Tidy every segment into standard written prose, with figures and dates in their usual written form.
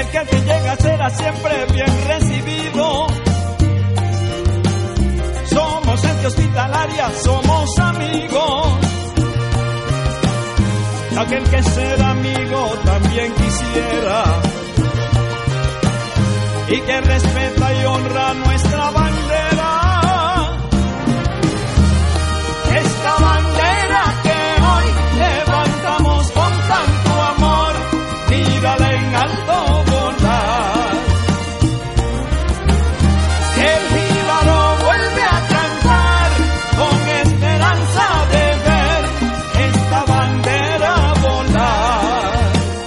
que el que llega será siempre bien recibido. Somos gente hospitalaria, somos amigos. Aquel que ser amigo también quisiera, y que respeta y honra nuestra bandera. Esta bandera que hoy levantamos con tanto amor, mírala en alto volar. El jíbaro vuelve a cantar con esperanza de ver esta bandera volar.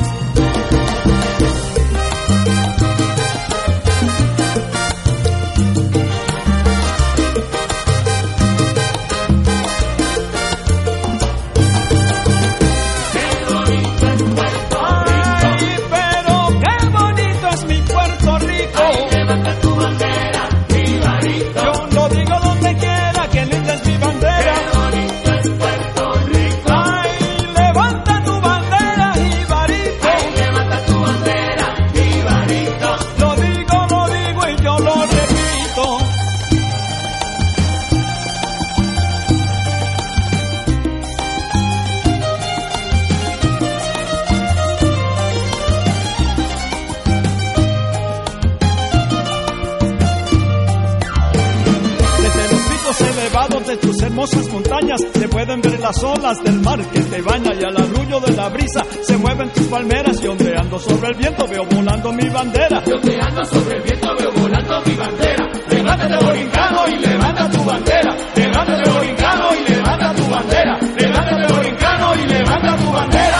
De tus hermosas montañas se pueden ver las olas del mar que te baña, y al arrullo de la brisa se mueven tus palmeras, y ondeando sobre el viento veo volando mi bandera. Y ondeando sobre el viento veo volando mi bandera. Levántate, borincano, y levanta tu bandera. Levántate, borincano, y levanta tu bandera. Levántate, borincano, y levanta tu bandera.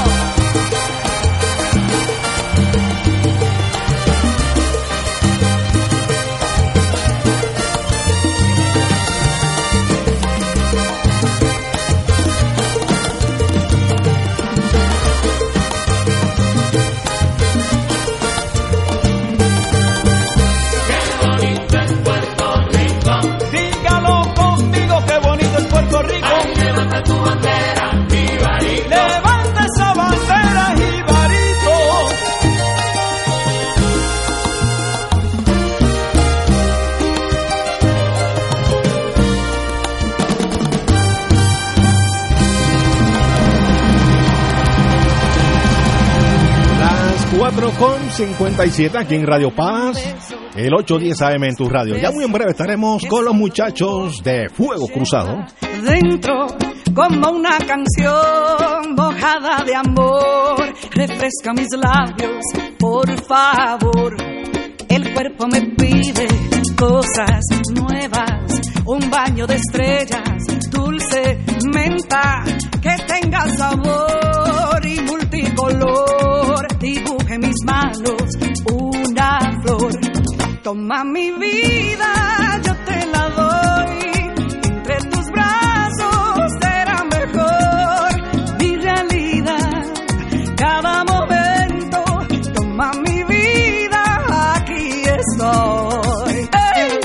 Con 57 aquí en Radio Paz, el 810 AM en tu radio. Ya muy en breve estaremos con los muchachos de Fuego Cruzado. Dentro, como una canción mojada de amor, refresca mis labios, por favor. El cuerpo me pide cosas nuevas, un baño de estrellas, dulce menta, que tenga sabor y multicolor. Dibuje mis manos una flor. Toma mi vida, yo te la doy. Entre tus brazos será mejor mi realidad. Cada momento, toma mi vida, aquí estoy. ¡Hey!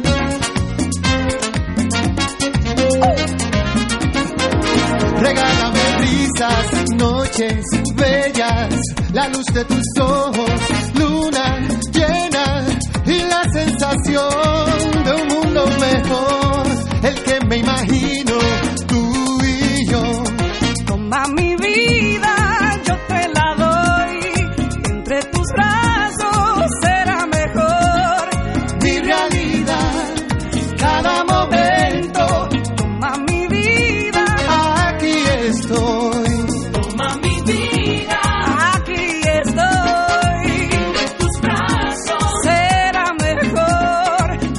Regálame risas, noches bellas, la luz de tus ojos, luna llena, y la sensación de un mundo mejor, el que me imagino tú y yo. Toma mi vida, yo te la doy. Entre tus brazos será mejor mi realidad. Cada momento, toma mi vida, aquí estoy. Toma mi vida, aquí estoy. Entre tus brazos será mejor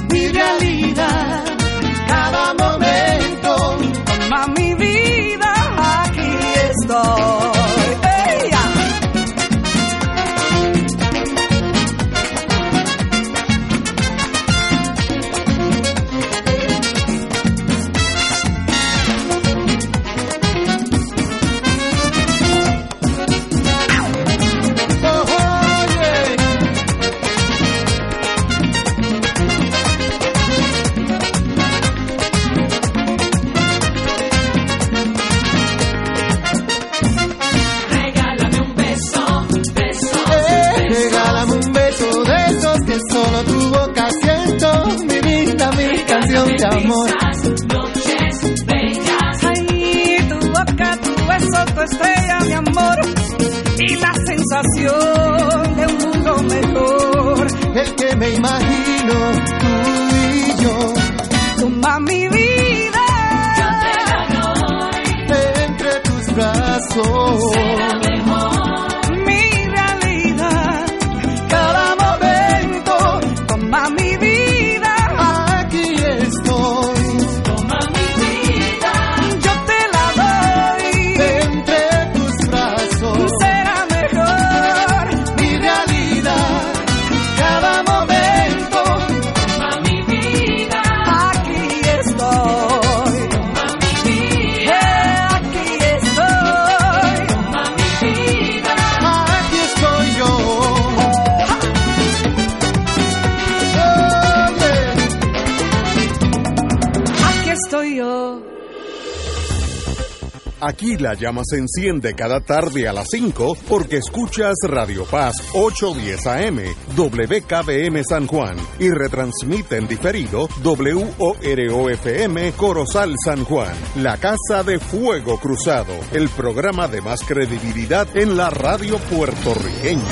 estrella, mi amor, y la sensación de un mundo mejor. El que me imagino tú y yo. Toma mi vida, yo te la doy. Entre tus brazos Será mejor. mi realidad, cada momento. Toma mi vida, aquí estoy. Toma mi vida, yo te la doy. Entre tus brazos Será mejor mi realidad. Cada momento toma mi vida, aquí estoy. toma mi vida, Aquí estoy. toma mi vida. aquí estoy yo. Aquí estoy yo. Aquí la llama se enciende cada tarde a las 5 porque escuchas Radio Paz 810 AM, WKBM San Juan y retransmite en diferido WOROFM Corozal San Juan, la Casa de Fuego Cruzado, el programa de más credibilidad en la radio puertorriqueña.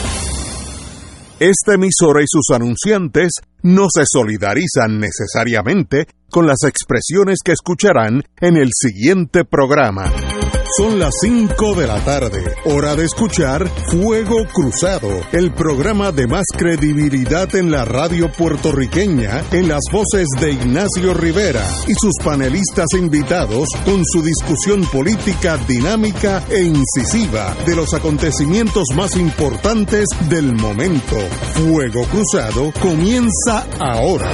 Esta emisora y sus anunciantes no se solidarizan necesariamente con las expresiones que escucharán en el siguiente programa. Son las 5 de la tarde, hora de escuchar Fuego Cruzado, el programa de más credibilidad en la radio puertorriqueña, en las voces de Ignacio Rivera y sus panelistas invitados con su discusión política dinámica e incisiva de los acontecimientos más importantes del momento. Fuego Cruzado comienza ahora.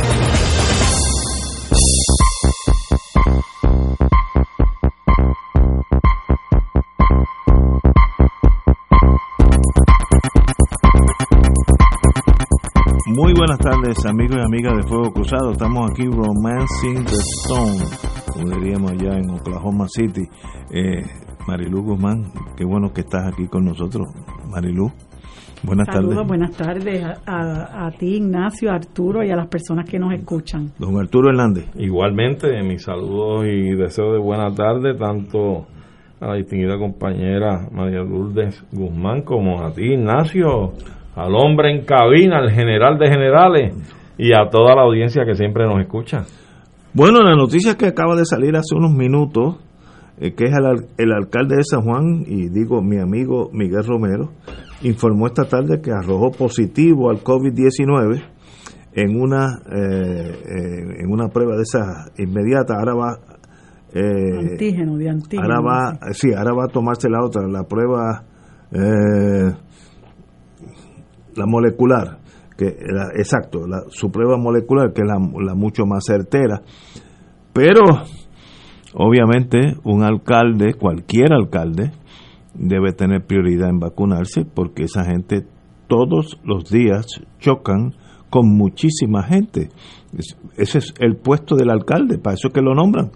Muy buenas tardes, amigos y amigas de Fuego Cruzado. Estamos aquí romancing the stone, como diríamos allá en Oklahoma City. Marilú Guzmán, qué bueno que estás aquí con nosotros, Marilú. Buenas Saludos, tardes. buenas tardes a ti, Ignacio, a Arturo y a las personas que nos escuchan. Don Arturo Hernández. Igualmente, mis saludos y deseos de buena tarde, tanto a la distinguida compañera María Lourdes Guzmán como a ti, Ignacio, al hombre en cabina, al general de generales y a toda la audiencia que siempre nos escucha. Bueno, la noticia que acaba de salir hace unos minutos, que es el alcalde de San Juan, y digo mi amigo Miguel Romero, informó esta tarde que arrojó positivo al COVID-19 en una prueba de esas inmediatas. Ahora va Antígeno. ahora va a tomarse la otra, la prueba la molecular, su prueba molecular, que es la mucho más certera. Pero obviamente un alcalde, cualquier alcalde, debe tener prioridad en vacunarse, porque esa gente todos los días chocan con muchísima gente. Ese es el puesto del alcalde, para eso es que lo nombran.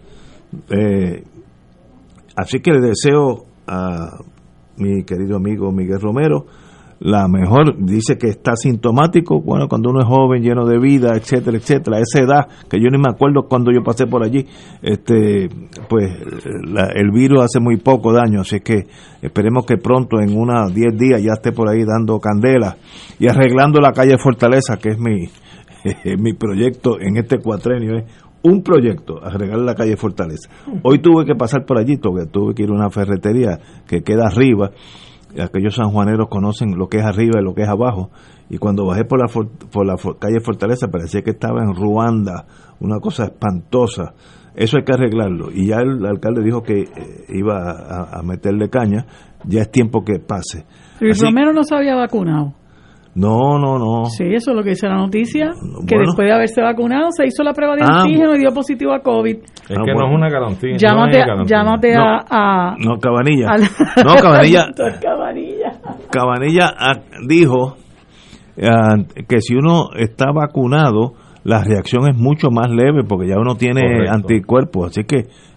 Así que le deseo a mi querido amigo Miguel Romero la mejor. Dice que está sintomático, bueno, cuando uno es joven, lleno de vida, etcétera, etcétera, a esa edad, que yo ni me acuerdo cuando yo pasé por allí, pues el virus hace muy poco daño, así que esperemos que pronto, en unos 10 días, ya esté por ahí dando candela y arreglando la calle Fortaleza, que es mi proyecto en este cuatrenio, un proyecto, arreglar la calle Fortaleza. Hoy tuve que pasar por allí, porque tuve que ir a una ferretería que queda arriba. Aquellos sanjuaneros conocen lo que es arriba y lo que es abajo, y cuando bajé por la calle Fortaleza parecía que estaba en Ruanda, una cosa espantosa. Eso hay que arreglarlo, y ya el alcalde dijo que iba a meterle caña. Ya es tiempo que pase. Pero Romero no se había vacunado. No. Sí, eso es lo que dice la noticia, que bueno, después de haberse vacunado se hizo la prueba de antígeno y dio positivo a COVID. Es que no es una garantía. Llámate a Cabanilla. doctor Cabanilla. Cabanilla dijo que si uno está vacunado, la reacción es mucho más leve, porque ya uno tiene anticuerpos, así que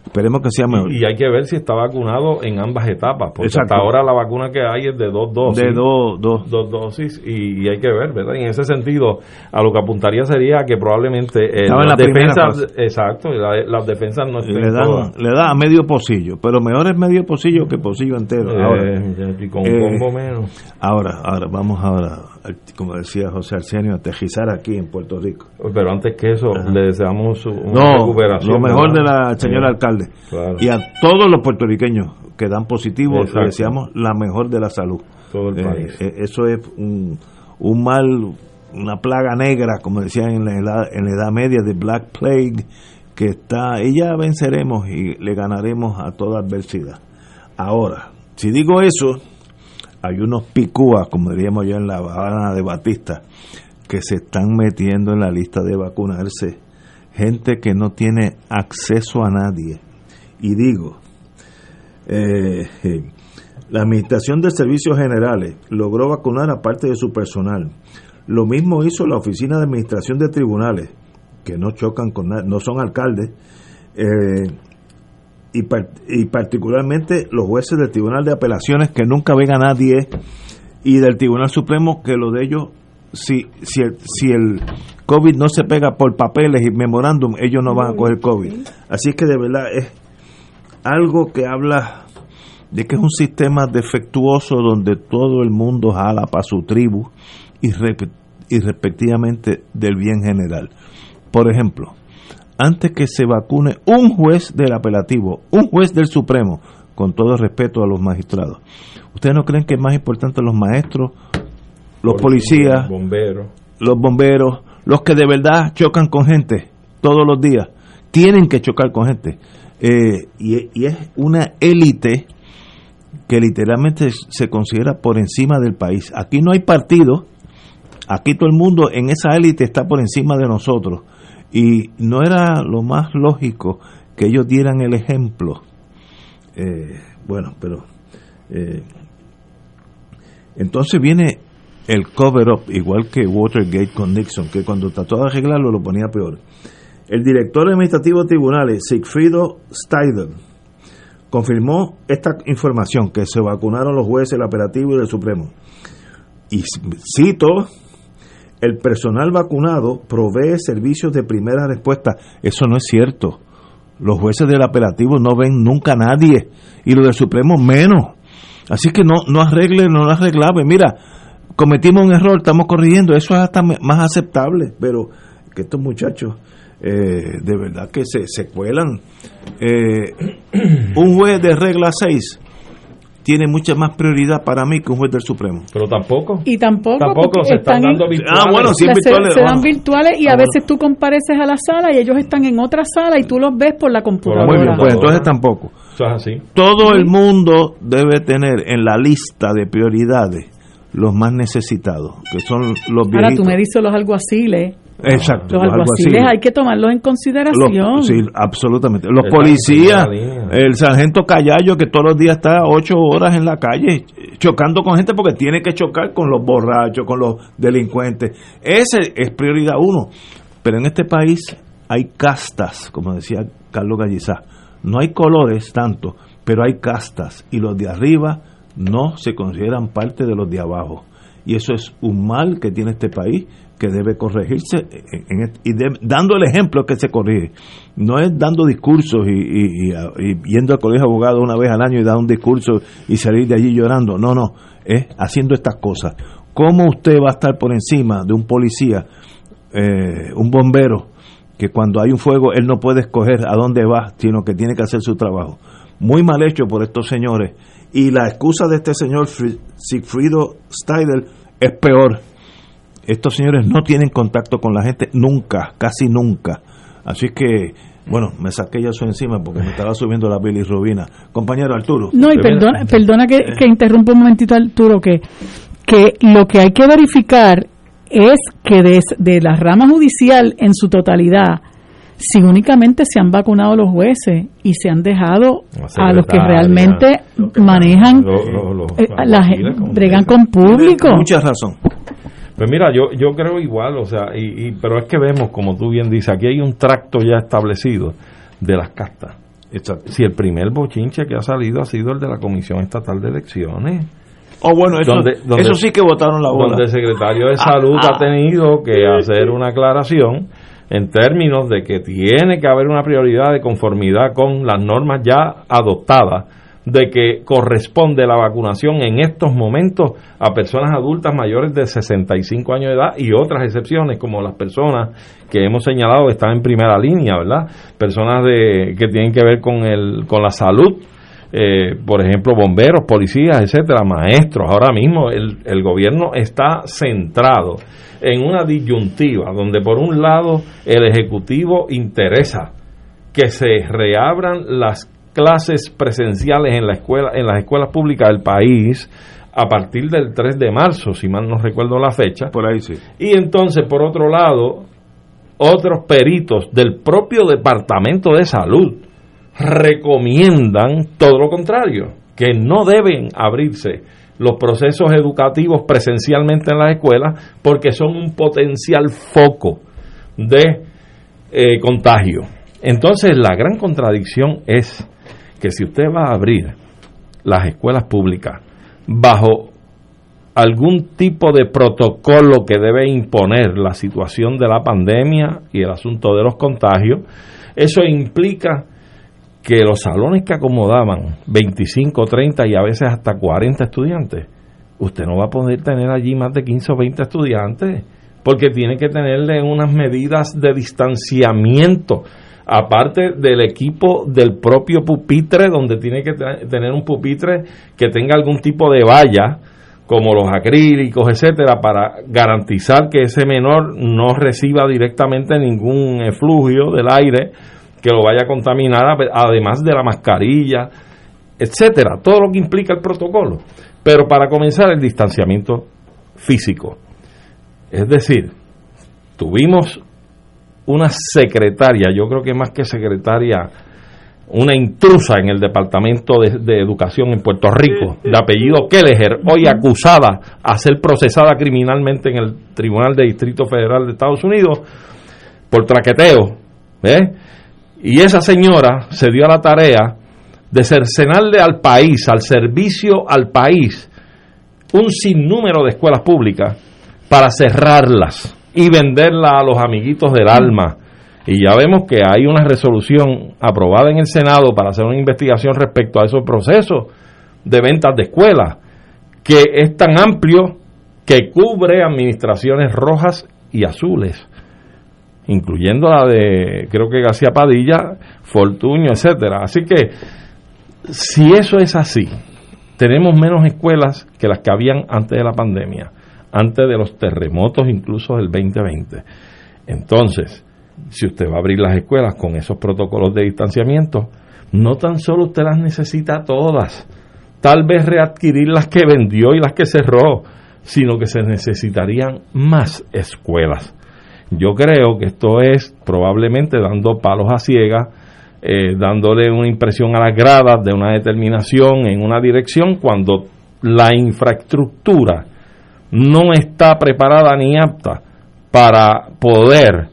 Esperemos que sea mejor. Y hay que ver si está vacunado en ambas etapas, porque Exacto. hasta ahora la vacuna que hay es de 2 dosis. De dos. 2 dosis, y hay que ver, ¿verdad? Y en ese sentido, a lo que apuntaría sería que probablemente Estaba en la primera fase. exacto, las defensas no estén Le da a medio pocillo, pero mejor es medio pocillo que pocillo entero. y con un combo menos. Ahora, vamos como decía José Arsenio, a aterrizar aquí en Puerto Rico. Pero antes que eso, le deseamos una recuperación. Lo mejor ¿verdad? del señor alcalde. Claro. Y a todos los puertorriqueños que dan positivo, Exacto. le deseamos la mejor de la salud. Todo el país. Eso es un mal, una plaga negra, como decían en la edad media, de Black Plague, que ella venceremos y le ganaremos a toda adversidad. Ahora, si digo eso, hay unos picúas, como diríamos yo en La Habana de Batista, que se están metiendo en la lista de vacunarse, gente que no tiene acceso a nadie. Y digo, la Administración de Servicios Generales logró vacunar a parte de su personal. Lo mismo hizo la Oficina de Administración de Tribunales, que no chocan con nadie, no son alcaldes, y particularmente los jueces del Tribunal de Apelaciones, que nunca ven a nadie, y del Tribunal Supremo, que lo de ellos, si el COVID no se pega por papeles y memorándum, ellos no van a coger COVID. Así que de verdad es algo que habla de que es un sistema defectuoso donde todo el mundo jala para su tribu y respectivamente del bien general. Por ejemplo, antes que se vacune un juez del apelativo, un juez del Supremo, con todo respeto a los magistrados, ¿ustedes no creen que es más importante los maestros, los policías, los bomberos, los que de verdad chocan con gente todos los días? Tienen que chocar con gente. Y es una élite que literalmente se considera por encima del país. Aquí no hay partido, aquí todo el mundo en esa élite está por encima de nosotros. Y no era lo más lógico que ellos dieran el ejemplo. Entonces viene el cover-up, igual que Watergate con Nixon, que cuando trató de arreglarlo lo ponía peor. El director administrativo de tribunales, Sigfrido Steidl, confirmó esta información, que se vacunaron los jueces del apelativo y del Supremo. Y cito: el personal vacunado provee servicios de primera respuesta. Eso no es cierto. Los jueces del apelativo no ven nunca a nadie, y los del Supremo menos. Así que no arreglable. Mira, cometimos un error, estamos corrigiendo. Eso es hasta más aceptable, pero que estos muchachos de verdad que se cuelan. Un juez de regla 6 tiene mucha más prioridad para mí que un juez del Supremo. Pero tampoco se están dando virtuales. Bueno, sí, virtuales. Se dan virtuales y a veces tú compareces a la sala y ellos están en otra sala y tú los ves por la computadora. Muy bien, pues entonces tampoco. Eso es así. Todo el mundo debe tener en la lista de prioridades los más necesitados, que son los viejitos. Ahora tú me dices los alguaciles. Exacto, los alguaciles hay que tomarlos en consideración. Sí, absolutamente. Los policías, el sargento Callayo, que todos los días está 8 horas en la calle chocando con gente porque tiene que chocar con los borrachos, con los delincuentes. Ese es prioridad 1. Pero en este país hay castas, como decía Carlos Gallizá. No hay colores tanto, pero hay castas, y los de arriba no se consideran parte de los de abajo. Y eso es un mal que tiene este país, que debe corregirse dando el ejemplo que se corrige. No es dando discursos y yendo al colegio de abogados una vez al año y dar un discurso y salir de allí llorando. No, es haciendo estas cosas. ¿Cómo usted va a estar por encima de un policía, un bombero, que cuando hay un fuego él no puede escoger a dónde va, sino que tiene que hacer su trabajo? Muy mal hecho por estos señores. Y la excusa de este señor Sigfrido Steidl es peor. Estos señores no tienen contacto con la gente nunca, casi nunca. Así que, bueno, me saqué ya eso encima porque me estaba subiendo la bilirrubina. Compañero Arturo. No, y perdona que interrumpa un momentito, Arturo, que lo que hay que verificar es que de la rama judicial en su totalidad, si únicamente se han vacunado los jueces y se han dejado a los que realmente manejan, bregan con público. Mucha razón. Pues mira, yo creo igual, o sea, pero es que vemos, como tú bien dices, aquí hay un tracto ya establecido de las castas. Exacto. Si el primer bochinche que ha salido ha sido el de la Comisión Estatal de Elecciones. Bueno, eso sí que votaron la bola. Donde el secretario de Salud ha tenido que hacer una aclaración en términos de que tiene que haber una prioridad de conformidad con las normas ya adoptadas, de que corresponde la vacunación en estos momentos a personas adultas mayores de 65 años de edad y otras excepciones como las personas que hemos señalado que están en primera línea, ¿verdad? Personas que tienen que ver con la salud, por ejemplo, bomberos, policías, etcétera, maestros. Ahora mismo el gobierno está centrado en una disyuntiva donde por un lado el Ejecutivo interesa que se reabran las clases presenciales en las escuelas públicas del país a partir del 3 de marzo, si mal no recuerdo la fecha. Por ahí sí. Y entonces, por otro lado, otros peritos del propio Departamento de Salud recomiendan todo lo contrario, que no deben abrirse los procesos educativos presencialmente en las escuelas porque son un potencial foco de contagio. Entonces, la gran contradicción es que si usted va a abrir las escuelas públicas bajo algún tipo de protocolo que debe imponer la situación de la pandemia y el asunto de los contagios, eso implica que los salones que acomodaban 25, 30 y a veces hasta 40 estudiantes, usted no va a poder tener allí más de 15 o 20 estudiantes, porque tiene que tenerle unas medidas de distanciamiento, aparte del equipo del propio pupitre, donde tiene que tener un pupitre que tenga algún tipo de valla, como los acrílicos, etcétera, para garantizar que ese menor no reciba directamente ningún efluvio del aire que lo vaya a contaminar, además de la mascarilla, etcétera, todo lo que implica el protocolo. Pero para comenzar, el distanciamiento físico. Es decir, tuvimos una secretaria, yo creo que más que secretaria, una intrusa en el Departamento de Educación en Puerto Rico, de apellido Kelleher, hoy acusada a ser procesada criminalmente en el Tribunal de Distrito Federal de Estados Unidos por traqueteo, y esa señora se dio a la tarea de cercenarle al país, al servicio al país, un sinnúmero de escuelas públicas para cerrarlas y venderla a los amiguitos del alma. Y ya vemos que hay una resolución aprobada en el Senado para hacer una investigación respecto a esos procesos de ventas de escuelas, que es tan amplio que cubre administraciones rojas y azules, incluyendo la de, creo que García Padilla, Fortuño, etcétera. Así que, si eso es así, tenemos menos escuelas que las que habían antes de la pandemia, antes de los terremotos incluso del 2020. Entonces, si usted va a abrir las escuelas con esos protocolos de distanciamiento, no tan solo usted las necesita todas, tal vez readquirir las que vendió y las que cerró, sino que se necesitarían más escuelas. Yo creo que esto es probablemente dando palos a ciegas, dándole una impresión a las gradas de una determinación en una dirección cuando la infraestructura no está preparada ni apta para poder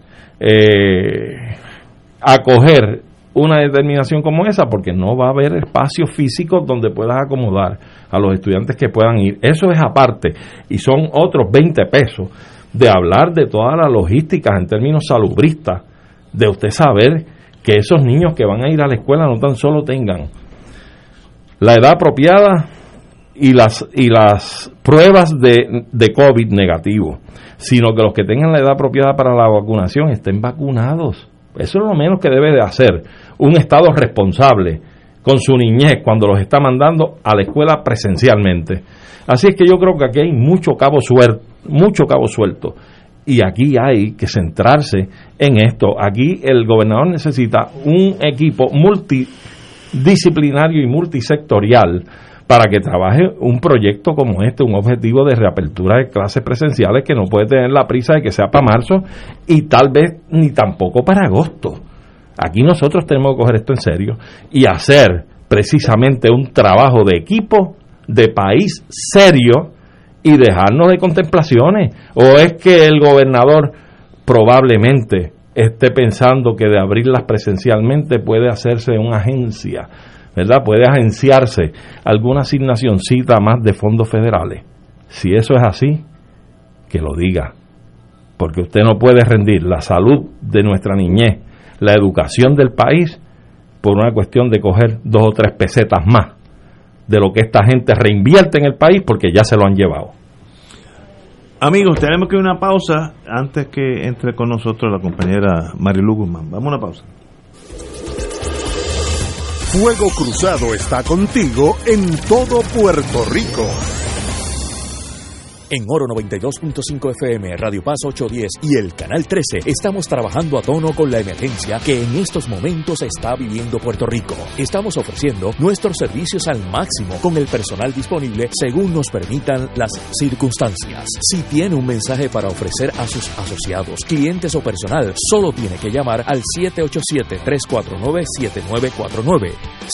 acoger una determinación como esa, porque no va a haber espacios físicos donde puedas acomodar a los estudiantes que puedan ir. Eso es aparte, y son otros 20 pesos de hablar de toda la logística en términos salubristas, de usted saber que esos niños que van a ir a la escuela no tan solo tengan la edad apropiada y las pruebas de COVID negativo, sino que los que tengan la edad apropiada para la vacunación estén vacunados. Eso es lo menos que debe de hacer un Estado responsable con su niñez cuando los está mandando a la escuela presencialmente. Así es que yo creo que aquí hay mucho cabo suelto, y aquí hay que centrarse en esto. Aquí el gobernador necesita un equipo multidisciplinario y multisectorial para que trabaje un proyecto como este, un objetivo de reapertura de clases presenciales que no puede tener la prisa de que sea para marzo y tal vez ni tampoco para agosto. Aquí nosotros tenemos que coger esto en serio y hacer precisamente un trabajo de equipo, de país serio, y dejarnos de contemplaciones. ¿O es que el gobernador probablemente esté pensando que de abrirlas presencialmente puede hacerse una agencia, ¿verdad? Puede agenciarse alguna asignacioncita más de fondos federales. Si eso es así, que lo diga, porque usted no puede rendir la salud de nuestra niñez, la educación del país, por una cuestión de coger 2 o 3 pesetas más de lo que esta gente reinvierte en el país, porque ya se lo han llevado. Amigos, tenemos que ir a una pausa antes que entre con nosotros la compañera Marilu Guzmán. Vamos a una pausa. Fuego Cruzado está contigo en todo Puerto Rico. En Oro 92.5 FM, Radio Paz 810 y el Canal 13 estamos trabajando a tono con la emergencia que en estos momentos está viviendo Puerto Rico. Estamos ofreciendo nuestros servicios al máximo con el personal disponible según nos permitan las circunstancias. Si tiene un mensaje para ofrecer a sus asociados, clientes o personal, solo tiene que llamar al 787-349-7949,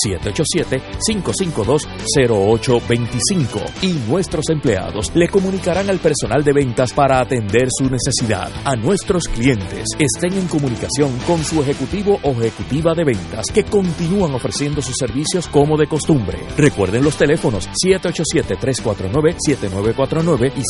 787-552-0825 y nuestros empleados le comunicarán al personal de ventas para atender su necesidad. A nuestros clientes, estén en comunicación con su ejecutivo o ejecutiva de ventas que continúan ofreciendo sus servicios como de costumbre. Recuerden los teléfonos 787-349-7949 y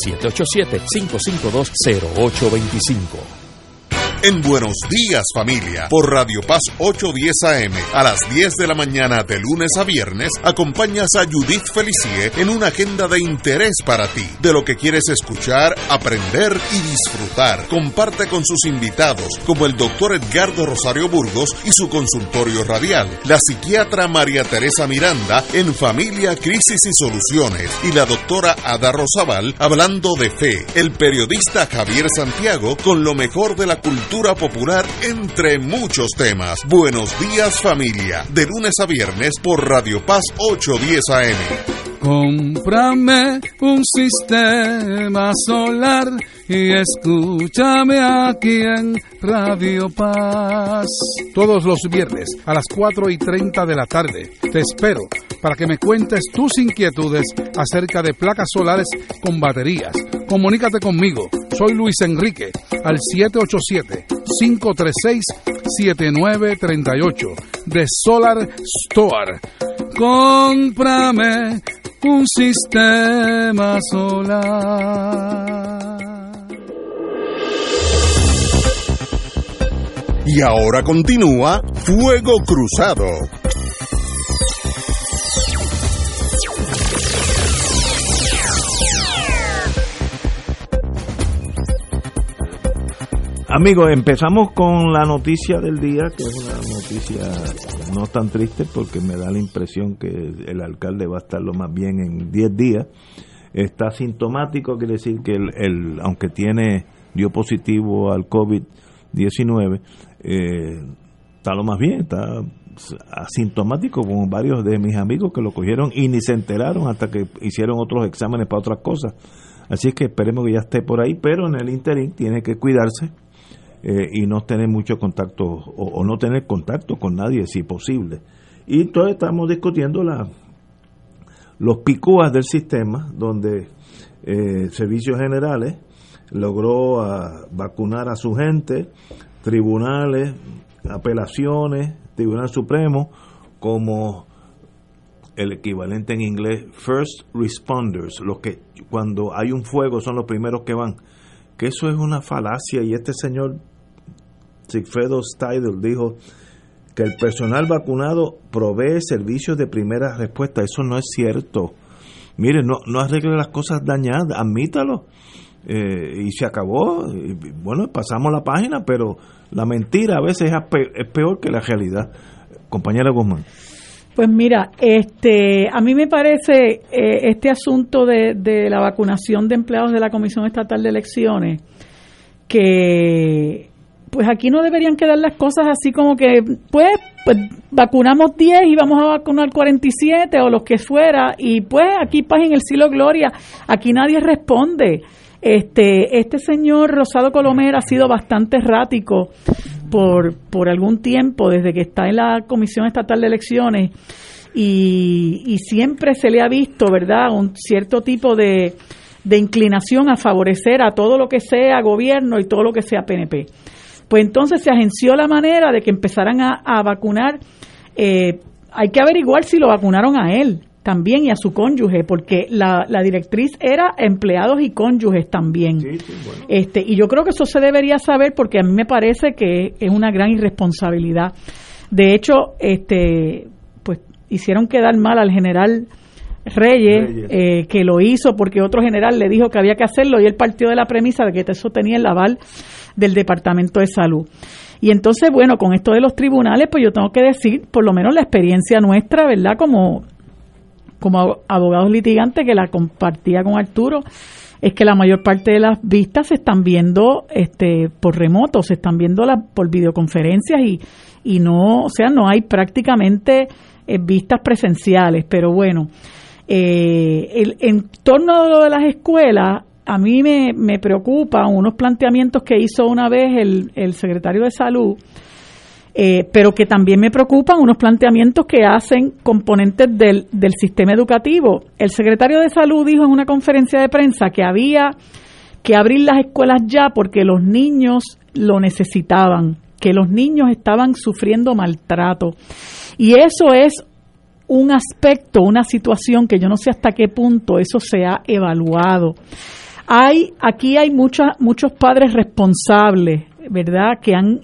787-552-0825. En Buenos Días Familia, por Radio Paz 810 AM, a las 10 de la mañana de lunes a viernes, acompañas a Judith Felicie en una agenda de interés para ti, de lo que quieres escuchar, aprender y disfrutar. Comparte con sus invitados, como el doctor Edgardo Rosario Burgos y su consultorio radial, la psiquiatra María Teresa Miranda en Familia, Crisis y Soluciones, y la doctora Ada Rosabal hablando de fe, el periodista Javier Santiago con lo mejor de la cultura popular, entre muchos temas. Buenos Días Familia, de lunes a viernes por Radio Paz 810 AM. Cómprame un sistema solar y escúchame aquí en Radio Paz. Todos los viernes a las 4:30 de la tarde te espero para que me cuentes tus inquietudes acerca de placas solares con baterías. Comunícate conmigo, soy Luis Enrique, al 787-536-7938 de Solar Store. Cómprame un sistema solar. Y ahora continúa Fuego Cruzado. Amigos, empezamos con la noticia del día, que es una noticia no tan triste porque me da la impresión que el alcalde va a estar lo más bien en 10 días. Está asintomático, quiere decir que aunque dio positivo al COVID-19, está lo más bien, está asintomático, como varios de mis amigos que lo cogieron y ni se enteraron hasta que hicieron otros exámenes para otras cosas. Así que esperemos que ya esté por ahí, pero en el interín tiene que cuidarse y no tener mucho contacto o no tener contacto con nadie si posible. Y entonces estamos discutiendo los picúas del sistema, donde Servicios Generales logró vacunar a su gente, tribunales, apelaciones, Tribunal Supremo, como el equivalente en inglés first responders, los que cuando hay un fuego son los primeros que van, que eso es una falacia. Y este señor Sigfredo Steidl dijo que el personal vacunado provee servicios de primera respuesta. Eso no es cierto. Mire, no arregle las cosas dañadas, admítalo, y se acabó. Y bueno, pasamos la página, pero la mentira a veces es peor que la realidad. Compañera Guzmán. Pues mira, a mí me parece este asunto de la vacunación de empleados de la Comisión Estatal de Elecciones, que pues aquí no deberían quedar las cosas así como que pues vacunamos 10 y vamos a vacunar 47 o los que fuera, y pues aquí paz en el cielo gloria, aquí nadie responde. Este señor Rosado Colomer ha sido bastante errático por algún tiempo, desde que está en la Comisión Estatal de Elecciones, y siempre se le ha visto, ¿verdad?, un cierto tipo de inclinación a favorecer a todo lo que sea gobierno y todo lo que sea PNP. Pues entonces se agenció la manera de que empezaran a vacunar. Hay que averiguar si lo vacunaron a él también y a su cónyuge, porque la directriz era empleados y cónyuges también. Sí, bueno. Y yo creo que eso se debería saber, porque a mí me parece que es una gran irresponsabilidad. De hecho, pues hicieron quedar mal al general Reyes. Que lo hizo porque otro general le dijo que había que hacerlo, y él partió de la premisa de que eso tenía el aval del Departamento de Salud. Y entonces, bueno, con esto de los tribunales, pues yo tengo que decir, por lo menos la experiencia nuestra, ¿verdad?, como abogados litigantes, que la compartía con Arturo, es que la mayor parte de las vistas se están viendo por remoto, se están viendo por videoconferencias y no, o sea, no hay prácticamente vistas presenciales. Pero bueno, en torno a lo de las escuelas, a mí me preocupan unos planteamientos que hizo una vez el secretario de Salud, pero que también me preocupan unos planteamientos que hacen componentes del sistema educativo. El secretario de Salud dijo en una conferencia de prensa que había que abrir las escuelas ya porque los niños lo necesitaban, que los niños estaban sufriendo maltrato. Y eso es un aspecto, una situación que yo no sé hasta qué punto eso se ha evaluado. Aquí hay muchos padres responsables, ¿verdad?, que han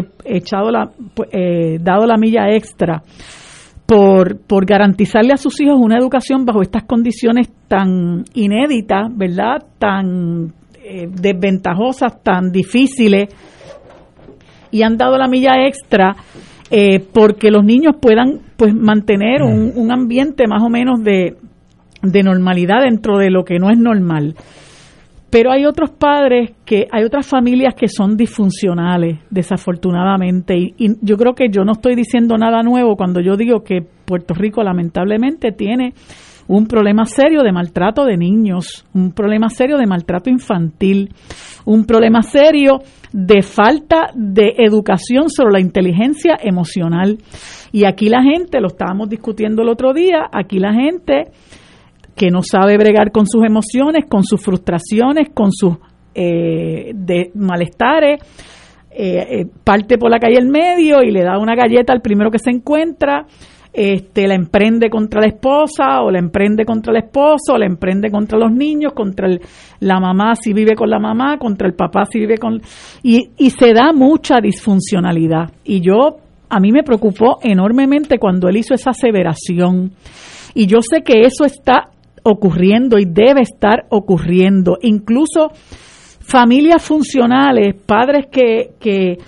dado la milla extra por garantizarle a sus hijos una educación bajo estas condiciones tan inéditas, ¿verdad?, tan desventajosas, tan difíciles, y han dado la milla extra porque los niños puedan pues mantener un ambiente más o menos de normalidad dentro de lo que no es normal. Pero hay otros padres, hay otras familias que son disfuncionales, desafortunadamente, y yo creo que yo no estoy diciendo nada nuevo cuando yo digo que Puerto Rico lamentablemente tiene un problema serio de maltrato de niños, un problema serio de maltrato infantil, un problema serio de falta de educación sobre la inteligencia emocional. Y aquí la gente, lo estábamos discutiendo el otro día, aquí la gente que no sabe bregar con sus emociones, con sus frustraciones, con sus malestares, parte por la calle al medio y le da una galleta al primero que se encuentra, la emprende contra la esposa, o la emprende contra el esposo, o la emprende contra los niños, contra la mamá si vive con la mamá, contra el papá si vive con... Y se da mucha disfuncionalidad. Y a mí me preocupó enormemente cuando él hizo esa aseveración. Y yo sé que eso está ocurriendo y debe estar ocurriendo. Incluso familias funcionales, padres que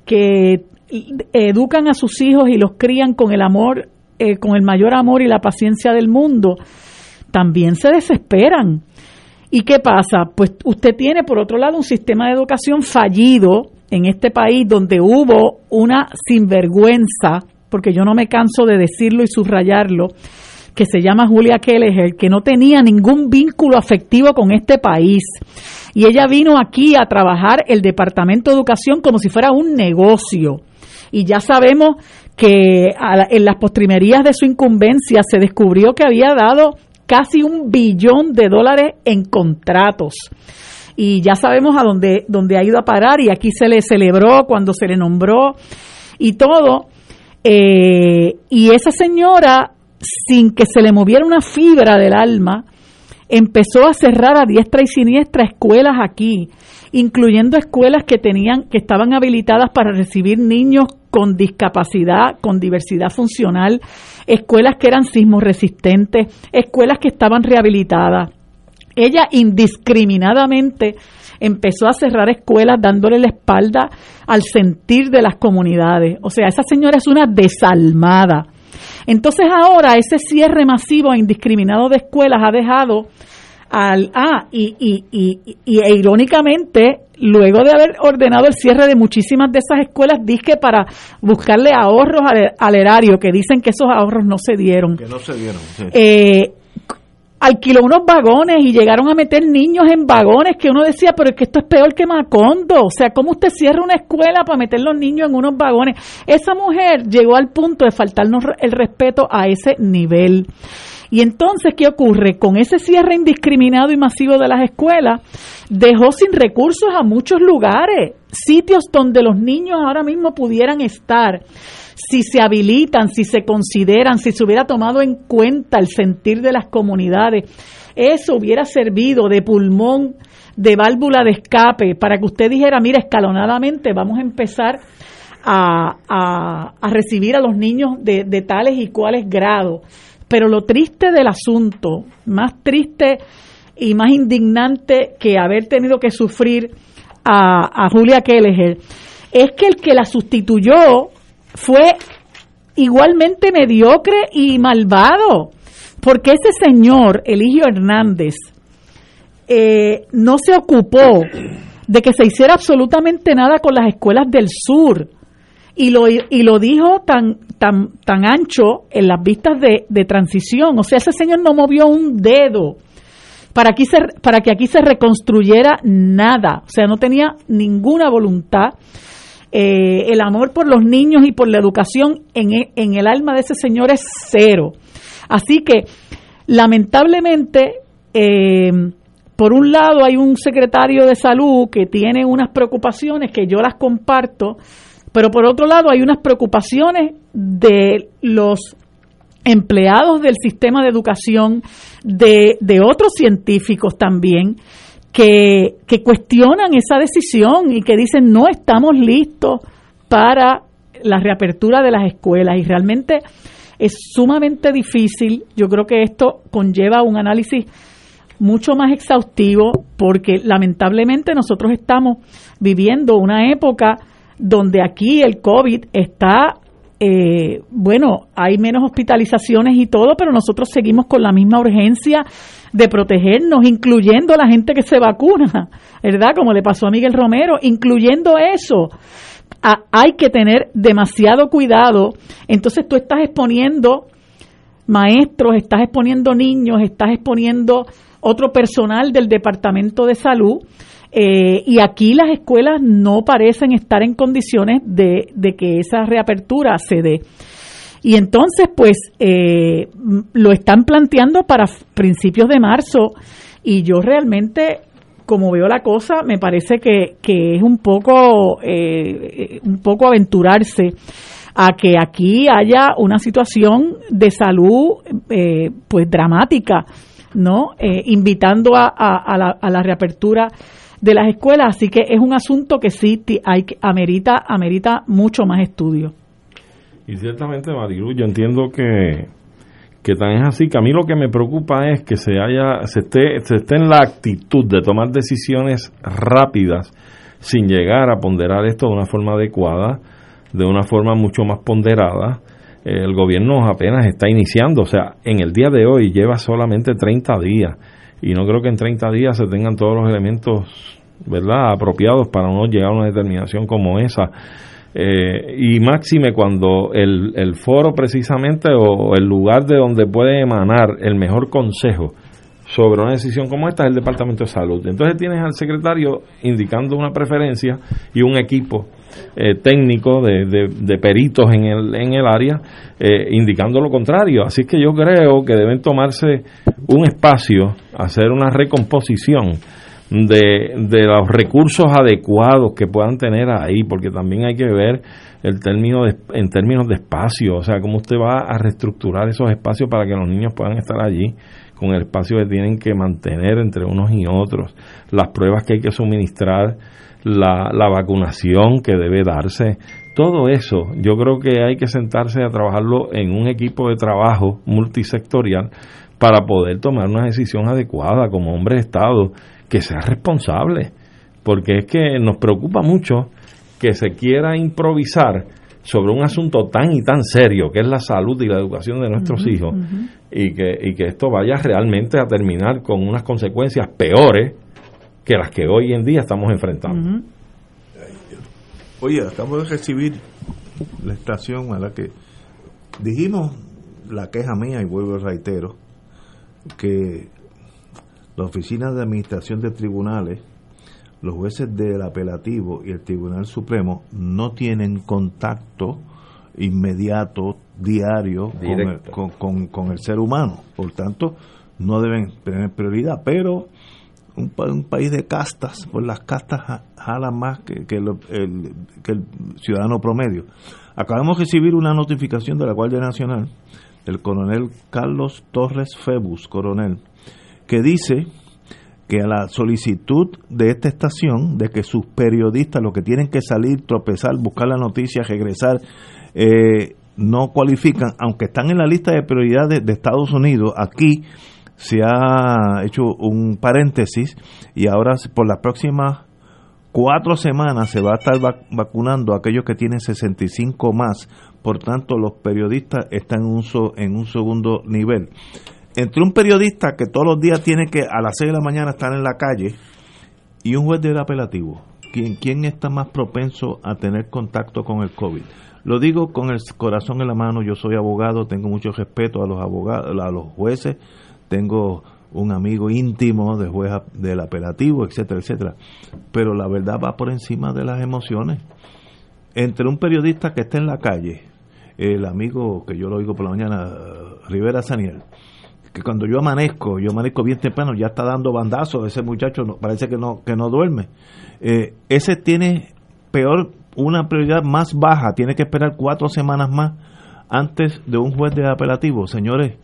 educan a sus hijos y los crían con el amor, con el mayor amor y la paciencia del mundo, también se desesperan. ¿Y qué pasa? Pues usted tiene, por otro lado, un sistema de educación fallido en este país, donde hubo una sinvergüenza, porque yo no me canso de decirlo y subrayarlo, que se llama Julia Kelleher, que no tenía ningún vínculo afectivo con este país. Y ella vino aquí a trabajar el Departamento de Educación como si fuera un negocio. Y ya sabemos que en las postrimerías de su incumbencia se descubrió que había dado casi $1 billón en contratos. Y ya sabemos a dónde ha ido a parar, y aquí se le celebró cuando se le nombró y todo. Y esa señora, sin que se le moviera una fibra del alma, empezó a cerrar a diestra y siniestra escuelas aquí, incluyendo escuelas que estaban habilitadas para recibir niños con discapacidad, con diversidad funcional, escuelas que eran sismo resistentes, escuelas que estaban rehabilitadas. Ella indiscriminadamente empezó a cerrar escuelas, dándole la espalda al sentir de las comunidades. O sea, esa señora es una desalmada. Entonces ahora ese cierre masivo e indiscriminado de escuelas ha dejado irónicamente, luego de haber ordenado el cierre de muchísimas de esas escuelas, dizque para buscarle ahorros al erario, que dicen que esos ahorros no se dieron. Que no se dieron, sí. Alquiló unos vagones y llegaron a meter niños en vagones, que uno decía, pero es que esto es peor que Macondo. O sea, ¿cómo usted cierra una escuela para meter los niños en unos vagones? Esa mujer llegó al punto de faltarnos el respeto a ese nivel. Y entonces, ¿qué ocurre? Con ese cierre indiscriminado y masivo de las escuelas, dejó sin recursos a muchos lugares, sitios donde los niños ahora mismo pudieran estar, si se habilitan, si se consideran, si se hubiera tomado en cuenta el sentir de las comunidades. Eso hubiera servido de pulmón, de válvula de escape, para que usted dijera, mira, escalonadamente vamos a empezar a recibir a los niños de tales y cuales grados. Pero lo triste del asunto, más triste y más indignante que haber tenido que sufrir a Julia Kelleher, es que el que la sustituyó fue igualmente mediocre y malvado, porque ese señor, Eligio Hernández, no se ocupó de que se hiciera absolutamente nada con las escuelas del sur, y lo dijo tan ancho en las vistas de transición. O sea, ese señor no movió un dedo para que aquí se reconstruyera nada. O sea, no tenía ninguna voluntad. El amor por los niños y por la educación en el alma de ese señor es cero. Así que, lamentablemente, por un lado hay un secretario de salud que tiene unas preocupaciones que yo las comparto, pero por otro lado hay unas preocupaciones de los empleados del sistema de educación, de otros científicos también, que cuestionan esa decisión y que dicen no estamos listos para la reapertura de las escuelas, y realmente es sumamente difícil. Yo creo que esto conlleva un análisis mucho más exhaustivo, porque lamentablemente nosotros estamos viviendo una época donde aquí el COVID está, hay menos hospitalizaciones y todo, pero nosotros seguimos con la misma urgencia de protegernos, incluyendo a la gente que se vacuna, ¿verdad? Como le pasó a Miguel Romero, incluyendo eso. Hay que tener demasiado cuidado. Entonces tú estás exponiendo maestros, estás exponiendo niños, estás exponiendo otro personal del Departamento de Salud, y aquí las escuelas no parecen estar en condiciones de que esa reapertura se dé. Y entonces, pues, lo están planteando para principios de marzo, y yo realmente, como veo la cosa, me parece que es un poco aventurarse a que aquí haya una situación de salud pues dramática, ¿no? Invitando a la reapertura de las escuelas. Así que es un asunto que sí amerita mucho más estudio. Y ciertamente, Marilu, yo entiendo que tan es así, que a mí lo que me preocupa es que se esté en la actitud de tomar decisiones rápidas sin llegar a ponderar esto de una forma adecuada, de una forma mucho más ponderada. El gobierno apenas está iniciando, o sea, en el día de hoy lleva solamente 30 días, y no creo que en 30 días se tengan todos los elementos, ¿verdad?, apropiados para uno llegar a una determinación como esa. Y máxime cuando el foro precisamente, o el lugar de donde puede emanar el mejor consejo sobre una decisión como esta es el Departamento de Salud. Entonces tienes al secretario indicando una preferencia y un equipo técnico de peritos en el área indicando lo contrario. Así que yo creo que deben tomarse un espacio, hacer una recomposición de los recursos adecuados que puedan tener ahí, porque también hay que ver en términos de espacio, o sea, cómo usted va a reestructurar esos espacios para que los niños puedan estar allí con el espacio que tienen que mantener entre unos y otros, las pruebas que hay que suministrar, la vacunación que debe darse. Todo eso yo creo que hay que sentarse a trabajarlo en un equipo de trabajo multisectorial para poder tomar una decisión adecuada como hombre de Estado que sea responsable, porque es que nos preocupa mucho que se quiera improvisar sobre un asunto tan y tan serio que es la salud y la educación de nuestros hijos, y que esto vaya realmente a terminar con unas consecuencias peores que las que hoy en día estamos enfrentando. Oye, acabo de recibir la estación a la que dijimos la queja mía, y vuelvo y reitero, que la Oficina de Administración de Tribunales, los jueces del apelativo y el Tribunal Supremo no tienen contacto inmediato, diario, con el ser humano. Por tanto, no deben tener prioridad, pero un país de castas, pues las castas jalan más que el ciudadano promedio. Acabamos de recibir una notificación de la Guardia Nacional, del coronel Carlos Torres Febus, coronel, que dice que a la solicitud de esta estación, de que sus periodistas, los que tienen que salir, tropezar, buscar la noticia, regresar, no cualifican, aunque están en la lista de prioridades de Estados Unidos. Aquí se ha hecho un paréntesis y ahora por las próximas 4 semanas se va a estar vacunando a aquellos que tienen 65 más. Por tanto, los periodistas están en un segundo nivel. Entre un periodista que todos los días tiene que a las 6 de la mañana estar en la calle y un juez del apelativo, ¿quién está más propenso a tener contacto con el COVID? Lo digo con el corazón en la mano. Yo soy abogado, tengo mucho respeto a los abogados, a los jueces, tengo un amigo íntimo de juez del apelativo, etcétera, etcétera. Pero la verdad va por encima de las emociones. Entre un periodista que está en la calle, el amigo que yo lo oigo por la mañana, Rivera Saniel, que cuando yo amanezco bien temprano, ya está dando bandazos, ese muchacho parece que no duerme. Ese tiene una prioridad más baja, tiene que esperar 4 semanas más antes de un juez de apelativo. Señores,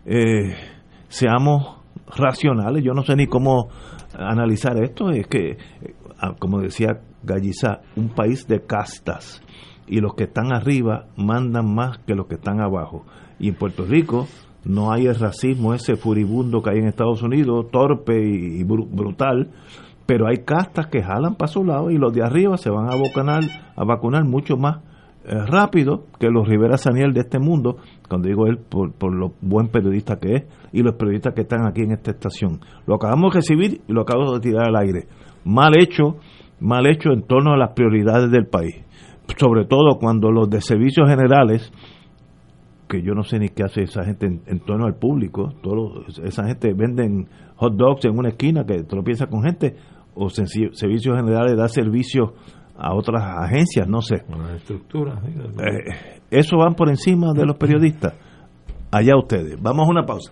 seamos racionales. Yo no sé ni cómo analizar esto. Es que, como decía Gallizá, un país de castas, y los que están arriba mandan más que los que están abajo. Y en Puerto Rico no hay el racismo ese furibundo que hay en Estados Unidos, torpe y brutal, pero hay castas que jalan para su lado y los de arriba se van a vacunar mucho más rápido que los Rivera Saniel de este mundo, cuando digo él por lo buen periodista que es, y los periodistas que están aquí en esta estación. Lo acabamos de recibir y lo acabo de tirar al aire. Mal hecho en torno a las prioridades del país, sobre todo cuando los de servicios generales, que yo no sé ni qué hace esa gente en torno al público, esa gente venden hot dogs en una esquina que tropieza con gente, o servicios generales da servicios a otras agencias, no sé. Una estructura. Eso van por encima de los periodistas. Allá ustedes. Vamos a una pausa.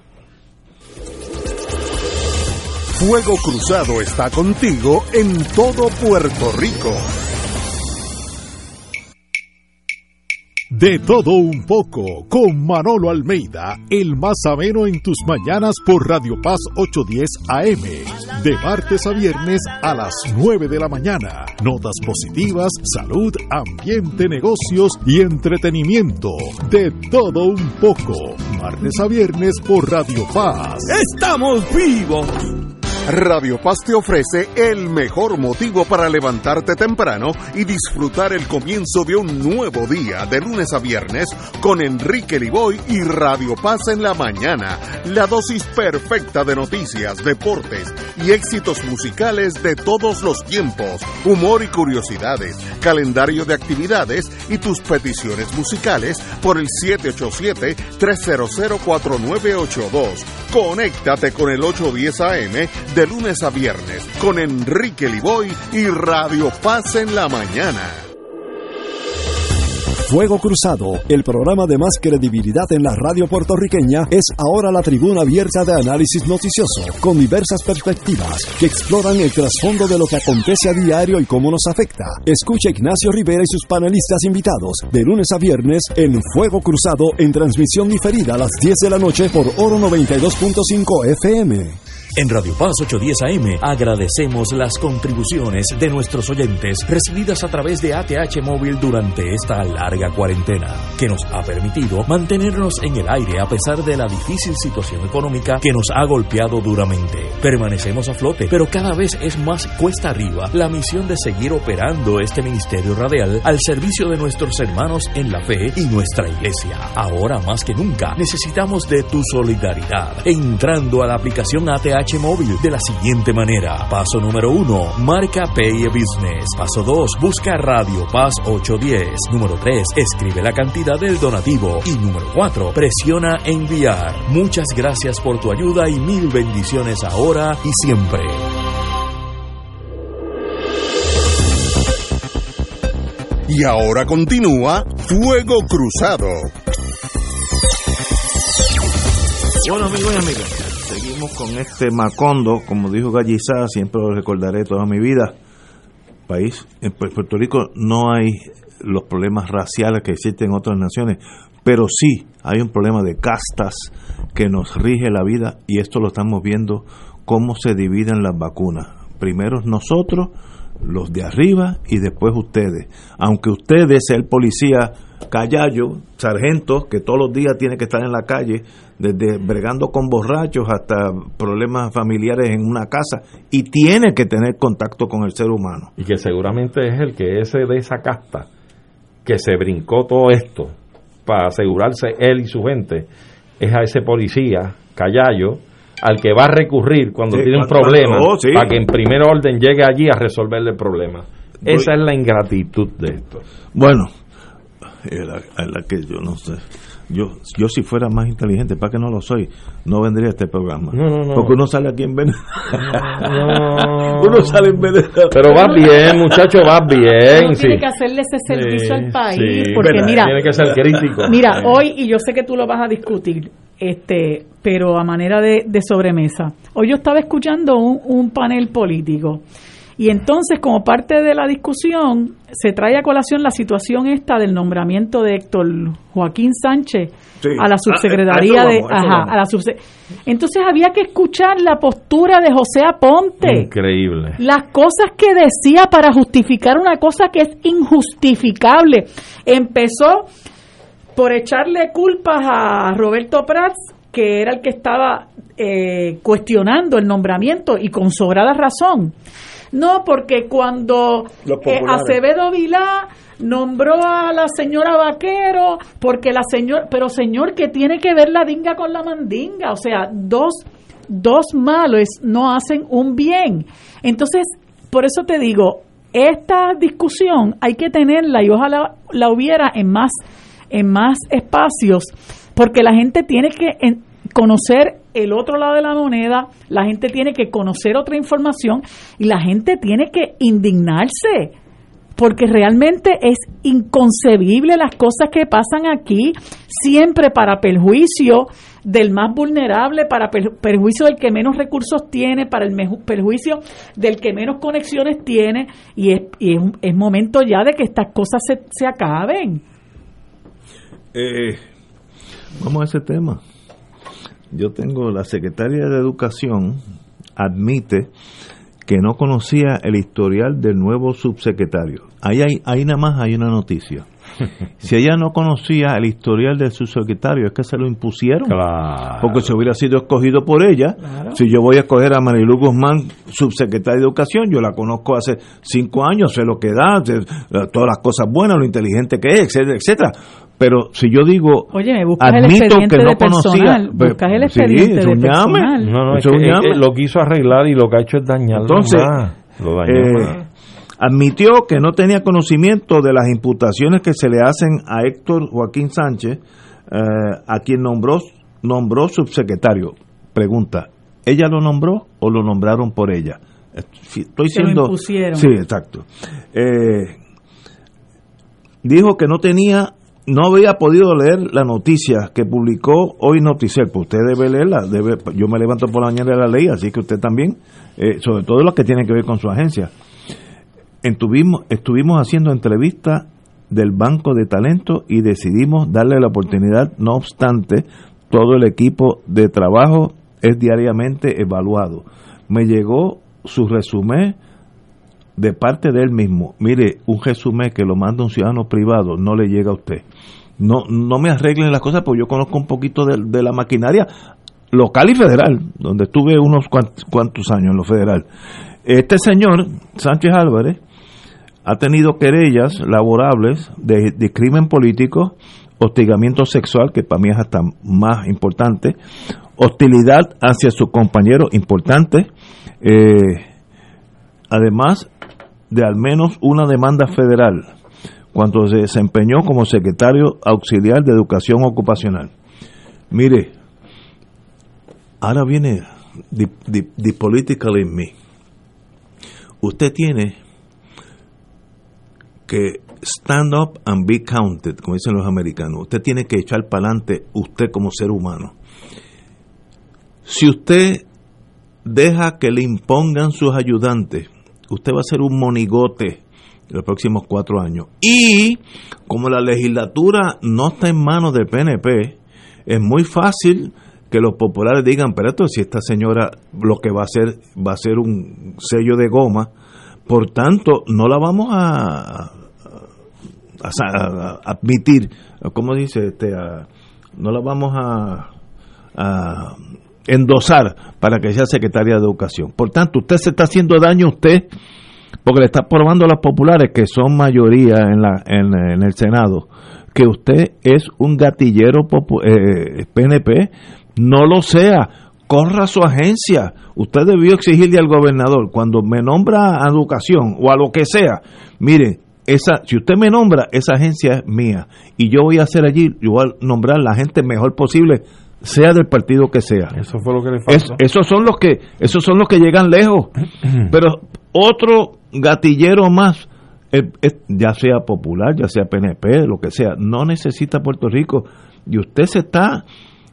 Fuego Cruzado está contigo en todo Puerto Rico. De todo un poco, con Manolo Almeida, el más ameno en tus mañanas por Radio Paz 810 AM, de martes a viernes a las 9 de la mañana. Notas positivas, salud, ambiente, negocios y entretenimiento. De todo un poco, martes a viernes por Radio Paz. ¡Estamos vivos! Radio Paz te ofrece el mejor motivo para levantarte temprano y disfrutar el comienzo de un nuevo día de lunes a viernes con Enrique Liboy y Radio Paz en la mañana. La dosis perfecta de noticias, deportes y éxitos musicales de todos los tiempos, humor y curiosidades, calendario de actividades y tus peticiones musicales por el 787-300-4982. Conéctate con el 810 AM de lunes a viernes con Enrique Liboy y Radio Paz en la mañana. Fuego Cruzado, el programa de más credibilidad en la radio puertorriqueña, es ahora la tribuna abierta de análisis noticioso, con diversas perspectivas que exploran el trasfondo de lo que acontece a diario y cómo nos afecta. Escucha Ignacio Rivera y sus panelistas invitados de lunes a viernes en Fuego Cruzado, en transmisión diferida a las 10 de la noche por Oro 92.5 FM. En Radio Paz 810 AM agradecemos las contribuciones de nuestros oyentes recibidas a través de ATH Móvil durante esta larga cuarentena, que nos ha permitido mantenernos en el aire a pesar de la difícil situación económica que nos ha golpeado duramente. Permanecemos a flote, pero cada vez es más cuesta arriba la misión de seguir operando este ministerio radial al servicio de nuestros hermanos en la fe y nuestra iglesia. Ahora más que nunca necesitamos de tu solidaridad, entrando a la aplicación ATH Móvil de la siguiente manera. Paso número 1, marca Pay Business. Paso 2, busca Radio Paz 810. Número 3, escribe la cantidad del donativo. Y número 4, presiona enviar. Muchas gracias por tu ayuda y mil bendiciones ahora y siempre. Y ahora continúa Fuego Cruzado. Bueno, amigos y amigas, seguimos con este Macondo, como dijo Gallizá, siempre lo recordaré toda mi vida. País, en Puerto Rico no hay los problemas raciales que existen en otras naciones, pero sí hay un problema de castas que nos rige la vida, y esto lo estamos viendo cómo se dividen las vacunas. Primero nosotros, los de arriba, y después ustedes. Aunque ustedes, el policía Callayo, sargento, que todos los días tiene que estar en la calle, desde bregando con borrachos hasta problemas familiares en una casa, y tiene que tener contacto con el ser humano. Y que seguramente es el que ese de esa casta que se brincó todo esto para asegurarse él y su gente, es a ese policía Callayo al que va a recurrir cuando tiene un problema, para que en primer orden llegue allí a resolverle el problema. Esa es la ingratitud de esto. Bueno, es la que yo no sé. Yo si fuera más inteligente, para que no lo soy, no vendría a este programa. No. Porque uno sale aquí en Venezuela. Uno sale en Venezuela. Pero vas bien, muchacho, vas bien. Uno tiene que hacerle ese servicio al país. Porque mira, tiene que ser crítico. Mira, hoy, y yo sé que tú lo vas a discutir, pero a manera de sobremesa. Hoy yo estaba escuchando un panel político. Y entonces, como parte de la discusión, se trae a colación la situación esta del nombramiento de Héctor Joaquín Sánchez a la subsecretaría Entonces había que escuchar la postura de José Aponte. Increíble. Las cosas que decía para justificar una cosa que es injustificable. Empezó por echarle culpas a Roberto Prats, que era el que estaba cuestionando el nombramiento, y con sobrada razón. No, porque cuando Acevedo Vilá nombró a la señora Vaquero, porque la señora, pero señor, ¿qué tiene que ver la dinga con la mandinga? O sea, dos males no hacen un bien. Entonces, por eso te digo, esta discusión hay que tenerla, y ojalá la hubiera en más espacios, porque la gente tiene que conocer el otro lado de la moneda, la gente tiene que conocer otra información, y la gente tiene que indignarse, porque realmente es inconcebible las cosas que pasan aquí, siempre para perjuicio del más vulnerable, para perjuicio del que menos recursos tiene, para el perjuicio del que menos conexiones tiene, y es momento ya de que estas cosas se acaben. Vamos a ese tema. Yo tengo, la secretaria de Educación admite que no conocía el historial del nuevo subsecretario. Ahí nada más hay una noticia. Si ella no conocía el historial del subsecretario, es que se lo impusieron. Claro. Porque si hubiera sido escogido por ella, claro. Si yo voy a escoger a Marilu Guzmán, subsecretaria de Educación, yo la conozco hace 5 años, sé lo que da, todas las cosas buenas, lo inteligente que es, etcétera, etcétera. Pero si yo digo, oye, me buscas admito el que no personal, conocía, buscas el expediente de personal. No, es que lo quiso arreglar y lo que ha hecho es dañarlo. Entonces, lo dañó admitió que no tenía conocimiento de las imputaciones que se le hacen a Héctor Joaquín Sánchez, a quien nombró subsecretario. Pregunta, ¿ella lo nombró o lo nombraron por ella? Estoy siendo, lo impusieron. Sí, exacto. Dijo que no había podido leer la noticia que publicó hoy Noticiel. Pues usted debe leerla, yo me levanto por la mañana de la ley, así que usted también, sobre todo lo que tiene que ver con su agencia. Estuvimos haciendo entrevistas del Banco de Talento y decidimos darle la oportunidad. No obstante, todo el equipo de trabajo es diariamente evaluado. Me llegó su resumen de parte de él mismo. Mire, un resumen que lo manda un ciudadano privado no le llega a usted. No me arreglen las cosas, porque yo conozco un poquito de la maquinaria local y federal, donde estuve unos cuantos años en lo federal. Este señor, Sánchez Álvarez, ha tenido querellas laborables de crimen político, hostigamiento sexual, que para mí es hasta más importante, hostilidad hacia su compañero, importante, además de al menos una demanda federal cuando se desempeñó como secretario auxiliar de Educación Ocupacional. Mire, ahora viene the political in me. Usted tiene que stand up and be counted, como dicen los americanos. Usted tiene que echar para adelante usted como ser humano. Si usted deja que le impongan sus ayudantes, usted va a ser un monigote en los próximos 4 años. Y como la legislatura no está en manos del PNP, es muy fácil que los populares digan, pero esto, si esta señora lo que va a ser un sello de goma, por tanto no la vamos a admitir, ¿cómo dice? No la vamos a endosar para que sea secretaria de Educación. Por tanto, usted se está haciendo daño a usted, porque le está probando a los populares, que son mayoría en el Senado, que usted es un gatillero PNP. No lo sea, corra su agencia. Usted debió exigirle al gobernador, cuando me nombra a Educación o a lo que sea, mire, si usted me nombra, esa agencia es mía y yo voy a hacer allí, yo voy a nombrar la gente mejor posible, sea del partido que sea. Eso fue lo que le faltó. Esos son los que llegan lejos. Pero otro gatillero más, ya sea popular, ya sea PNP, lo que sea, no necesita Puerto Rico. Y usted se está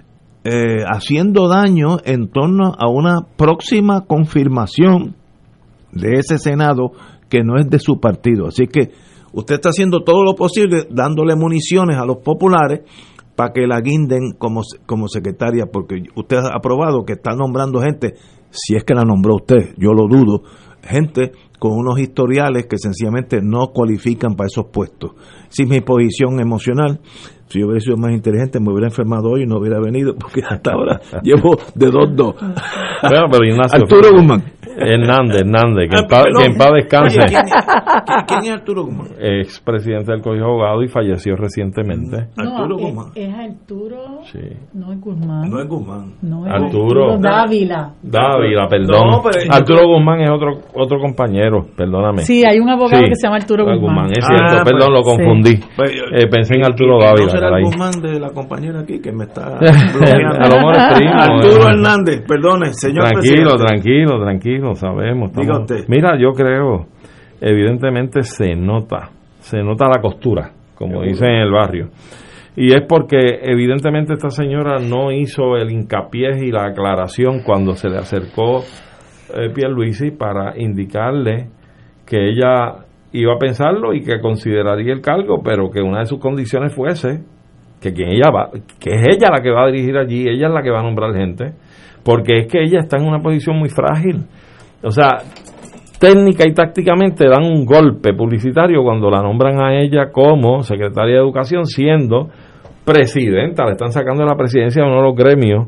haciendo daño en torno a una próxima confirmación de ese Senado que no es de su partido. Así que usted está haciendo todo lo posible, dándole municiones a los populares para que la guinden como secretaria, porque usted ha aprobado que está nombrando gente, si es que la nombró usted, yo lo dudo, gente con unos historiales que sencillamente no cualifican para esos puestos. Si mi posición emocional, si yo hubiera sido más inteligente, me hubiera enfermado hoy y no hubiera venido, porque hasta ahora llevo de 2-2. Bueno, pero Ignacio, Arturo Guzmán. Hernández, que en paz descanse. ¿Quién es Arturo Guzmán? Expresidente del Colegio de Abogados y falleció recientemente. Arturo Guzmán. Es Arturo, sí. No es Guzmán. No es Guzmán. No es Arturo Dávila, perdón. No, Arturo Guzmán es otro compañero, perdóname. Sí, hay un abogado que se llama Arturo Guzmán. Es cierto, perdón, lo confundí. Sí. Pensé en Arturo Dávila. ¿No será el Guzmán de la compañera aquí que me está bloqueando? A lo mejor es primo. Arturo Hernández, perdone, señor presidente. Tranquilo, sabemos. Diga usted. Mira, yo creo, evidentemente se nota la costura, como dicen en el barrio. Y es porque evidentemente esta señora no hizo el hincapié y la aclaración cuando se le acercó Pierluisi para indicarle que ella iba a pensarlo y que consideraría el cargo, pero que una de sus condiciones fuese que es ella la que va a dirigir allí, ella es la que va a nombrar gente, porque es que ella está en una posición muy frágil. O sea, técnica y tácticamente dan un golpe publicitario cuando la nombran a ella como secretaria de Educación, siendo presidenta, le están sacando de la presidencia de uno de los gremios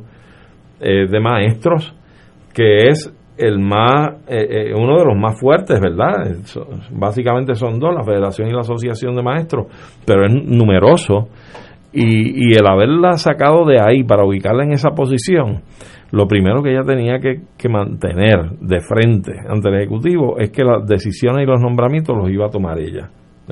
de maestros, que es uno de los más fuertes, ¿verdad? Básicamente son dos, la Federación y la Asociación de Maestros, pero es numeroso, y el haberla sacado de ahí para ubicarla en esa posición, lo primero que ella tenía que mantener de frente ante el Ejecutivo es que las decisiones y los nombramientos los iba a tomar ella.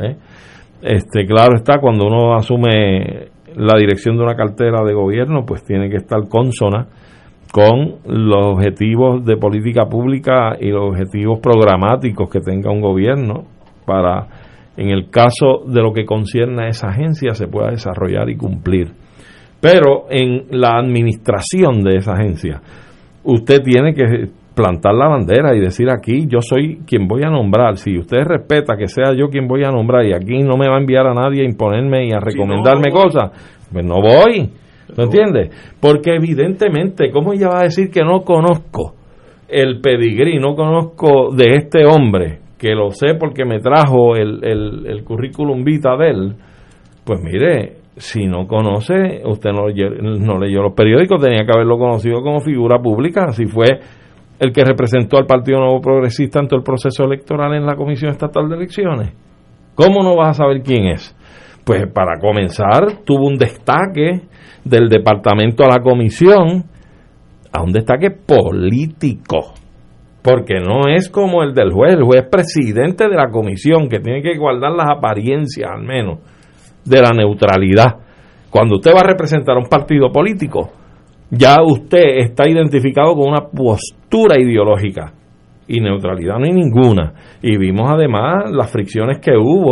Claro está, cuando uno asume la dirección de una cartera de gobierno, pues tiene que estar consona con los objetivos de política pública y los objetivos programáticos que tenga un gobierno para, en el caso de lo que concierne a esa agencia, se pueda desarrollar y cumplir. Pero en la administración de esa agencia, usted tiene que plantar la bandera y decir: aquí yo soy quien voy a nombrar. Si usted respeta que sea yo quien voy a nombrar y aquí no me va a enviar a nadie a imponerme y a recomendarme cosas, pues no voy. ¿No entiendes? Porque evidentemente, ¿cómo ella va a decir que no conozco el pedigrí, no conozco de este hombre, que lo sé porque me trajo el currículum vitae de él? Pues mire, si no conoce, usted no leyó los periódicos, tenía que haberlo conocido como figura pública, así fue el que representó al Partido Nuevo Progresista en todo el proceso electoral en la Comisión Estatal de Elecciones. ¿Cómo no vas a saber quién es? Pues para comenzar, tuvo un destaque del departamento a la comisión, a un destaque político, porque no es como el del juez. El juez es presidente de la comisión, que tiene que guardar las apariencias al menos de la neutralidad. Cuando usted va a representar a un partido político, ya usted está identificado con una postura ideológica, y neutralidad no hay ninguna. Y vimos además las fricciones que hubo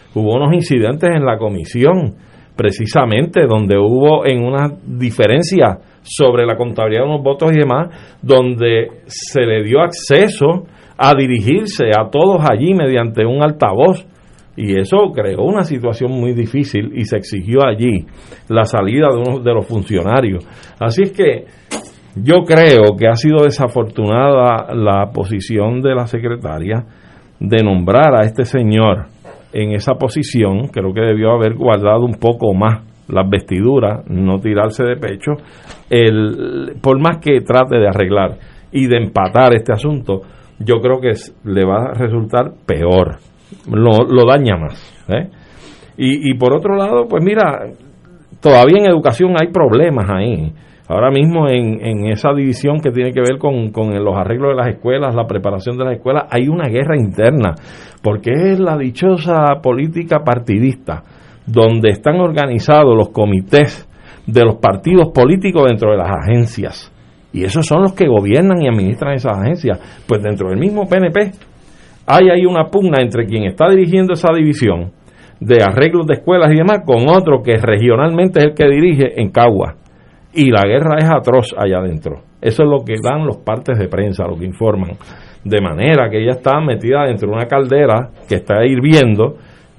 hubo unos incidentes en la comisión, precisamente, donde hubo en una diferencia sobre la contabilidad de unos votos y demás, donde se le dio acceso a dirigirse a todos allí mediante un altavoz, y eso creó una situación muy difícil y se exigió allí la salida de uno de los funcionarios. Así es que yo creo que ha sido desafortunada la posición de la secretaria de nombrar a este señor en esa posición. Creo que debió haber guardado un poco más las vestiduras, no tirarse de pecho, por más que trate de arreglar y de empatar este asunto, yo creo que le va a resultar peor, lo daña más, ¿eh? Y por otro lado, pues mira, todavía en educación hay problemas ahí. Ahora mismo en esa división que tiene que ver con los arreglos de las escuelas, la preparación de las escuelas, hay una guerra interna, porque es la dichosa política partidista, donde están organizados los comités de los partidos políticos dentro de las agencias, y esos son los que gobiernan y administran esas agencias. Pues dentro del mismo PNP hay ahí una pugna entre quien está dirigiendo esa división de arreglos de escuelas y demás, con otro que regionalmente es el que dirige en Cagua. Y la guerra es atroz allá adentro. Eso es lo que dan los partes de prensa, lo que informan. De manera que ella está metida dentro de una caldera que está hirviendo,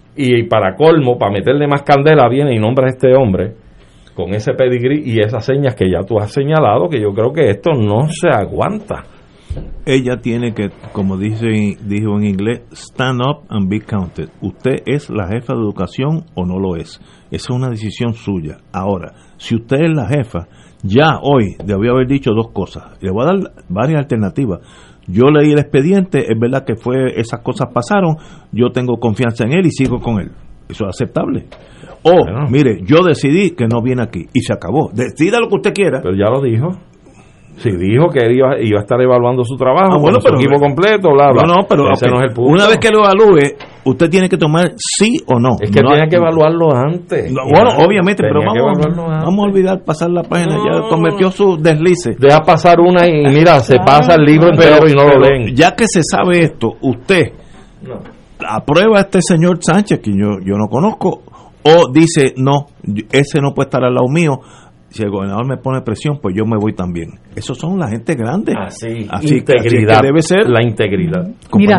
y para colmo, para meterle más candela, viene y nombra a este hombre con ese pedigrí y esas señas que ya tú has señalado, que yo creo que esto no se aguanta. Ella tiene que, como dijo en inglés, stand up and be counted. Usted es la jefa de educación o no lo es. Esa es una decisión suya. Ahora, si usted es la jefa, ya hoy debió haber dicho dos cosas. Le voy a dar varias alternativas. Yo leí el expediente, es verdad que esas cosas pasaron, yo tengo confianza en él y sigo con él. Eso es aceptable. O, mire, yo decidí que no viene aquí y se acabó. Decida lo que usted quiera. Pero ya lo dijo. Sí, dijo que él iba a estar evaluando su trabajo, bueno, con su equipo completo, bla, bla. No, pero ese no es el punto. Una vez que lo evalúe, usted tiene que tomar sí o no. Es que no tiene que evaluarlo antes. No, bueno, obviamente, pero vamos a olvidar pasar la página. Ya cometió su deslice. Deja pasar una y mira, se pasa el libro entero y no lo leen. Ya que se sabe esto, usted aprueba a este señor Sánchez, que yo no conozco, o dice, no, ese no puede estar al lado mío. Si el gobernador me pone presión, pues yo me voy también. Esos son la gente grande. Así integridad. Que debe ser la integridad. Mira,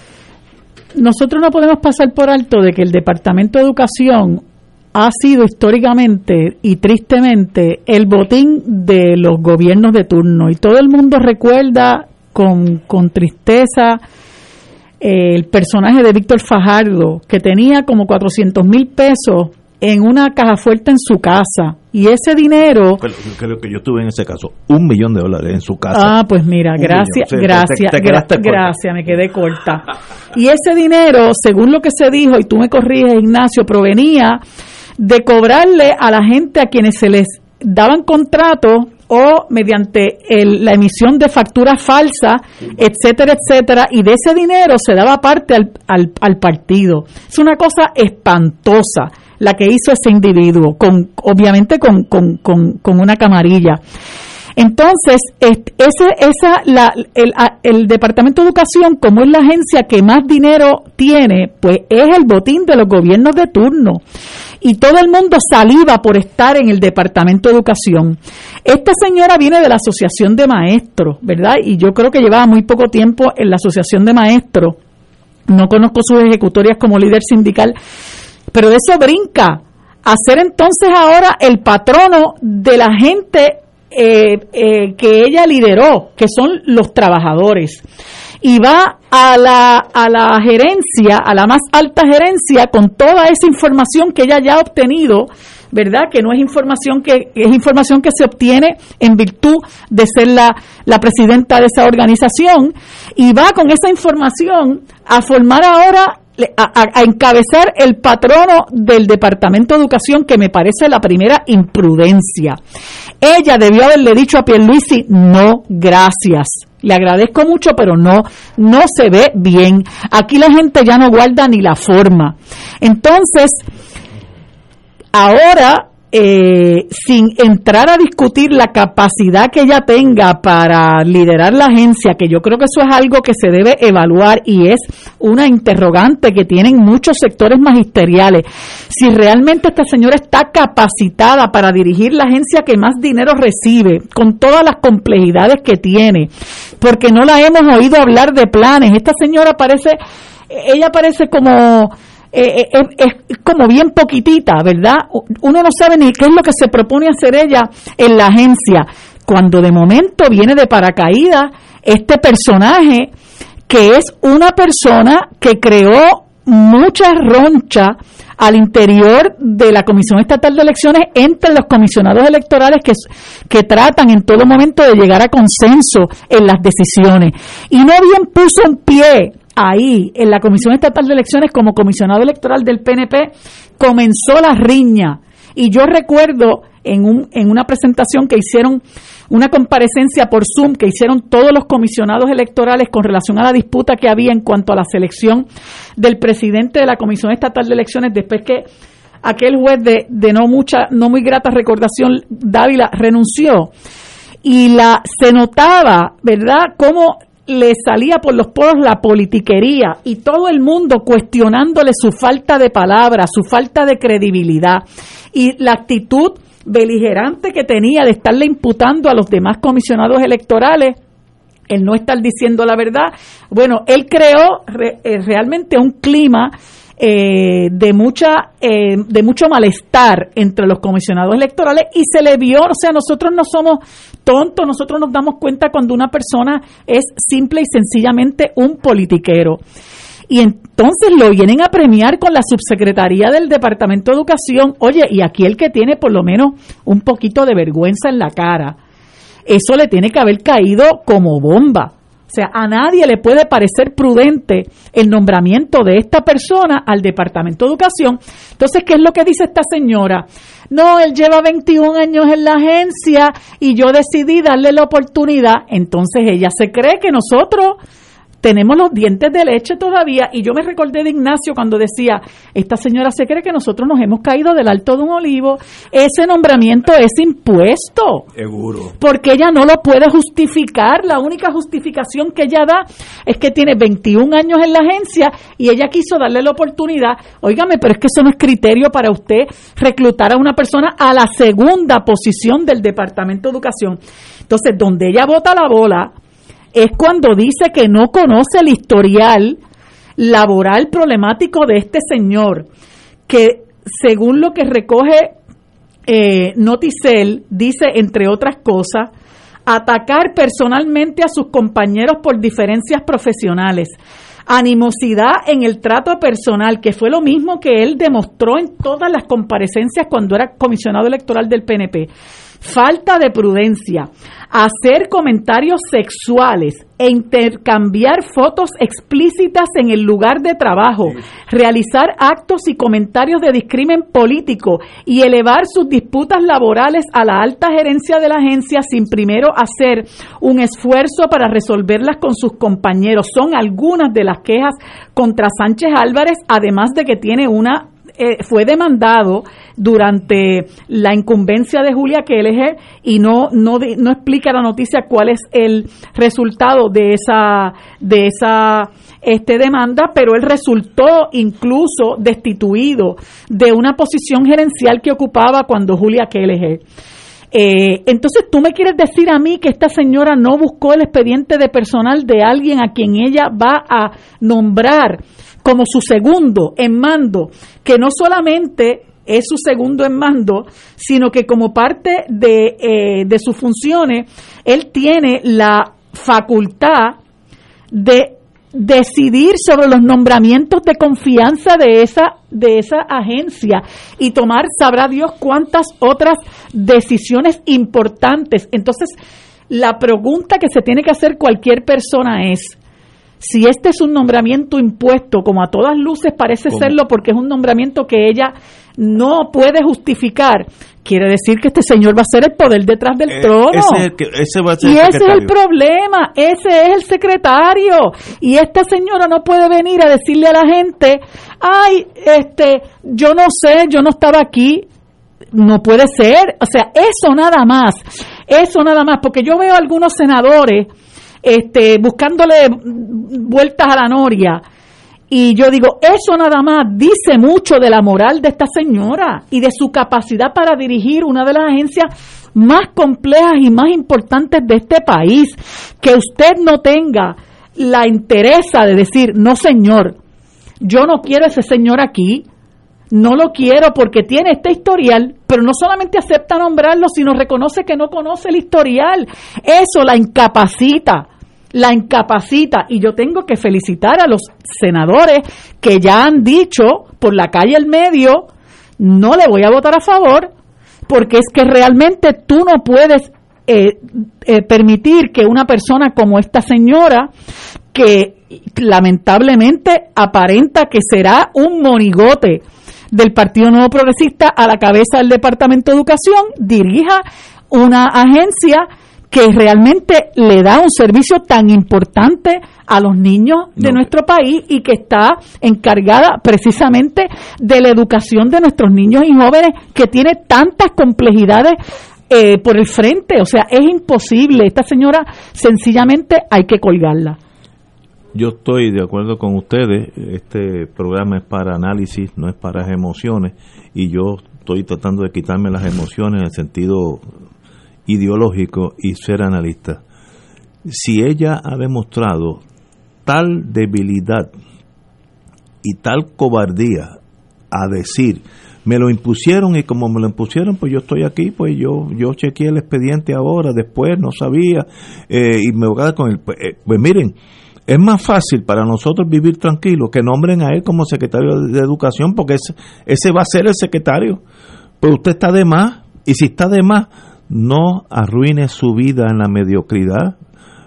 nosotros no podemos pasar por alto de que el Departamento de Educación ha sido históricamente y tristemente el botín de los gobiernos de turno. Y todo el mundo recuerda con tristeza el personaje de Víctor Fajardo, que tenía como 400,000 pesos en una caja fuerte en su casa, y ese dinero... Creo que yo estuve en ese caso, $1,000,000 en su casa. Pues mira, gracias, me quedé corta. Y ese dinero, según lo que se dijo, y tú me corriges, Ignacio, provenía de cobrarle a la gente a quienes se les daban contratos o mediante la emisión de facturas falsas, etcétera, etcétera, y de ese dinero se daba parte al partido. Es una cosa espantosa la que hizo ese individuo, obviamente con una camarilla. Entonces, el Departamento de Educación, como es la agencia que más dinero tiene, pues es el botín de los gobiernos de turno. Y todo el mundo saliva por estar en el Departamento de Educación. Esta señora viene de la Asociación de Maestros, ¿verdad? Y yo creo que llevaba muy poco tiempo en la Asociación de Maestros. No conozco sus ejecutorias como líder sindical, pero de eso brinca a ser entonces ahora el patrono de la gente que ella lideró, que son los trabajadores, y va a la gerencia, a la más alta gerencia, con toda esa información que ella ya ha obtenido, ¿verdad? Que no es información es información que se obtiene en virtud de ser la presidenta de esa organización, y va con esa información a formar ahora, a encabezar el patrono del Departamento de Educación, que me parece la primera imprudencia. Ella debió haberle dicho a Pierluisi, no, gracias. Le agradezco mucho, pero no se ve bien. Aquí la gente ya no guarda ni la forma. Entonces, ahora sin entrar a discutir la capacidad que ella tenga para liderar la agencia, que yo creo que eso es algo que se debe evaluar y es una interrogante que tienen muchos sectores magisteriales. Si realmente esta señora está capacitada para dirigir la agencia que más dinero recibe, con todas las complejidades que tiene, porque no la hemos oído hablar de planes. Esta señora parece como... es como bien poquitita, ¿verdad? Uno no sabe ni qué es lo que se propone hacer ella en la agencia, cuando de momento viene de paracaídas este personaje que es una persona que creó mucha roncha al interior de la Comisión Estatal de Elecciones entre los comisionados electorales que tratan en todo momento de llegar a consenso en las decisiones. Y no bien puso un pie ahí, en la Comisión Estatal de Elecciones, como comisionado electoral del PNP, comenzó la riña. Y yo recuerdo en una presentación que hicieron, una comparecencia por Zoom que hicieron todos los comisionados electorales con relación a la disputa que había en cuanto a la selección del presidente de la Comisión Estatal de Elecciones, después que aquel juez de no muy grata recordación, Dávila, renunció. Y se notaba, ¿verdad?, cómo le salía por los poros la politiquería y todo el mundo cuestionándole su falta de palabra, su falta de credibilidad y la actitud beligerante que tenía de estarle imputando a los demás comisionados electorales el no estar diciendo la verdad. Bueno, él creó realmente un clima de mucho malestar entre los comisionados electorales y se le vio, o sea, nosotros no somos tontos, nosotros nos damos cuenta cuando una persona es simple y sencillamente un politiquero. Y entonces lo vienen a premiar con la subsecretaría del Departamento de Educación. Oye, y aquí el que tiene por lo menos un poquito de vergüenza en la cara, eso le tiene que haber caído como bomba. O sea, a nadie le puede parecer prudente el nombramiento de esta persona al Departamento de Educación. Entonces, ¿qué es lo que dice esta señora? No, él lleva 21 años en la agencia y yo decidí darle la oportunidad. Entonces ella se cree que nosotros tenemos los dientes de leche todavía, y yo me recordé de Ignacio cuando decía, esta señora se cree que nosotros nos hemos caído del alto de un olivo. Ese nombramiento es impuesto. Seguro. Porque ella no lo puede justificar. La única justificación que ella da es que tiene 21 años en la agencia y ella quiso darle la oportunidad. Óigame, pero es que eso no es criterio para usted reclutar a una persona a la segunda posición del Departamento de Educación. Entonces, donde ella bota la bola es cuando dice que no conoce el historial laboral problemático de este señor, que según lo que recoge Noticel, dice, entre otras cosas, atacar personalmente a sus compañeros por diferencias profesionales, animosidad en el trato personal, que fue lo mismo que él demostró en todas las comparecencias cuando era comisionado electoral del PNP, falta de prudencia, hacer comentarios sexuales e intercambiar fotos explícitas en el lugar de trabajo, realizar actos y comentarios de discrimen político y elevar sus disputas laborales a la alta gerencia de la agencia sin primero hacer un esfuerzo para resolverlas con sus compañeros. Son algunas de las quejas contra Sánchez Álvarez, además de que tiene fue demandado durante la incumbencia de Julia Kelleher y no explica la noticia cuál es el resultado de esa demanda, pero él resultó incluso destituido de una posición gerencial que ocupaba cuando Julia Kelleher. Entonces, ¿tú me quieres decir a mí que esta señora no buscó el expediente de personal de alguien a quien ella va a nombrar como su segundo en mando, que no solamente es su segundo en mando, sino que como parte de sus funciones, él tiene la facultad de decidir sobre los nombramientos de confianza de esa agencia y tomar, sabrá Dios cuántas otras decisiones importantes? Entonces, la pregunta que se tiene que hacer cualquier persona es, si este es un nombramiento impuesto, como a todas luces parece serlo, porque es un nombramiento que ella no puede justificar, quiere decir que este señor va a ser el poder detrás del trono. Ese va a ser y el ese es el problema, ese es el secretario. Y esta señora no puede venir a decirle a la gente, ay, yo no sé, yo no estaba aquí. no puede ser, o sea, eso nada más, porque yo veo a algunos senadores buscándole vueltas a la noria, y yo digo, eso nada más dice mucho de la moral de esta señora y de su capacidad para dirigir una de las agencias más complejas y más importantes de este país. Que usted no tenga la entereza de decir, no señor, yo no quiero a ese señor aquí, no lo quiero porque tiene este historial, pero no solamente acepta nombrarlo, sino reconoce que no conoce el historial. Eso la incapacita, y yo tengo que felicitar a los senadores que ya han dicho por la calle al medio, no le voy a votar a favor, porque es que realmente tú no puedes permitir que una persona como esta señora, que lamentablemente aparenta que será un monigote del Partido Nuevo Progresista a la cabeza del Departamento de Educación, dirija una agencia que realmente le da un servicio tan importante a los niños de nuestro país y que está encargada precisamente de la educación de nuestros niños y jóvenes, que tiene tantas complejidades por el frente. O sea, es imposible. Esta señora sencillamente hay que colgarla. Yo estoy de acuerdo con ustedes. Este programa es para análisis, no es para emociones, y yo estoy tratando de quitarme las emociones en el sentido ideológico y ser analista. Si ella ha demostrado tal debilidad y tal cobardía a decir, me lo impusieron y como me lo impusieron, pues yo estoy aquí, pues yo chequeé el expediente ahora, después no sabía, y me voy a quedar con él. Pues miren, es más fácil para nosotros vivir tranquilos que nombren a él como secretario de Educación, porque ese va a ser el secretario. Pues usted está de más, y si está de más, no arruine su vida en la mediocridad.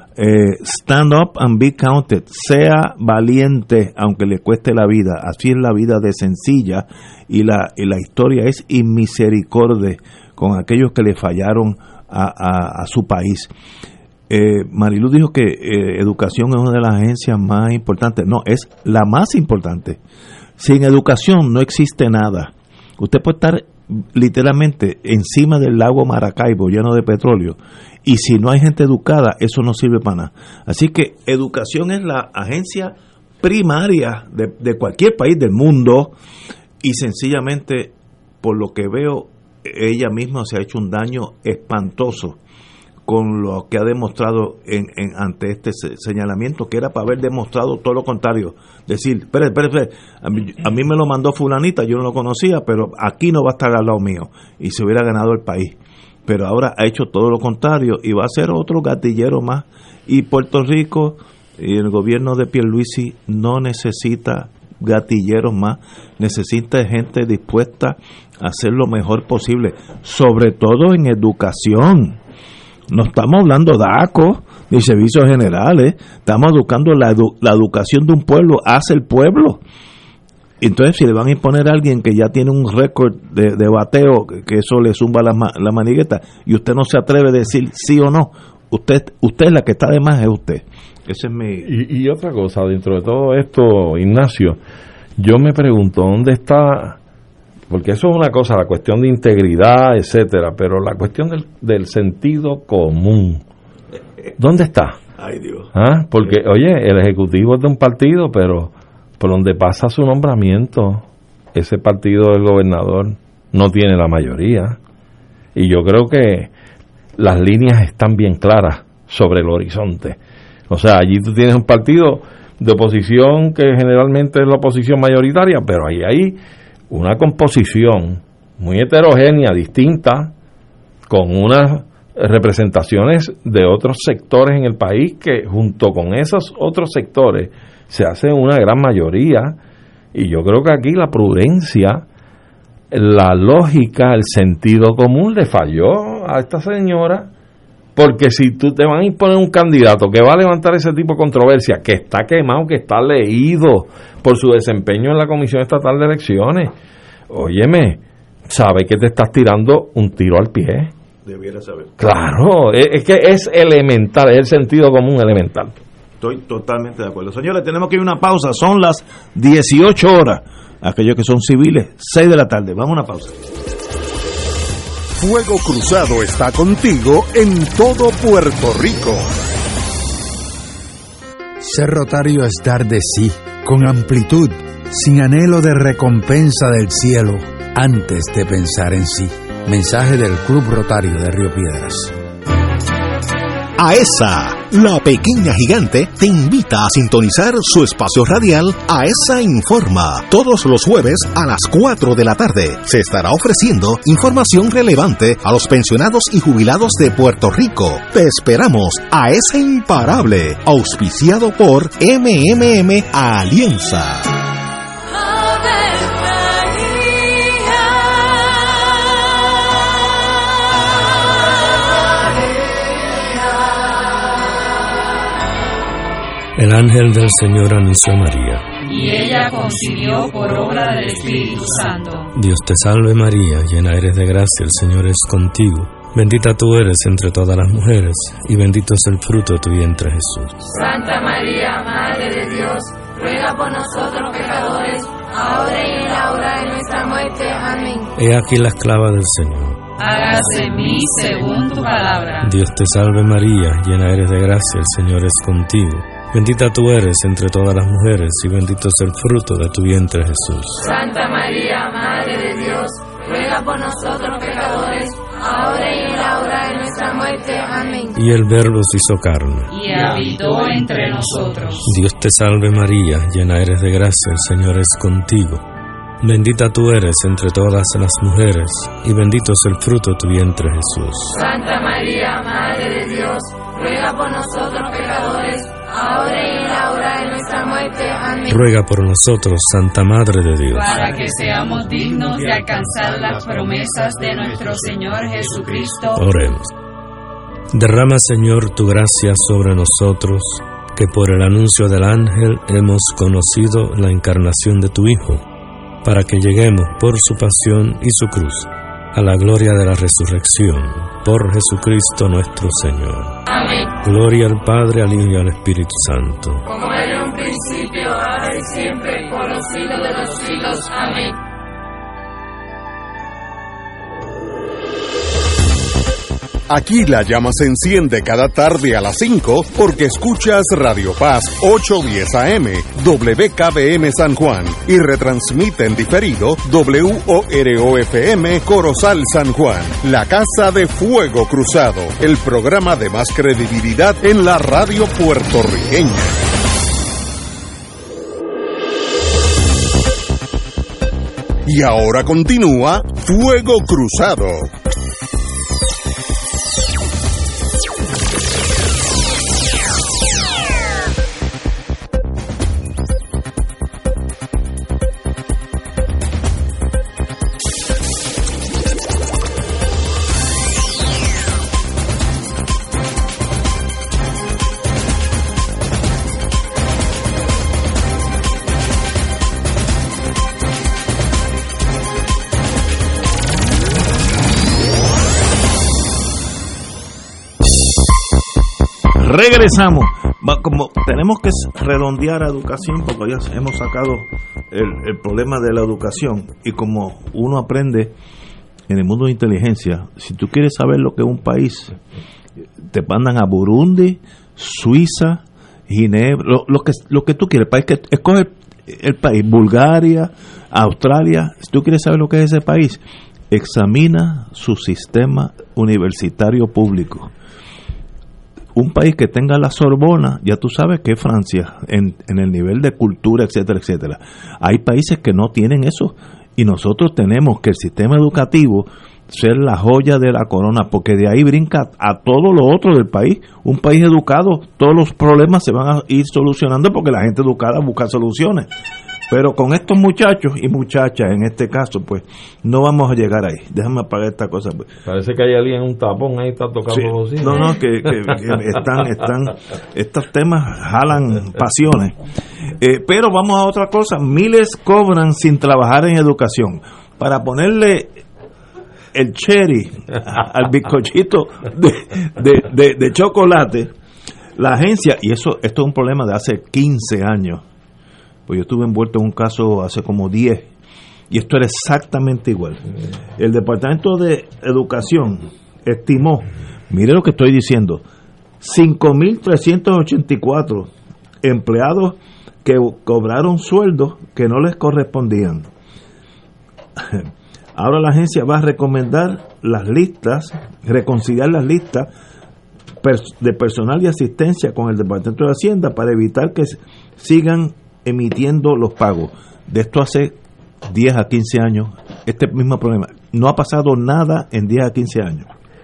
Stand up and be counted. Sea valiente aunque le cueste la vida. Así es la vida de sencilla, y la historia es inmisericordia con aquellos que le fallaron a su país. Marilu dijo que educación es una de las agencias más importantes. No, es la más importante. Sin educación no existe nada. Usted puede estar literalmente encima del lago Maracaibo lleno de petróleo, y si no hay gente educada, eso no sirve para nada. Así que educación es la agencia primaria de cualquier país del mundo, y sencillamente, por lo que veo, ella misma se ha hecho un daño espantoso con lo que ha demostrado ante este señalamiento, que era para haber demostrado todo lo contrario. Decir, espere, a mí me lo mandó fulanita, yo no lo conocía, pero aquí no va a estar al lado mío, y se hubiera ganado el país. Pero ahora ha hecho todo lo contrario y va a ser otro gatillero más. Y Puerto Rico y el gobierno de Pierluisi no necesita gatilleros más, necesita gente dispuesta a hacer lo mejor posible, sobre todo en educación. No estamos hablando de ACO ni servicios generales, estamos educando la educación de un pueblo hacia el pueblo. Entonces, si le van a imponer a alguien que ya tiene un récord de bateo, que eso le zumba la manigueta, y usted no se atreve a decir sí o no, usted es la que está de más, es usted. Ese es mi... Y otra cosa, dentro de todo esto, Ignacio, yo me pregunto, ¿dónde está? Porque eso es una cosa, la cuestión de integridad, etcétera, pero la cuestión del sentido común, ¿dónde está? Ay, Dios. Porque, oye, el Ejecutivo es de un partido, pero por donde pasa su nombramiento, ese partido del gobernador no tiene la mayoría. Y yo creo que las líneas están bien claras sobre el horizonte. O sea, allí tú tienes un partido de oposición que generalmente es la oposición mayoritaria, pero ahí hay una composición muy heterogénea, distinta, con unas representaciones de otros sectores en el país que junto con esos otros sectores se hace una gran mayoría. Y yo creo que aquí la prudencia, la lógica, el sentido común le falló a esta señora, porque si tú te van a imponer un candidato que va a levantar ese tipo de controversia, que está quemado, que está leído por su desempeño en la Comisión Estatal de Elecciones, óyeme, sabe que te estás tirando un tiro al pie. Debiera saber. Claro, es que es elemental, es el sentido común elemental. Estoy totalmente de acuerdo. Señores, tenemos que ir a una pausa. Son las 18 horas. Aquellos que son civiles, 6 de la tarde. Vamos a una pausa. Fuego Cruzado está contigo en todo Puerto Rico. Ser rotario es dar de sí, con amplitud, sin anhelo de recompensa del cielo, antes de pensar en sí. Mensaje del Club Rotario de Río Piedras. AESA, la pequeña gigante, te invita a sintonizar su espacio radial AESA Informa. Todos los jueves a las 4 de la tarde se estará ofreciendo información relevante a los pensionados y jubilados de Puerto Rico. Te esperamos, AESA Imparable, auspiciado por MMM Alianza. El ángel del Señor anunció a María, y ella concibió por obra del Espíritu Santo. Dios te salve María, llena eres de gracia, el Señor es contigo. Bendita tú eres entre todas las mujeres, y bendito es el fruto de tu vientre Jesús. Santa María, Madre de Dios, ruega por nosotros pecadores, ahora y en la hora de nuestra muerte. Amén. He aquí la esclava del Señor. Hágase en mí según tu palabra. Dios te salve María, llena eres de gracia, el Señor es contigo. Bendita tú eres entre todas las mujeres, y bendito es el fruto de tu vientre Jesús. Santa María, Madre de Dios, ruega por nosotros pecadores, ahora y en la hora de nuestra muerte. Amén. Y el Verbo se hizo carne, y habitó entre nosotros. Dios te salve María, llena eres de gracia, el Señor es contigo. Bendita tú eres entre todas las mujeres, y bendito es el fruto de tu vientre Jesús. Santa María, Madre de Dios, ruega por nosotros pecadores, ahora y en la hora de nuestra muerte. Amén. Ruega por nosotros, Santa Madre de Dios, para que seamos dignos de alcanzar las promesas de nuestro Señor Jesucristo. Oremos. Derrama, Señor, tu gracia sobre nosotros, que por el anuncio del ángel hemos conocido la encarnación de tu Hijo, para que lleguemos por su pasión y su cruz a la gloria de la resurrección, por Jesucristo nuestro Señor. Amén. Gloria al Padre, al Hijo y al Espíritu Santo. Como era en un principio, ahora y siempre, por los siglos de los siglos. Amén. Aquí la llama se enciende cada tarde a las 5 porque escuchas Radio Paz 810 AM, WKBM San Juan, y retransmite en diferido WOROFM Corozal San Juan, la Casa de Fuego Cruzado, el programa de más credibilidad en la radio puertorriqueña. Y ahora continúa Fuego Cruzado. Regresamos. Como tenemos que redondear a educación, porque ya hemos sacado el problema de la educación, y como uno aprende en el mundo de inteligencia, si tú quieres saber lo que es un país, te mandan a Burundi, Suiza, Ginebra, lo que tú quieres, el país que escoge, el país, Bulgaria, Australia. Si tú quieres saber lo que es ese país, examina su sistema universitario público. Un país que tenga la Sorbona, ya tú sabes que es Francia, en el nivel de cultura, etcétera, etcétera. Hay países que no tienen eso, y nosotros tenemos que el sistema educativo ser la joya de la corona, porque de ahí brinca a todo lo otro del país. Un país educado, todos los problemas se van a ir solucionando porque la gente educada busca soluciones. Pero con estos muchachos y muchachas, en este caso, pues, no vamos a llegar ahí. Déjame apagar esta cosa. Parece que hay alguien en un tapón ahí, está tocando sí, bocina. No, que están, estos temas jalan pasiones. Pero vamos a otra cosa. Miles cobran sin trabajar en educación. Para ponerle el cherry al bizcochito de chocolate, la agencia, y esto es un problema de hace 15 años, pues yo estuve envuelto en un caso hace como 10, Y esto era exactamente igual. El Departamento de Educación estimó, mire lo que estoy diciendo, 5.384 empleados que cobraron sueldos que no les correspondían. Ahora la agencia va a recomendar las listas, reconciliar las listas de personal y asistencia con el Departamento de Hacienda para evitar que sigan emitiendo los pagos. De esto hace 10 a 15 años, este mismo problema. No ha pasado nada en 10 a 15 años.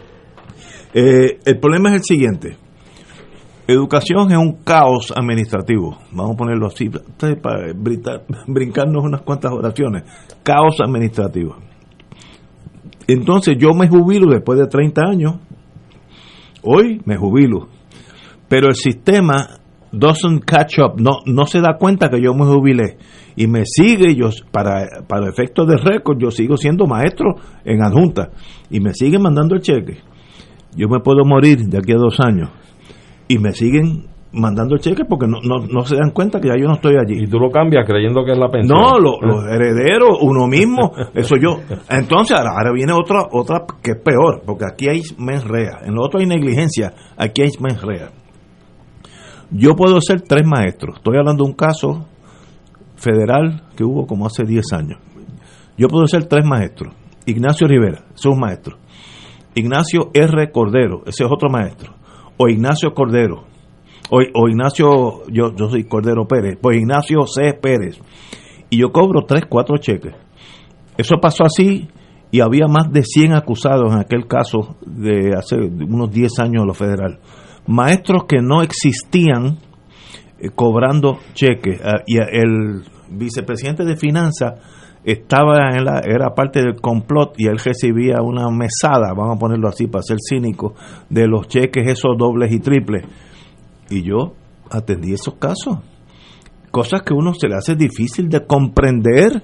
El problema es el siguiente. Educación es un caos administrativo. Vamos a ponerlo así para brincarnos unas cuantas oraciones. Caos administrativo. Entonces yo me jubilo después de 30 años. Hoy me jubilo. Pero el sistema doesn't catch up. No se da cuenta que yo me jubilé. Y me sigue, yo para efectos de récord, yo sigo siendo maestro en adjunta. Y me siguen mandando el cheque. Yo me puedo morir de aquí a 2 años. Y me siguen mandando el cheque porque no se dan cuenta que ya yo no estoy allí. Y tú lo cambias creyendo que es la pensión. No, los herederos, uno mismo, eso yo. Entonces ahora viene otra que es peor, porque aquí hay mens rea. En lo otro hay negligencia, aquí hay mens rea. Yo puedo ser 3 maestros. Estoy hablando de un caso federal que hubo como hace 10 años. Yo puedo ser 3 maestros. Ignacio Rivera, ese es un maestro. Ignacio R. Cordero, ese es otro maestro. O Ignacio Cordero. O Ignacio, yo soy Cordero Pérez, pues Ignacio C. Pérez, y yo cobro 3, 4 cheques. Eso pasó así, y había más de 100 acusados en aquel caso de hace unos 10 años de lo federal. Maestros que no existían cobrando cheques, y el vicepresidente de Finanzas era parte del complot, y él recibía una mesada, vamos a ponerlo así para ser cínico, de los cheques esos dobles y triples. Y yo atendí esos casos. Cosas que a uno se le hace difícil de comprender.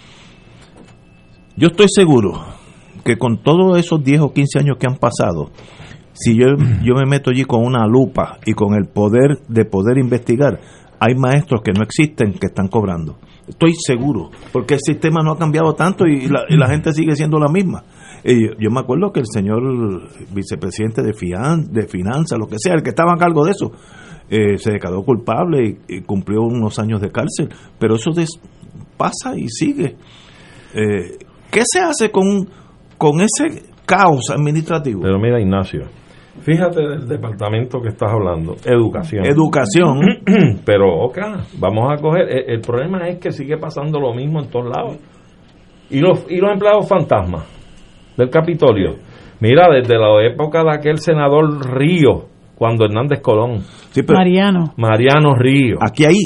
Yo estoy seguro que con todos esos 10 o 15 años que han pasado, si yo me meto allí con una lupa y con el poder de poder investigar, hay maestros que no existen que están cobrando. Estoy seguro, porque el sistema no ha cambiado tanto y la gente sigue siendo la misma. Yo me acuerdo que el señor vicepresidente de Finanzas, lo que sea, el que estaba a cargo de eso, se declaró culpable y cumplió unos años de cárcel, pero eso pasa y sigue. ¿Qué se hace con ese caos administrativo? Pero mira, Ignacio, fíjate del departamento que estás hablando, educación. Pero, vamos a coger, el problema es que sigue pasando lo mismo en todos lados. Y los empleados fantasmas del Capitolio. Mira, desde la época de aquel senador Río, cuando Hernández Colón. Sí, Mariano Río. Aquí hay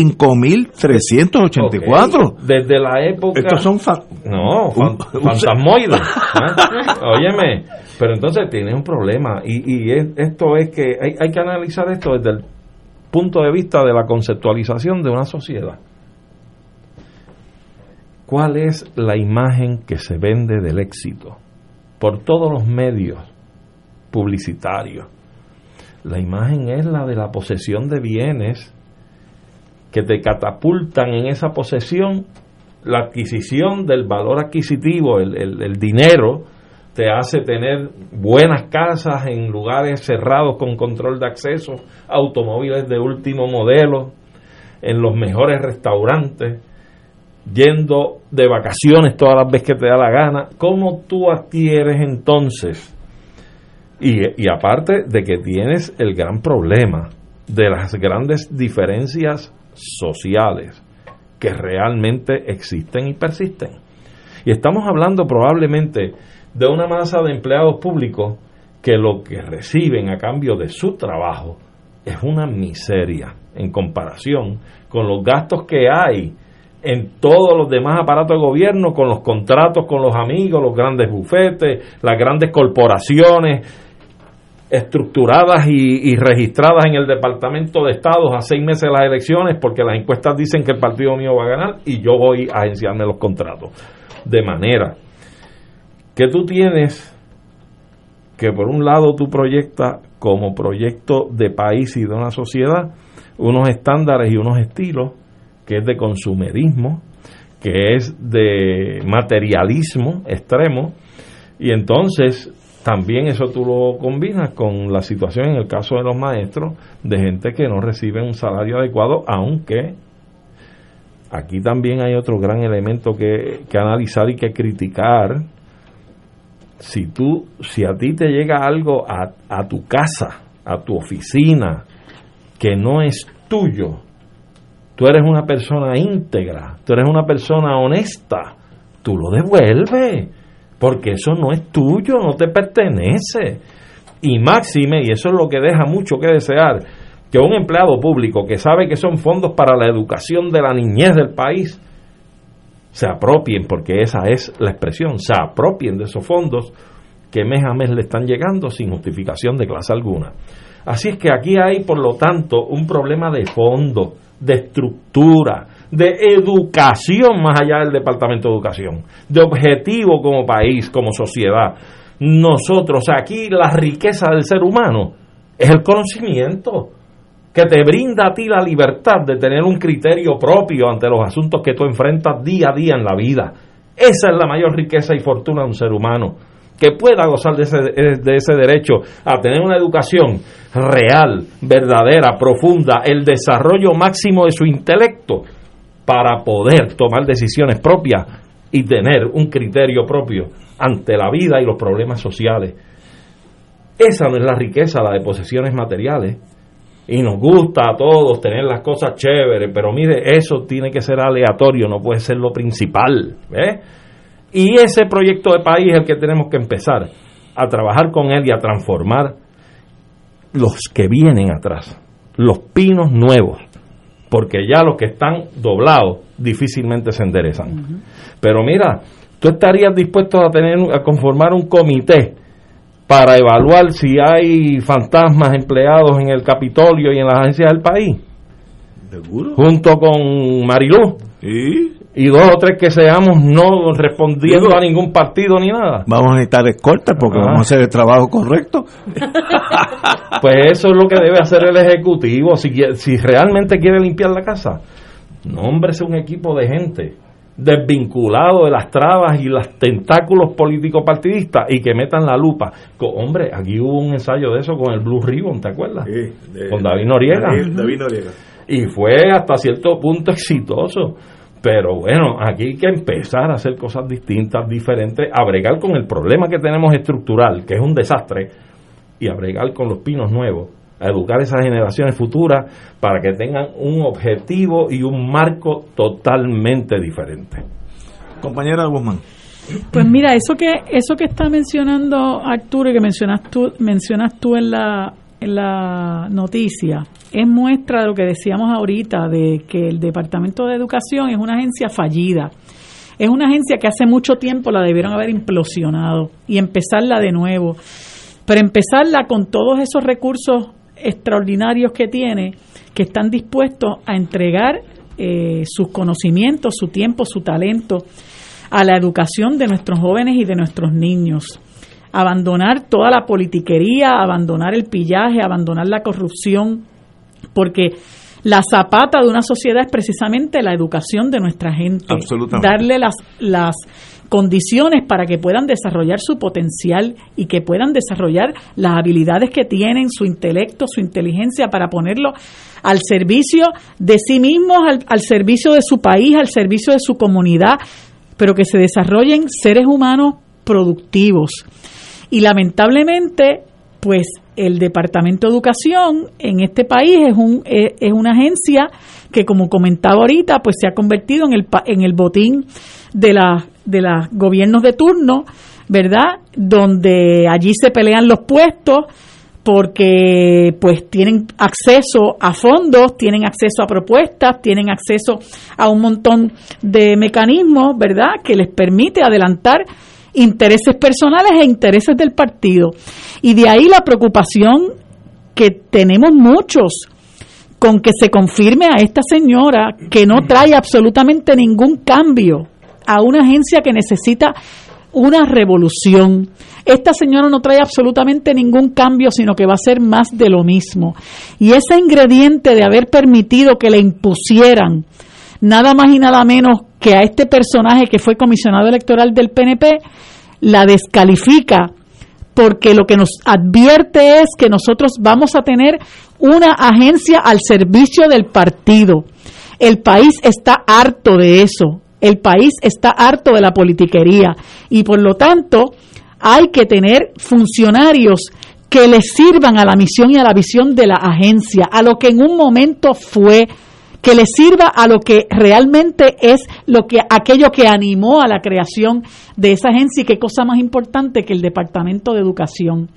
5.384. Desde la época. Estos son fantasmoides. Óyeme, pero entonces tienes un problema. Esto es que hay que analizar esto desde el punto de vista de la conceptualización de una sociedad. ¿Cuál es la imagen que se vende del éxito? Por todos los medios publicitarios. La imagen es la de la posesión de bienes que te catapultan en esa posesión, la adquisición del valor adquisitivo, el dinero, te hace tener buenas casas en lugares cerrados con control de acceso, automóviles de último modelo, en los mejores restaurantes, yendo de vacaciones todas las veces que te da la gana. ¿Cómo tú adquieres entonces? Y aparte de que tienes el gran problema de las grandes diferencias sociales que realmente existen y persisten. Y estamos hablando probablemente de una masa de empleados públicos que lo que reciben a cambio de su trabajo es una miseria en comparación con los gastos que hay en todos los demás aparatos de gobierno, con los contratos con los amigos, los grandes bufetes, las grandes corporaciones estructuradas y registradas en el Departamento de Estado a 6 meses de las elecciones, porque las encuestas dicen que el partido mío va a ganar y yo voy a agenciarme los contratos. De manera que tú tienes que, por un lado, tú proyectas como proyecto de país y de una sociedad unos estándares y unos estilos que es de consumerismo, que es de materialismo extremo, y entonces también eso tú lo combinas con la situación en el caso de los maestros, de gente que no recibe un salario adecuado, aunque aquí también hay otro gran elemento que analizar y que criticar. Si a ti te llega algo a tu casa, a tu oficina, que no es tuyo, tú eres una persona íntegra, tú eres una persona honesta, tú lo devuelves, porque eso no es tuyo, no te pertenece. Y máxime, y eso es lo que deja mucho que desear, que un empleado público que sabe que son fondos para la educación de la niñez del país, se apropien, porque esa es la expresión, se apropien de esos fondos que mes a mes le están llegando sin justificación de clase alguna. Así es que aquí hay, por lo tanto, un problema de fondo, de estructura, de educación más allá del Departamento de Educación, de objetivo como país, como sociedad. Nosotros, aquí la riqueza del ser humano es el conocimiento, que te brinda a ti la libertad de tener un criterio propio ante los asuntos que tú enfrentas día a día en la vida. Esa es la mayor riqueza y fortuna de un ser humano, que pueda gozar de ese derecho a tener una educación real, verdadera, profunda, el desarrollo máximo de su intelecto para poder tomar decisiones propias y tener un criterio propio ante la vida y los problemas sociales. Esa no es la riqueza, la de posesiones materiales. Y nos gusta a todos tener las cosas chéveres, pero mire, eso tiene que ser aleatorio, no puede ser lo principal, ¿ves? Y ese proyecto de país es el que tenemos que empezar a trabajar con él y a transformar los que vienen atrás, los pinos nuevos, porque ya los que están doblados difícilmente se enderezan. Pero mira, tú estarías dispuesto a conformar un comité para evaluar si hay fantasmas empleados en el Capitolio y en las agencias del país. ¿Seguro? Junto con Marilú. ¿Sí? Y 2 o 3 que seamos no respondiendo a ningún partido ni nada. Vamos a necesitar escoltas porque vamos a hacer el trabajo correcto. Pues eso es lo que debe hacer el Ejecutivo. Si realmente quiere limpiar la casa, nómbrese un equipo de gente desvinculado de las trabas y los tentáculos político-partidistas y que metan la lupa. Hombre, aquí hubo un ensayo de eso con el Blue Ribbon, ¿te acuerdas? Sí, con David Noriega. David Noriega. Y fue hasta cierto punto exitoso. Pero bueno, aquí hay que empezar a hacer cosas distintas, diferentes, a bregar con el problema que tenemos estructural, que es un desastre, y a bregar con los pinos nuevos, a educar a esas generaciones futuras para que tengan un objetivo y un marco totalmente diferente. Compañera Guzmán. Pues mira, eso que está mencionando Arturo y que mencionas tú en la noticia es muestra de lo que decíamos ahorita, de que el Departamento de Educación es una agencia fallida. Es una agencia que hace mucho tiempo la debieron haber implosionado y empezarla de nuevo. Pero empezarla con todos esos recursos extraordinarios que tiene, que están dispuestos a entregar sus conocimientos, su tiempo, su talento a la educación de nuestros jóvenes y de nuestros niños. Abandonar toda la politiquería, abandonar el pillaje, abandonar la corrupción, porque la zapata de una sociedad es precisamente la educación de nuestra gente. Absolutamente. Darle las condiciones para que puedan desarrollar su potencial y que puedan desarrollar las habilidades que tienen, su intelecto, su inteligencia, para ponerlo al servicio de sí mismos, al servicio de su país, al servicio de su comunidad, pero que se desarrollen seres humanos productivos. Y lamentablemente, pues el Departamento de Educación en este país es una agencia que, como comentaba ahorita, pues se ha convertido en el botín de los gobiernos de turno, ¿verdad? Donde allí se pelean los puestos porque pues tienen acceso a fondos, tienen acceso a propuestas, tienen acceso a un montón de mecanismos, ¿verdad?, que les permite adelantar intereses personales e intereses del partido. Y de ahí la preocupación que tenemos muchos con que se confirme a esta señora que no trae absolutamente ningún cambio a una agencia que necesita una revolución. Esta señora no trae absolutamente ningún cambio, sino que va a ser más de lo mismo. Y ese ingrediente de haber permitido que le impusieran nada más y nada menos que a este personaje que fue comisionado electoral del PNP, la descalifica, porque lo que nos advierte es que nosotros vamos a tener una agencia al servicio del partido. El país está harto de eso, el país está harto de la politiquería, y por lo tanto hay que tener funcionarios que les sirvan a la misión y a la visión de la agencia, a lo que en un momento fue, que les sirva a lo que realmente es aquello que animó a la creación de esa agencia, y qué cosa más importante que el Departamento de Educación.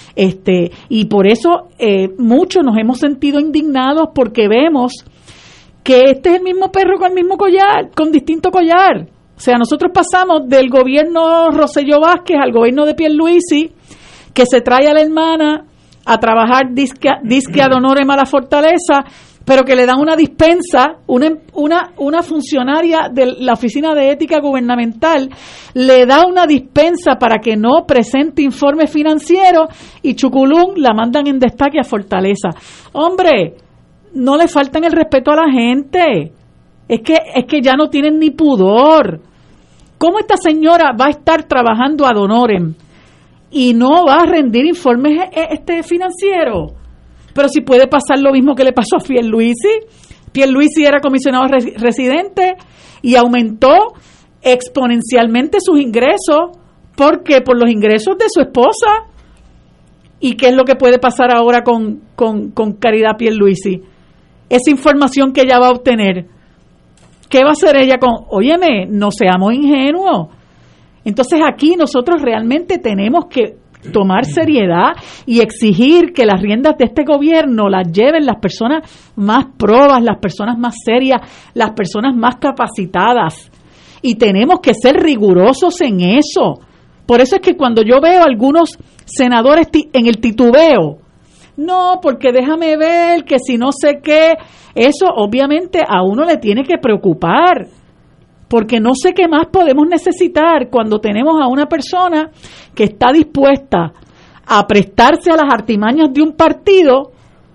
Y por eso muchos nos hemos sentido indignados, porque vemos que este es el mismo perro con el mismo collar, con distinto collar. O sea, nosotros pasamos del gobierno Rosselló Vázquez al gobierno de Pierluisi, que se trae a la hermana a trabajar disque ad honorem a la fortaleza, pero que le dan una dispensa, una funcionaria de la Oficina de Ética Gubernamental le da una dispensa para que no presente informe financiero, y chuculún, la mandan en destaque a Fortaleza. Hombre, no le faltan el respeto a la gente, es que ya no tienen ni pudor. ¿Cómo esta señora va a estar trabajando ad honorem y no va a rendir informes financieros? Pero si puede pasar lo mismo que le pasó a Pierluisi. Pierluisi era comisionado residente y aumentó exponencialmente sus ingresos, porque por los ingresos de su esposa. ¿Y qué es lo que puede pasar ahora con Caridad Pierluisi? Esa información que ella va a obtener, ¿qué va a hacer ella con? Óyeme, no seamos ingenuos. Entonces aquí nosotros realmente tenemos que tomar seriedad y exigir que las riendas de este gobierno las lleven las personas más probas, las personas más serias, las personas más capacitadas, y tenemos que ser rigurosos en eso. Por eso es que cuando yo veo a algunos senadores en el titubeo, no, porque déjame ver que si no sé qué, eso obviamente a uno le tiene que preocupar, porque no sé qué más podemos necesitar cuando tenemos a una persona que está dispuesta a prestarse a las artimañas de un partido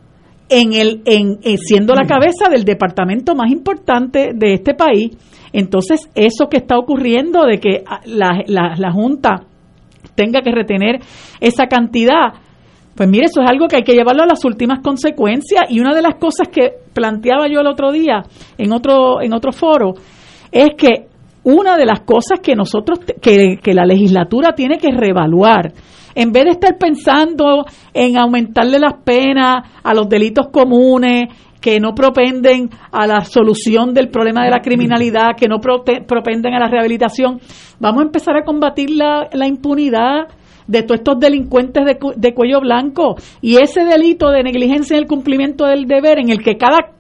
siendo la cabeza del departamento más importante de este país. Entonces, eso que está ocurriendo de que la Junta tenga que retener esa cantidad, pues mire, eso es algo que hay que llevarlo a las últimas consecuencias. Y una de las cosas que planteaba yo el otro día en otro foro es que una de las cosas que nosotros, que la legislatura tiene que reevaluar, en vez de estar pensando en aumentarle las penas a los delitos comunes, que no propenden a la solución del problema de la criminalidad, que no propenden a la rehabilitación, vamos a empezar a combatir la impunidad de todos estos delincuentes de cuello blanco, y ese delito de negligencia en el cumplimiento del deber en el que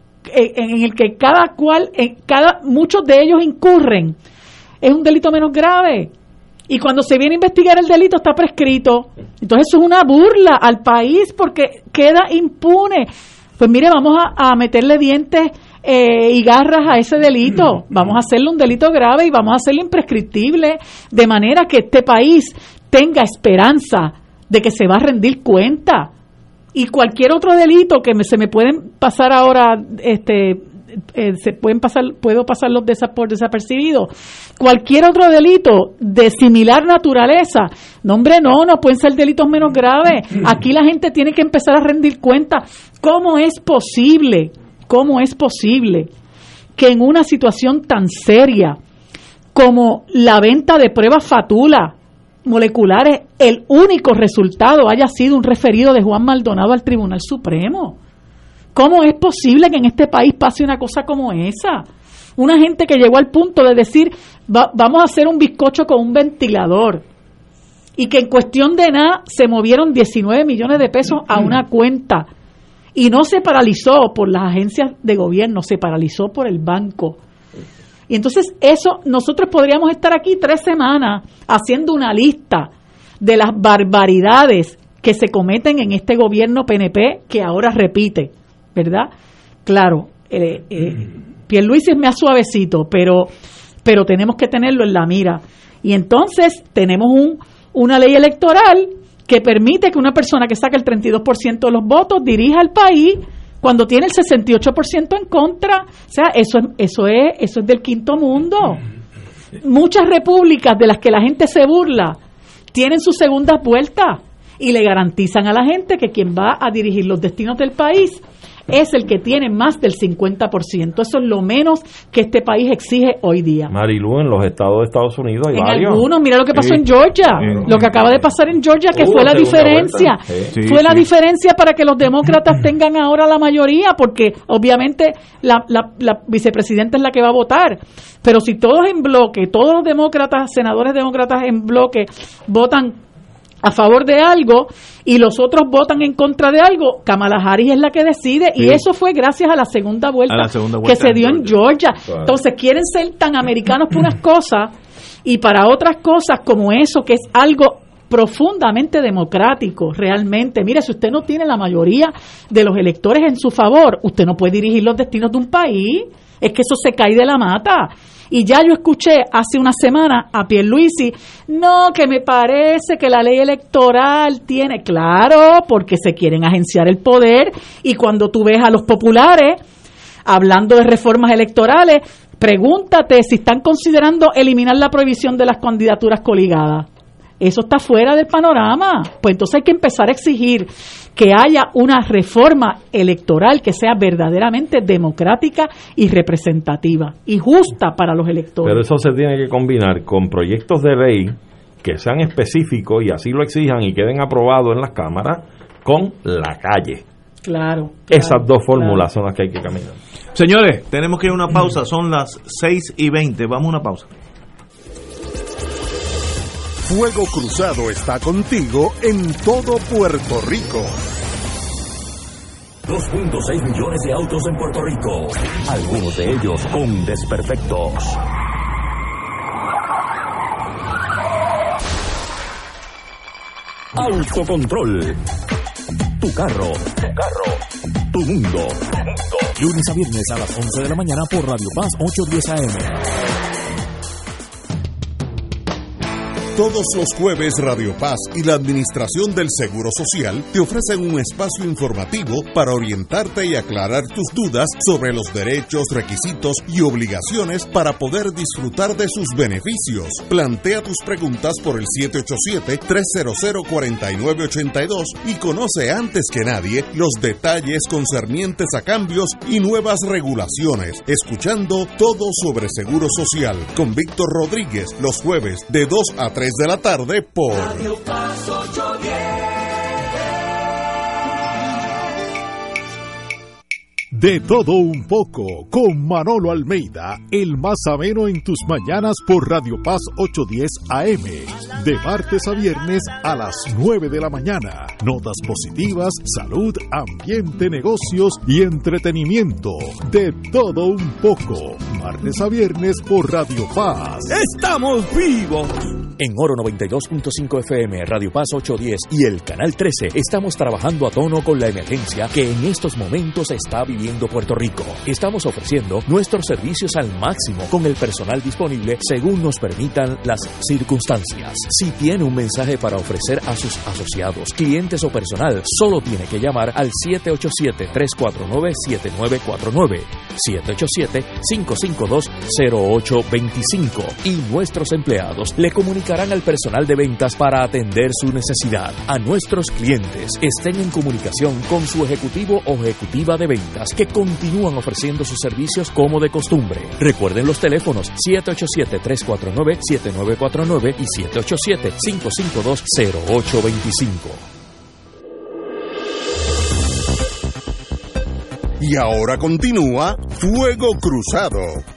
muchos de ellos incurren, es un delito menos grave, y cuando se viene a investigar el delito está prescrito. Entonces eso es una burla al país, porque queda impune. Pues mire, vamos a meterle dientes y garras a ese delito, vamos a hacerle un delito grave y vamos a hacerlo imprescriptible, de manera que este país tenga esperanza de que se va a rendir cuenta. Y cualquier otro delito que se me pueden pasar ahora, puedo pasarlos por desapercibido. Cualquier otro delito de similar naturaleza, no pueden ser delitos menos graves. Aquí la gente tiene que empezar a rendir cuenta. ¿Cómo es posible que en una situación tan seria como la venta de pruebas fatula moleculares, el único resultado haya sido un referido de Juan Maldonado al Tribunal Supremo? ¿Cómo es posible que en este país pase una cosa como esa? Una gente que llegó al punto de decir, vamos a hacer un bizcocho con un ventilador, y que en cuestión de nada se movieron 19 millones de pesos a una cuenta, y no se paralizó por las agencias de gobierno, se paralizó por el banco. Y entonces eso, nosotros podríamos estar aquí 3 semanas haciendo una lista de las barbaridades que se cometen en este gobierno PNP, que ahora repite, ¿verdad? Claro, Pierluisi es más suavecito, pero tenemos que tenerlo en la mira. Y entonces tenemos una ley electoral que permite que una persona que saca el 32% de los votos dirija al país, cuando tiene el 68% en contra. O sea, eso es del quinto mundo. Muchas repúblicas de las que la gente se burla tienen sus segundas vueltas y le garantizan a la gente que quien va a dirigir los destinos del país es el que tiene más del 50%. Eso es lo menos que este país exige hoy día. Marilu, en los estados de Estados Unidos hay varios. Algunos, mira lo que pasó en Georgia, lo que acaba de pasar en Georgia, que fue la diferencia. La diferencia para que los demócratas tengan ahora la mayoría, porque obviamente la vicepresidenta es la que va a votar. Pero si todos en bloque, todos los demócratas, senadores demócratas en bloque, votan a favor de algo y los otros votan en contra de algo, Kamala Harris es la que decide, y eso fue gracias a la segunda vuelta que se dio en Georgia. Claro. Entonces quieren ser tan americanos por unas cosas y para otras cosas como eso, que es algo profundamente democrático, realmente. Mire, si usted no tiene la mayoría de los electores en su favor, usted no puede dirigir los destinos de un país. Es que eso se cae de la mata. Y ya yo escuché hace una semana a Pierluisi, no, que me parece que la ley electoral tiene, claro, porque se quieren agenciar el poder, y cuando tú ves a los populares hablando de reformas electorales, pregúntate si están considerando eliminar la prohibición de las candidaturas coligadas. Eso está fuera del panorama. Pues entonces hay que empezar a exigir que haya una reforma electoral que sea verdaderamente democrática y representativa y justa para los electores. Pero eso se tiene que combinar con proyectos de ley que sean específicos y así lo exijan y queden aprobados en las cámaras con la calle. Claro. Esas dos fórmulas son las que hay que caminar. Señores, tenemos que ir a una pausa. Son las 6:20. Vamos a una pausa. Fuego Cruzado está contigo en todo Puerto Rico. 2.6 millones de autos en Puerto Rico, algunos de ellos con desperfectos. Autocontrol. Tu carro. Tu mundo. Lunes a viernes a las 11 de la mañana por Radio Paz 810 AM. Todos los jueves Radio Paz y la Administración del Seguro Social te ofrecen un espacio informativo para orientarte y aclarar tus dudas sobre los derechos, requisitos y obligaciones para poder disfrutar de sus beneficios. Plantea tus preguntas por el 787-300-4982 y conoce antes que nadie los detalles concernientes a cambios y nuevas regulaciones, escuchando todo sobre Seguro Social con Víctor Rodríguez los jueves de 2 a 3 de la tarde por Radio Paz 810. De todo un poco, con Manolo Almeida, el más ameno en tus mañanas por Radio Paz 810 AM, de martes a viernes a las 9 de la mañana. Notas positivas, salud, ambiente, negocios y entretenimiento. De todo un poco, martes a viernes por Radio Paz. ¡Estamos vivos! En Oro 92.5 FM, Radio Paz 810 y el Canal 13 estamos trabajando a tono con la emergencia que en estos momentos está viviendo Puerto Rico. Estamos ofreciendo nuestros servicios al máximo con el personal disponible según nos permitan las circunstancias. Si tiene un mensaje para ofrecer a sus asociados, clientes o personal, solo tiene que llamar al 787-349-7949, 787-552-0825 y nuestros empleados le comunicarán al personal de ventas para atender su necesidad. A nuestros clientes, estén en comunicación con su ejecutivo o ejecutiva de ventas que continúan ofreciendo sus servicios como de costumbre. Recuerden los teléfonos 787-349-7949 y 787-552-0825. Y ahora continúa Fuego Cruzado.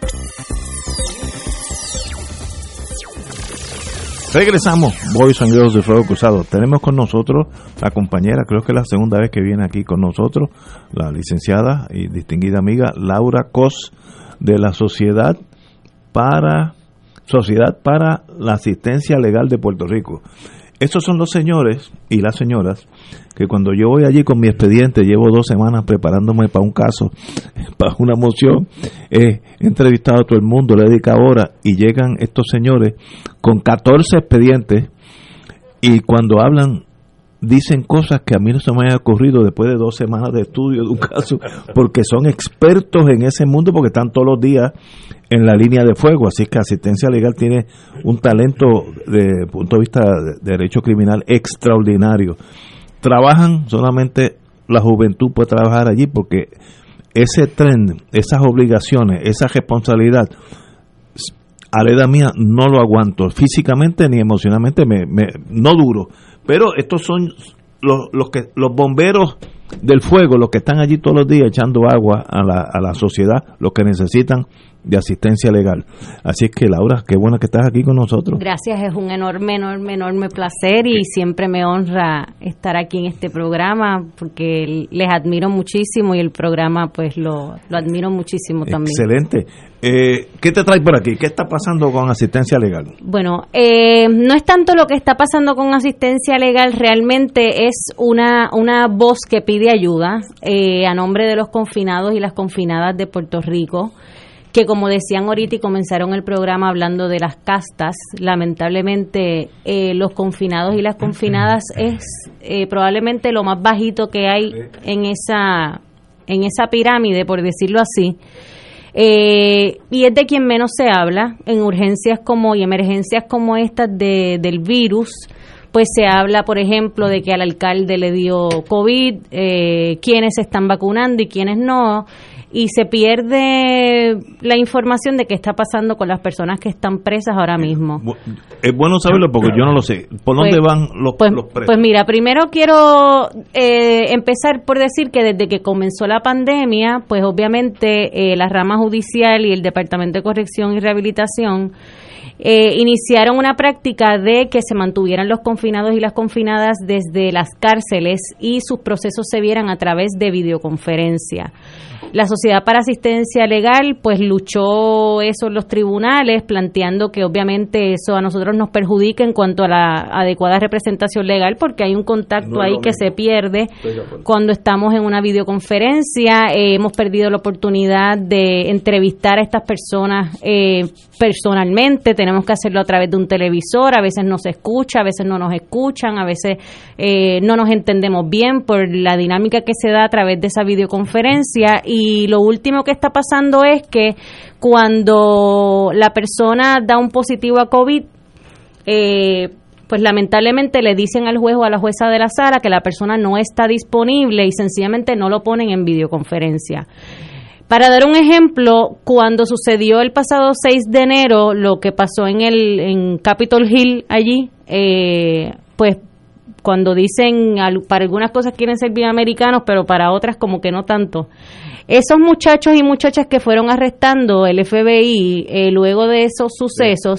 Regresamos, Boys and Girls de Fuego Cruzado. Tenemos con nosotros la compañera, creo que es la segunda vez que viene aquí con nosotros, la licenciada y distinguida amiga Laura Cos, de la Sociedad para la Asistencia Legal de Puerto Rico. Estos son los señores y las señoras que cuando yo voy allí con mi expediente, llevo 2 semanas preparándome para un caso, para una moción, he entrevistado a todo el mundo, le he dedicado horas, y llegan estos señores con 14 expedientes, y cuando hablan dicen cosas que a mí no se me había ocurrido después de 2 semanas de estudio de un caso, porque son expertos en ese mundo, porque están todos los días en la línea de fuego. Así que Asistencia Legal tiene un talento de punto de vista de derecho criminal extraordinario. Trabajan, solamente la juventud puede trabajar allí, porque ese tren, esas obligaciones, esa responsabilidad, a la edad mía no lo aguanto físicamente ni emocionalmente, no duro. Pero estos son los bomberos del fuego, los que están allí todos los días echando agua a la sociedad, los que necesitan de asistencia legal. Así es que, Laura, qué bueno que estás aquí con nosotros. Gracias, es un enorme placer y siempre me honra estar aquí en este programa, porque les admiro muchísimo y el programa pues lo admiro muchísimo también. Excelente. ¿Qué te trae por aquí? ¿Qué está pasando con asistencia legal? Bueno, no es tanto lo que está pasando con asistencia legal, realmente es una voz que pide ayuda a nombre de los confinados y las confinadas de Puerto Rico, que como decían ahorita y comenzaron el programa hablando de las castas, lamentablemente los confinados y las confinadas es probablemente lo más bajito que hay en esa pirámide, por decirlo así. Y es de quien menos se habla en urgencias y emergencias como estas del virus. Pues se habla, por ejemplo, de que al alcalde le dio COVID, quiénes se están vacunando y quiénes no, y se pierde la información de qué está pasando con las personas que están presas ahora mismo. Es bueno saberlo porque yo no lo sé. ¿Por dónde van los presos? Pues mira, primero quiero empezar por decir que desde que comenzó la pandemia, pues obviamente la rama judicial y el Departamento de Corrección y Rehabilitación iniciaron una práctica de que se mantuvieran los confinados y las confinadas desde las cárceles y sus procesos se vieran a través de videoconferencia. La Sociedad para Asistencia Legal pues luchó eso en los tribunales, planteando que obviamente eso a nosotros nos perjudica en cuanto a la adecuada representación legal, porque hay un contacto ahí que se pierde cuando estamos en una videoconferencia. Hemos perdido la oportunidad de entrevistar a estas personas personalmente, tenemos que hacerlo a través de un televisor, a veces no se escucha, a veces no nos escuchan, a veces no nos entendemos bien por la dinámica que se da a través de esa videoconferencia. Y lo último que está pasando es que cuando la persona da un positivo a COVID, pues lamentablemente le dicen al juez o a la jueza de la sala que la persona no está disponible y sencillamente no lo ponen en videoconferencia. Para dar un ejemplo, cuando sucedió el pasado 6 de enero, lo que pasó en Capitol Hill allí, pues cuando dicen para algunas cosas quieren ser bien americanos, pero para otras como que no tanto. Esos muchachos y muchachas que fueron arrestando el FBI luego de esos sucesos,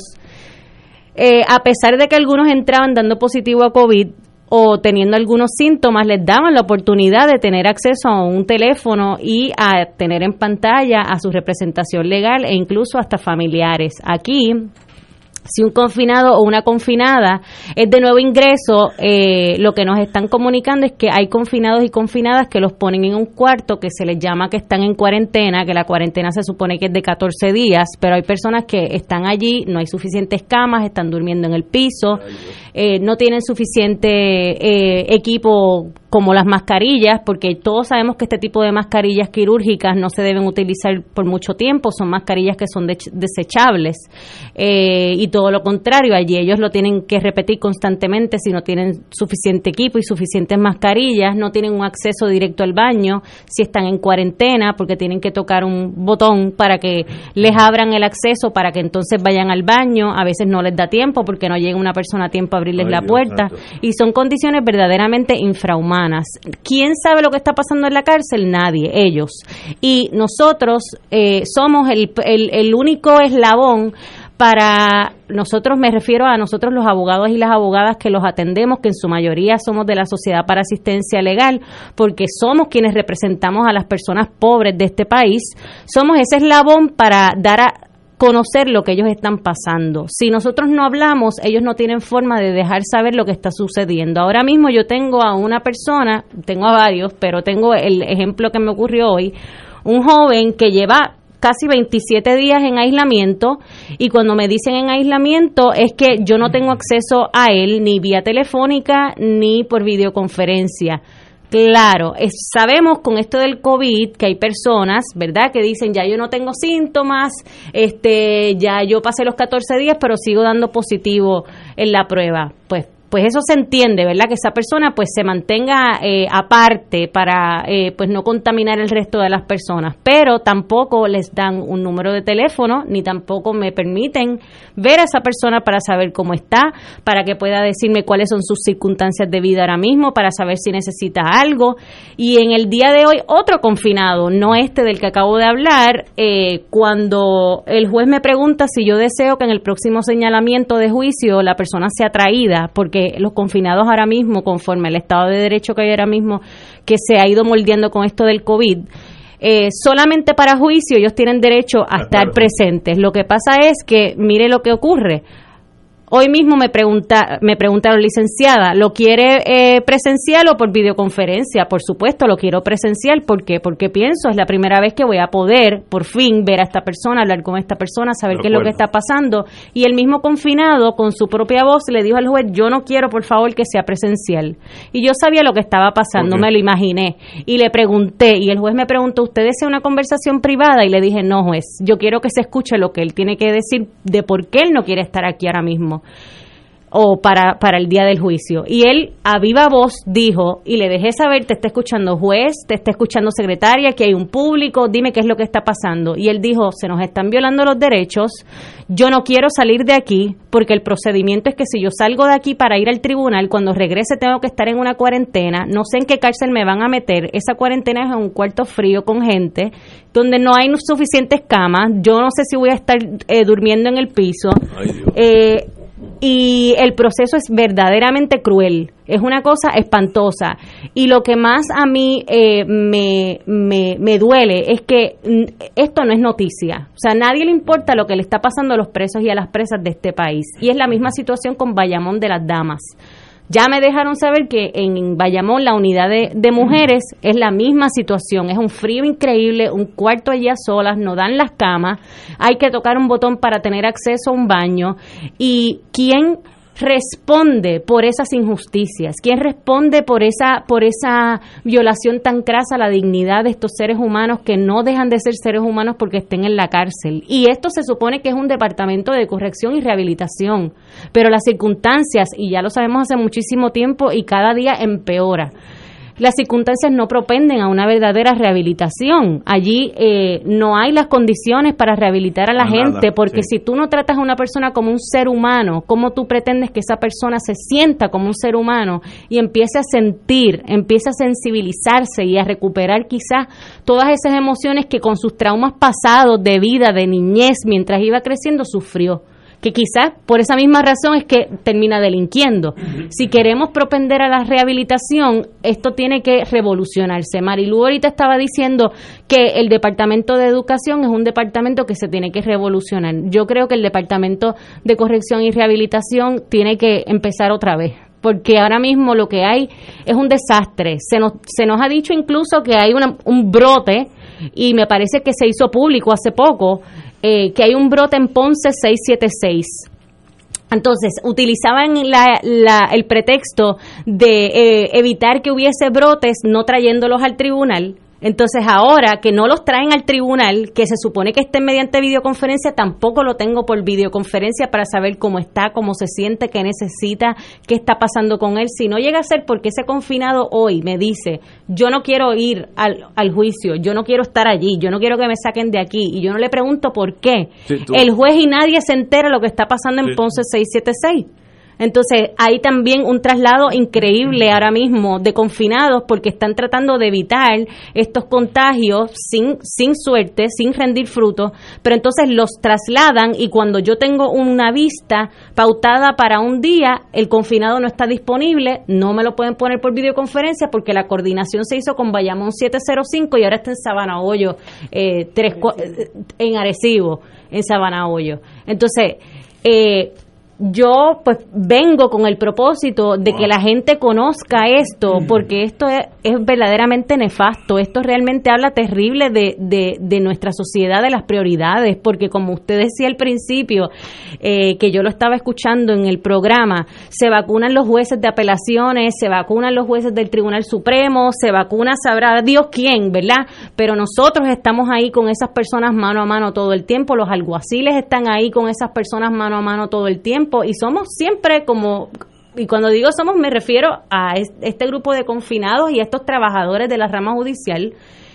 a pesar de que algunos entraban dando positivo a COVID o teniendo algunos síntomas, les daban la oportunidad de tener acceso a un teléfono y a tener en pantalla a su representación legal e incluso hasta familiares. Aquí, si un confinado o una confinada es de nuevo ingreso, lo que nos están comunicando es que hay confinados y confinadas que los ponen en un cuarto que se les llama que están en cuarentena, que la cuarentena se supone que es de 14 días, pero hay personas que están allí, no hay suficientes camas, están durmiendo en el piso, no tienen suficiente equipo como las mascarillas, porque todos sabemos que este tipo de mascarillas quirúrgicas no se deben utilizar por mucho tiempo, son mascarillas que son desechables, y todo lo contrario, allí ellos lo tienen que repetir constantemente si no tienen suficiente equipo y suficientes mascarillas, no tienen un acceso directo al baño si están en cuarentena, porque tienen que tocar un botón para que les abran el acceso para que entonces vayan al baño, a veces no les da tiempo porque no llega una persona a tiempo a abrirles la puerta, y son condiciones verdaderamente infrahumanas. ¿Quién sabe lo que está pasando en la cárcel? Nadie, ellos. Y nosotros somos el único eslabón para nosotros, me refiero a nosotros los abogados y las abogadas que los atendemos, que en su mayoría somos de la Sociedad para Asistencia Legal, porque somos quienes representamos a las personas pobres de este país, somos ese eslabón para dar a conocer lo que ellos están pasando. Si nosotros no hablamos, ellos no tienen forma de dejar saber lo que está sucediendo. Ahora mismo yo tengo a una persona, tengo a varios, pero tengo el ejemplo que me ocurrió hoy, un joven que lleva casi 27 días en aislamiento, y cuando me dicen en aislamiento es que yo no tengo acceso a él ni vía telefónica ni por videoconferencia. Claro, sabemos con esto del COVID que hay personas, ¿verdad?, que dicen ya yo no tengo síntomas, ya yo pasé los 14 días pero sigo dando positivo en la prueba. Pues eso se entiende, ¿verdad?, que esa persona pues se mantenga aparte para pues no contaminar el resto de las personas, pero tampoco les dan un número de teléfono ni tampoco me permiten ver a esa persona para saber cómo está, para que pueda decirme cuáles son sus circunstancias de vida ahora mismo, para saber si necesita algo. Y en el día de hoy otro confinado, no del que acabo de hablar, cuando el juez me pregunta si yo deseo que en el próximo señalamiento de juicio la persona sea traída, porque los confinados ahora mismo, conforme al Estado de Derecho que hay ahora mismo, que se ha ido moldeando con esto del COVID, solamente para juicio ellos tienen derecho a estar presentes. Lo que pasa es que, mire lo que ocurre. Hoy mismo me preguntaron, licenciada, ¿lo quiere presencial o por videoconferencia? Por supuesto, lo quiero presencial. ¿Por qué? Porque pienso, es la primera vez que voy a poder, por fin, ver a esta persona, hablar con esta persona, saber qué es lo que está pasando. Y el mismo confinado, con su propia voz, le dijo al juez, yo no quiero, por favor, que sea presencial. Y yo sabía lo que estaba pasando, me lo imaginé. Y le pregunté, y el juez me preguntó, ¿usted desea una conversación privada? Y le dije, no, juez, yo quiero que se escuche lo que él tiene que decir de por qué él no quiere estar aquí ahora mismo, o para el día del juicio. Y él a viva voz dijo, y le dejé saber, te está escuchando juez, te está escuchando secretaria, que hay un público, dime qué es lo que está pasando. Y él dijo, se nos están violando los derechos, yo no quiero salir de aquí, porque el procedimiento es que si yo salgo de aquí para ir al tribunal, cuando regrese tengo que estar en una cuarentena, no sé en qué cárcel me van a meter, esa cuarentena es en un cuarto frío con gente, donde no hay suficientes camas, yo no sé si voy a estar durmiendo en el piso. Y el proceso es verdaderamente cruel, es una cosa espantosa. Y lo que más a mí me duele es que esto no es noticia. O sea, a nadie le importa lo que le está pasando a los presos y a las presas de este país. Y es la misma situación con Bayamón de las Damas. Ya me dejaron saber que en Bayamón la unidad de mujeres es la misma situación, es un frío increíble, un cuarto allí a solas, no dan las camas, hay que tocar un botón para tener acceso a un baño. ¿Y quién responde por esas injusticias? ¿Quién responde por esa violación tan crasa a la dignidad de estos seres humanos que no dejan de ser seres humanos porque estén en la cárcel? Y esto se supone que es un departamento de corrección y rehabilitación, pero las circunstancias, y ya lo sabemos hace muchísimo tiempo y cada día empeora, las circunstancias no propenden a una verdadera rehabilitación. Allí no hay las condiciones para rehabilitar a la gente, porque si tú no tratas a una persona como un ser humano, ¿cómo tú pretendes que esa persona se sienta como un ser humano y empiece a sentir, empiece a sensibilizarse y a recuperar quizás todas esas emociones que con sus traumas pasados de vida, de niñez, mientras iba creciendo, sufrió? Que quizás por esa misma razón es que termina delinquiendo. Si queremos propender a la rehabilitación, esto tiene que revolucionarse. Marilu ahorita estaba diciendo que el Departamento de Educación es un departamento que se tiene que revolucionar. Yo creo que el Departamento de Corrección y Rehabilitación tiene que empezar otra vez, porque ahora mismo lo que hay es un desastre. Se nos ha dicho incluso que hay un brote, y me parece que se hizo público hace poco, que hay un brote en Ponce 676. Entonces, utilizaban el pretexto de evitar que hubiese brotes no trayéndolos al tribunal. Entonces, ahora que no los traen al tribunal, que se supone que estén mediante videoconferencia, tampoco lo tengo por videoconferencia para saber cómo está, cómo se siente, qué necesita, qué está pasando con él. Si no llega a ser porque ese confinado hoy me dice, yo no quiero ir al juicio, yo no quiero estar allí, yo no quiero que me saquen de aquí, y yo no le pregunto por qué, el juez y nadie se entera lo que está pasando en Ponce 676. Entonces, hay también un traslado increíble ahora mismo de confinados, porque están tratando de evitar estos contagios sin suerte, sin rendir frutos, pero entonces los trasladan, y cuando yo tengo una vista pautada para un día, el confinado no está disponible, no me lo pueden poner por videoconferencia porque la coordinación se hizo con Bayamón 705 y ahora está en Sabana Hoyo, en Arecibo, en Sabana Hoyo. Entonces, yo pues vengo con el propósito de que la gente conozca esto, porque esto es verdaderamente nefasto. Esto realmente habla terrible de nuestra sociedad, de las prioridades, porque como usted decía al principio, que yo lo estaba escuchando en el programa, se vacunan los jueces de apelaciones, se vacunan los jueces del Tribunal Supremo, se vacuna sabrá Dios quién, ¿verdad? Pero nosotros estamos ahí con esas personas mano a mano todo el tiempo, los alguaciles están ahí con esas personas mano a mano todo el tiempo, y somos siempre como, y cuando digo somos me refiero a este grupo de confinados y a estos trabajadores de la rama judicial.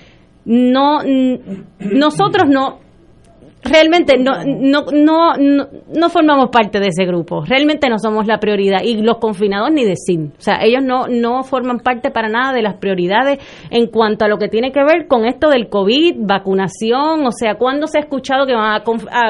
Nosotros realmente no formamos parte de ese grupo, realmente no somos la prioridad, y los confinados ni decir, o sea, ellos no forman parte para nada de las prioridades en cuanto a lo que tiene que ver con esto del COVID, vacunación. O sea, ¿cuándo se ha escuchado que van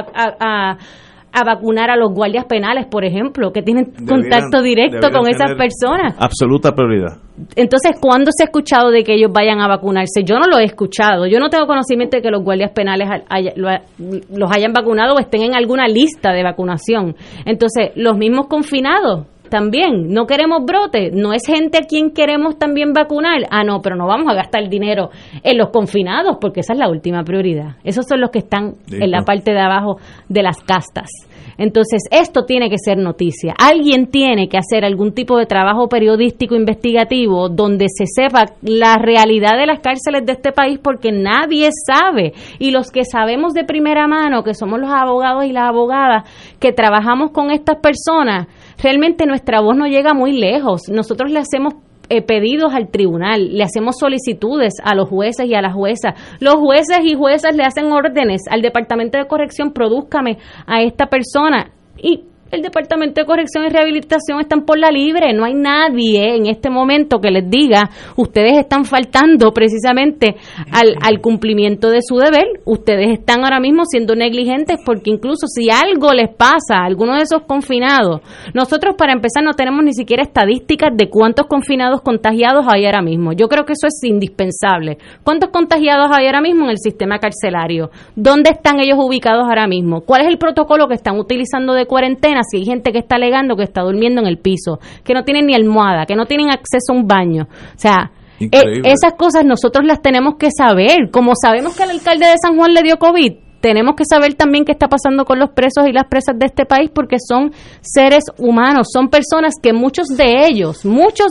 a vacunar a los guardias penales, por ejemplo, que tienen contacto directo con esas personas? Absoluta prioridad. Entonces, ¿cuándo se ha escuchado de que ellos vayan a vacunarse? Yo no lo he escuchado. Yo no tengo conocimiento de que los guardias penales los hayan vacunado o estén en alguna lista de vacunación. Entonces, los mismos confinados también, no queremos brote, no es gente a quien queremos también vacunar. No, pero no vamos a gastar dinero en los confinados, porque esa es la última prioridad. Esos son los que están en la parte de abajo de las castas. Entonces, esto tiene que ser noticia. Alguien tiene que hacer algún tipo de trabajo periodístico investigativo donde se sepa la realidad de las cárceles de este país, porque nadie sabe. Y los que sabemos de primera mano, que somos los abogados y las abogadas que trabajamos con estas personas, realmente nuestra voz no llega muy lejos. Nosotros le hacemos pedidos al tribunal, le hacemos solicitudes a los jueces y a las juezas. Los jueces y juezas le hacen órdenes al Departamento de Corrección: produzcame a esta persona. Y el Departamento de Corrección y Rehabilitación están por la libre. No hay nadie en este momento que les diga, ustedes están faltando precisamente al cumplimiento de su deber. Ustedes están ahora mismo siendo negligentes, porque incluso si algo les pasa a alguno de esos confinados, nosotros para empezar no tenemos ni siquiera estadísticas de cuántos confinados contagiados hay ahora mismo. Yo creo que eso es indispensable. ¿Cuántos contagiados hay ahora mismo en el sistema carcelario? ¿Dónde están ellos ubicados ahora mismo? ¿Cuál es el protocolo que están utilizando de cuarentena? Si hay gente que está alegando que está durmiendo en el piso, que no tienen ni almohada, que no tienen acceso a un baño. O sea, esas cosas nosotros las tenemos que saber. Como sabemos que al alcalde de San Juan le dio COVID, tenemos que saber también qué está pasando con los presos y las presas de este país, porque son seres humanos, son personas que muchos de ellos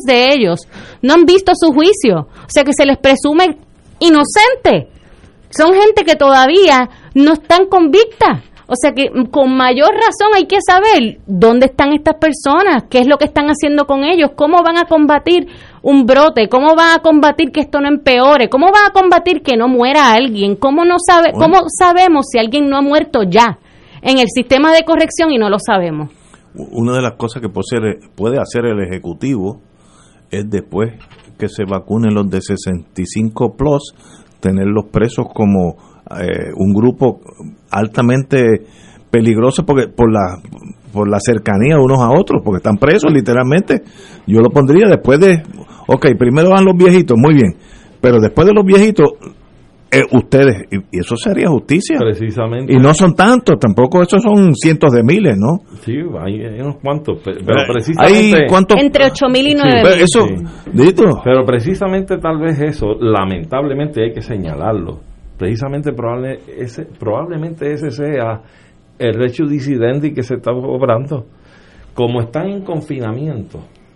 no han visto su juicio. O sea, que se les presume inocente. Son gente que todavía no están convictas. O sea que con mayor razón hay que saber dónde están estas personas, qué es lo que están haciendo con ellos, cómo van a combatir un brote, cómo van a combatir que esto no empeore, cómo van a combatir que no muera alguien, cómo sabemos si alguien no ha muerto ya en el sistema de corrección y no lo sabemos. Una de las cosas que puede hacer el Ejecutivo es, después que se vacunen los de 65 plus, tenerlos presos como un grupo altamente peligroso, porque por la cercanía unos a otros, porque están presos literalmente. Yo lo pondría después de, primero van los viejitos, muy bien, pero después de los viejitos ustedes, y eso sería justicia. Precisamente. Y no son tantos, tampoco esos son cientos de miles, ¿no? Sí, hay unos cuantos, pero precisamente... Entre 8,000 y 9,000. Sí, pero precisamente tal vez eso, lamentablemente hay que señalarlo. Precisamente probablemente ese sea el recho disidente que se está obrando. Como están en confinamiento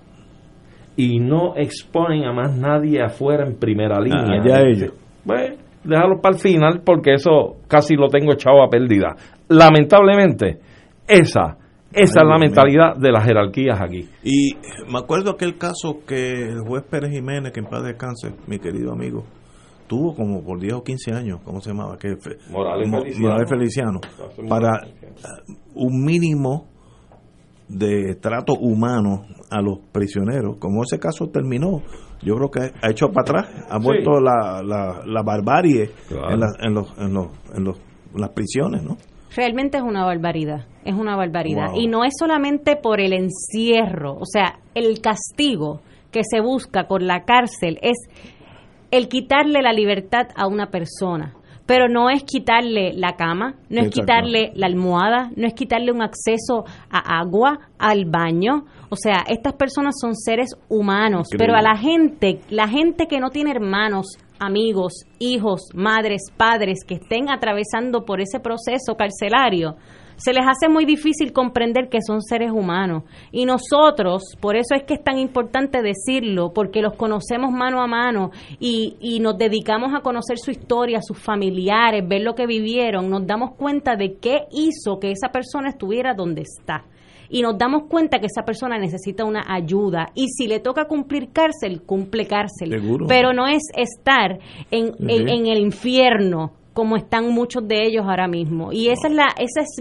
y no exponen a más nadie afuera en primera línea, ya ellos. Bueno, déjalo para el final, porque eso casi lo tengo echado a pérdida. Lamentablemente, esa es la mentalidad de las jerarquías aquí. Y me acuerdo aquel caso que el juez Pérez Jiménez, que en paz descanse, mi querido amigo, tuvo como por 10 o 15 años, ¿cómo se llamaba? Morales Feliciano, para un mínimo de trato humano a los prisioneros. Como ese caso terminó, yo creo que ha hecho para atrás, ha vuelto la barbarie, claro, en las prisiones, ¿no? Realmente es una barbaridad. Wow. Y no es solamente por el encierro, o sea, el castigo que se busca con la cárcel es el quitarle la libertad a una persona. pero no es quitarle la cama, no es quitarle la almohada, no es quitarle un acceso a agua, al baño. O sea, estas personas son seres humanos, pero a la gente que no tiene hermanos, amigos, hijos, madres, padres que estén atravesando por ese proceso carcelario, se les hace muy difícil comprender que son seres humanos. Y nosotros, por eso es que es tan importante decirlo, porque los conocemos mano a mano y nos dedicamos a conocer su historia, sus familiares, ver lo que vivieron, nos damos cuenta de qué hizo que esa persona estuviera donde está. Y nos damos cuenta que esa persona necesita una ayuda. Y si le toca cumplir cárcel, cumple cárcel. Seguro. Pero no es estar en el infierno, como están muchos de ellos ahora mismo. Y esa es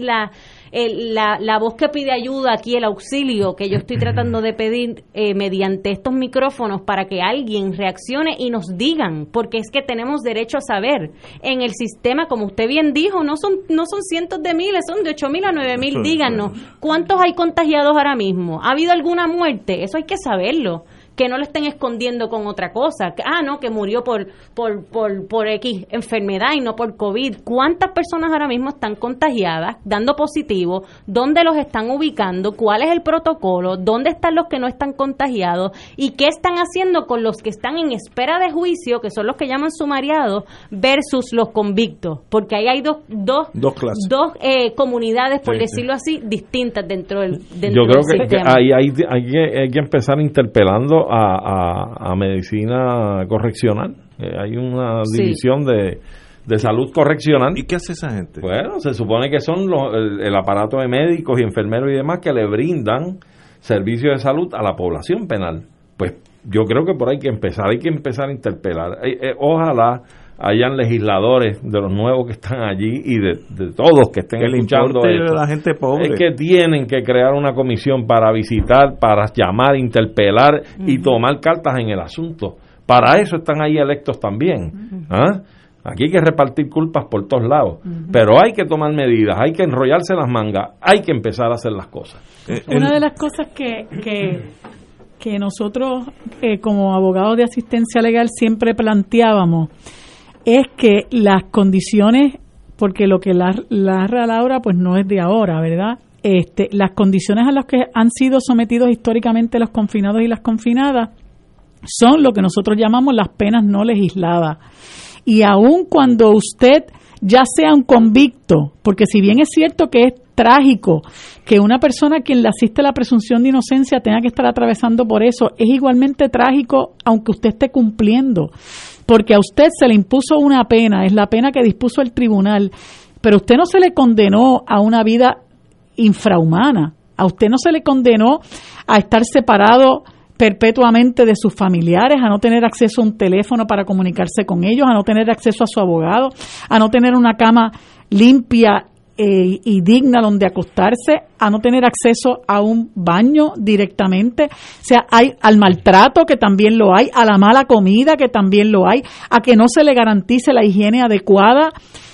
la voz que pide ayuda aquí, el auxilio que yo estoy tratando de pedir mediante estos micrófonos para que alguien reaccione y nos digan, porque es que tenemos derecho a saber. En el sistema, como usted bien dijo, no son cientos de miles, son de 8,000 a 9,000. Díganos, ¿cuántos hay contagiados ahora mismo? ¿Ha habido alguna muerte? Eso hay que saberlo. Que no lo estén escondiendo con otra cosa. No, que murió por X enfermedad y no por COVID. ¿Cuántas personas ahora mismo están contagiadas, dando positivo? ¿Dónde los están ubicando? ¿Cuál es el protocolo? ¿Dónde están los que no están contagiados? ¿Y qué están haciendo con los que están en espera de juicio, que son los que llaman sumariados, versus los convictos? Porque ahí hay dos clases. Dos comunidades, por decirlo así, distintas dentro del sistema. Yo creo que ahí hay que empezar interpelando a medicina correccional. Hay una división de salud correccional. ¿Y qué hace esa gente? Bueno, se supone que son el aparato de médicos y enfermeros y demás que le brindan servicios de salud a la población penal. Pues yo creo que por ahí hay que empezar a interpelar. Ojalá hayan legisladores de los nuevos que están allí y de todos que estén escuchando esto, de la gente pobre. Es que tienen que crear una comisión para visitar, para llamar, interpelar y tomar cartas en el asunto. Para eso están ahí electos también. Aquí hay que repartir culpas por todos lados, pero hay que tomar medidas, hay que enrollarse las mangas, hay que empezar a hacer las cosas. Una de las cosas que nosotros como abogados de asistencia legal siempre planteábamos es que las condiciones, porque lo que narra Laura pues no es de ahora, ¿verdad? Las condiciones a las que han sido sometidos históricamente los confinados y las confinadas son lo que nosotros llamamos las penas no legisladas. Y aun cuando usted ya sea un convicto, porque si bien es cierto que es trágico que una persona a quien le asiste la presunción de inocencia tenga que estar atravesando por eso, es igualmente trágico aunque usted esté cumpliendo, porque a usted se le impuso una pena, es la pena que dispuso el tribunal, pero usted no se le condenó a una vida infrahumana, a usted no se le condenó a estar separado perpetuamente de sus familiares, a no tener acceso a un teléfono para comunicarse con ellos, a no tener acceso a su abogado, a no tener una cama limpia y digna donde acostarse, a no tener acceso a un baño directamente, o sea, hay al maltrato, que también lo hay, a la mala comida, que también lo hay, a que no se le garantice la higiene adecuada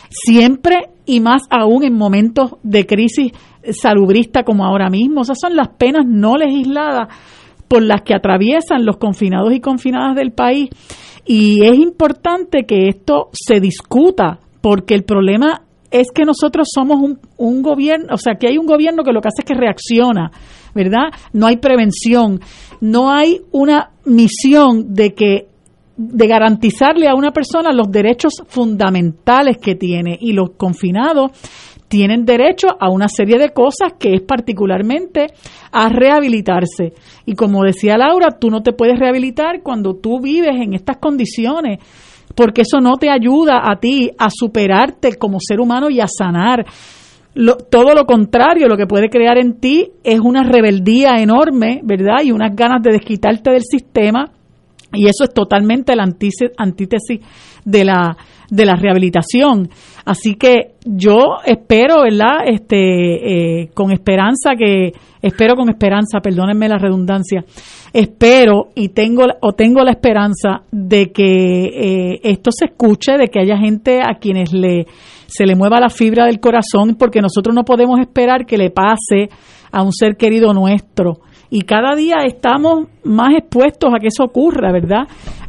siempre y más aún en momentos de crisis salubrista como ahora mismo. Esas son las penas no legisladas por las que atraviesan los confinados y confinadas del país, y es importante que esto se discuta, porque el problema es que nosotros somos un gobierno, o sea, que hay un gobierno que lo que hace es que reacciona, ¿verdad? No hay prevención, no hay una misión de garantizarle a una persona los derechos fundamentales que tiene, y los confinados tienen derecho a una serie de cosas, que es particularmente a rehabilitarse. Y como decía Laura, tú no te puedes rehabilitar cuando tú vives en estas condiciones, porque eso no te ayuda a ti a superarte como ser humano y a sanar. Todo lo contrario, lo que puede crear en ti es una rebeldía enorme, ¿verdad? Y unas ganas de desquitarte del sistema, y eso es totalmente la antítesis de la rehabilitación. Así que yo espero, ¿verdad? Con esperanza, perdónenme la redundancia, espero y tengo la esperanza de que esto se escuche, de que haya gente a quienes se le mueva la fibra del corazón, porque nosotros no podemos esperar que le pase a un ser querido nuestro. Y cada día estamos más expuestos a que eso ocurra, ¿verdad?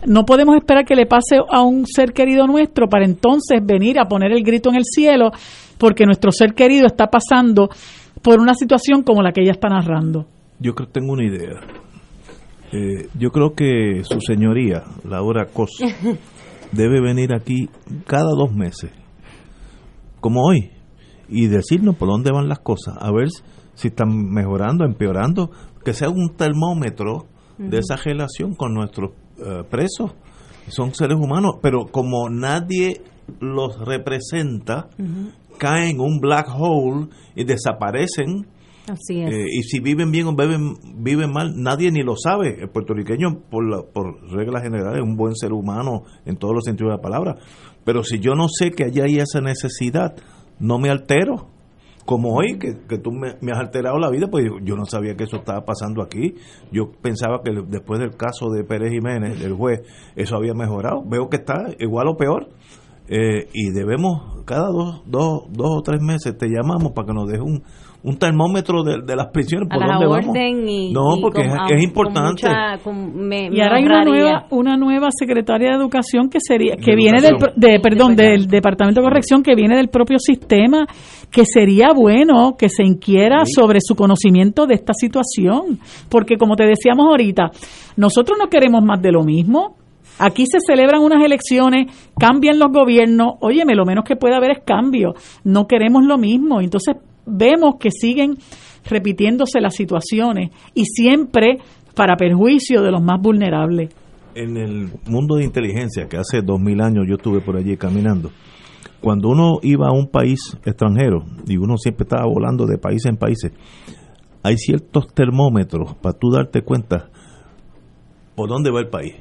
no podemos esperar que le pase a un ser querido nuestro para entonces venir a poner el grito en el cielo porque nuestro ser querido está pasando por una situación como la que ella está narrando. Yo creo que tengo una idea. Yo creo que su señoría, Laura Cos, debe venir aquí cada 2 meses, como hoy, y decirnos por dónde van las cosas, a ver si están mejorando, empeorando, que sea un termómetro de esa relación con nuestros presos. Son seres humanos, pero como nadie los representa, caen en un black hole y desaparecen. Así es. Y si viven bien o viven mal, nadie ni lo sabe. El puertorriqueño, por regla general, es un buen ser humano en todos los sentidos de la palabra. Pero si yo no sé que allá hay esa necesidad, no me altero. Como hoy, que tú me has alterado la vida, pues yo no sabía que eso estaba pasando aquí. Yo pensaba que después del caso de Pérez Jiménez, del juez, eso había mejorado. Veo que está igual o peor. Y debemos, cada dos o 3 meses, te llamamos para que nos dejes un termómetro de las prisiones, por dónde vamos. No, porque es importante. Y ahora hay una nueva secretaria de Educación que viene del Departamento de Corrección, que viene del propio sistema, que sería bueno que se inquiera sobre su conocimiento de esta situación, porque como te decíamos ahorita, nosotros no queremos más de lo mismo. Aquí se celebran unas elecciones, cambian los gobiernos, óyeme, lo menos que puede haber es cambio, no queremos lo mismo, entonces vemos que siguen repitiéndose las situaciones y siempre para perjuicio de los más vulnerables. En el mundo de inteligencia, que hace 2000 años yo estuve por allí caminando, cuando uno iba a un país extranjero y uno siempre estaba volando de país en país, hay ciertos termómetros para tú darte cuenta por dónde va el país,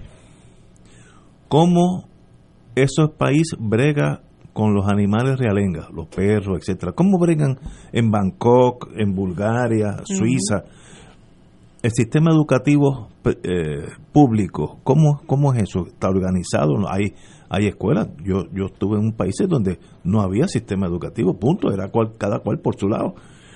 cómo ese país brega con los animales realengas, los perros, etcétera. ¿Cómo bregan en Bangkok, en Bulgaria, Suiza? El sistema educativo público, ¿cómo es eso? ¿Está organizado? Hay escuelas. Yo estuve en un país donde no había sistema educativo, punto. Era cada cual por su lado.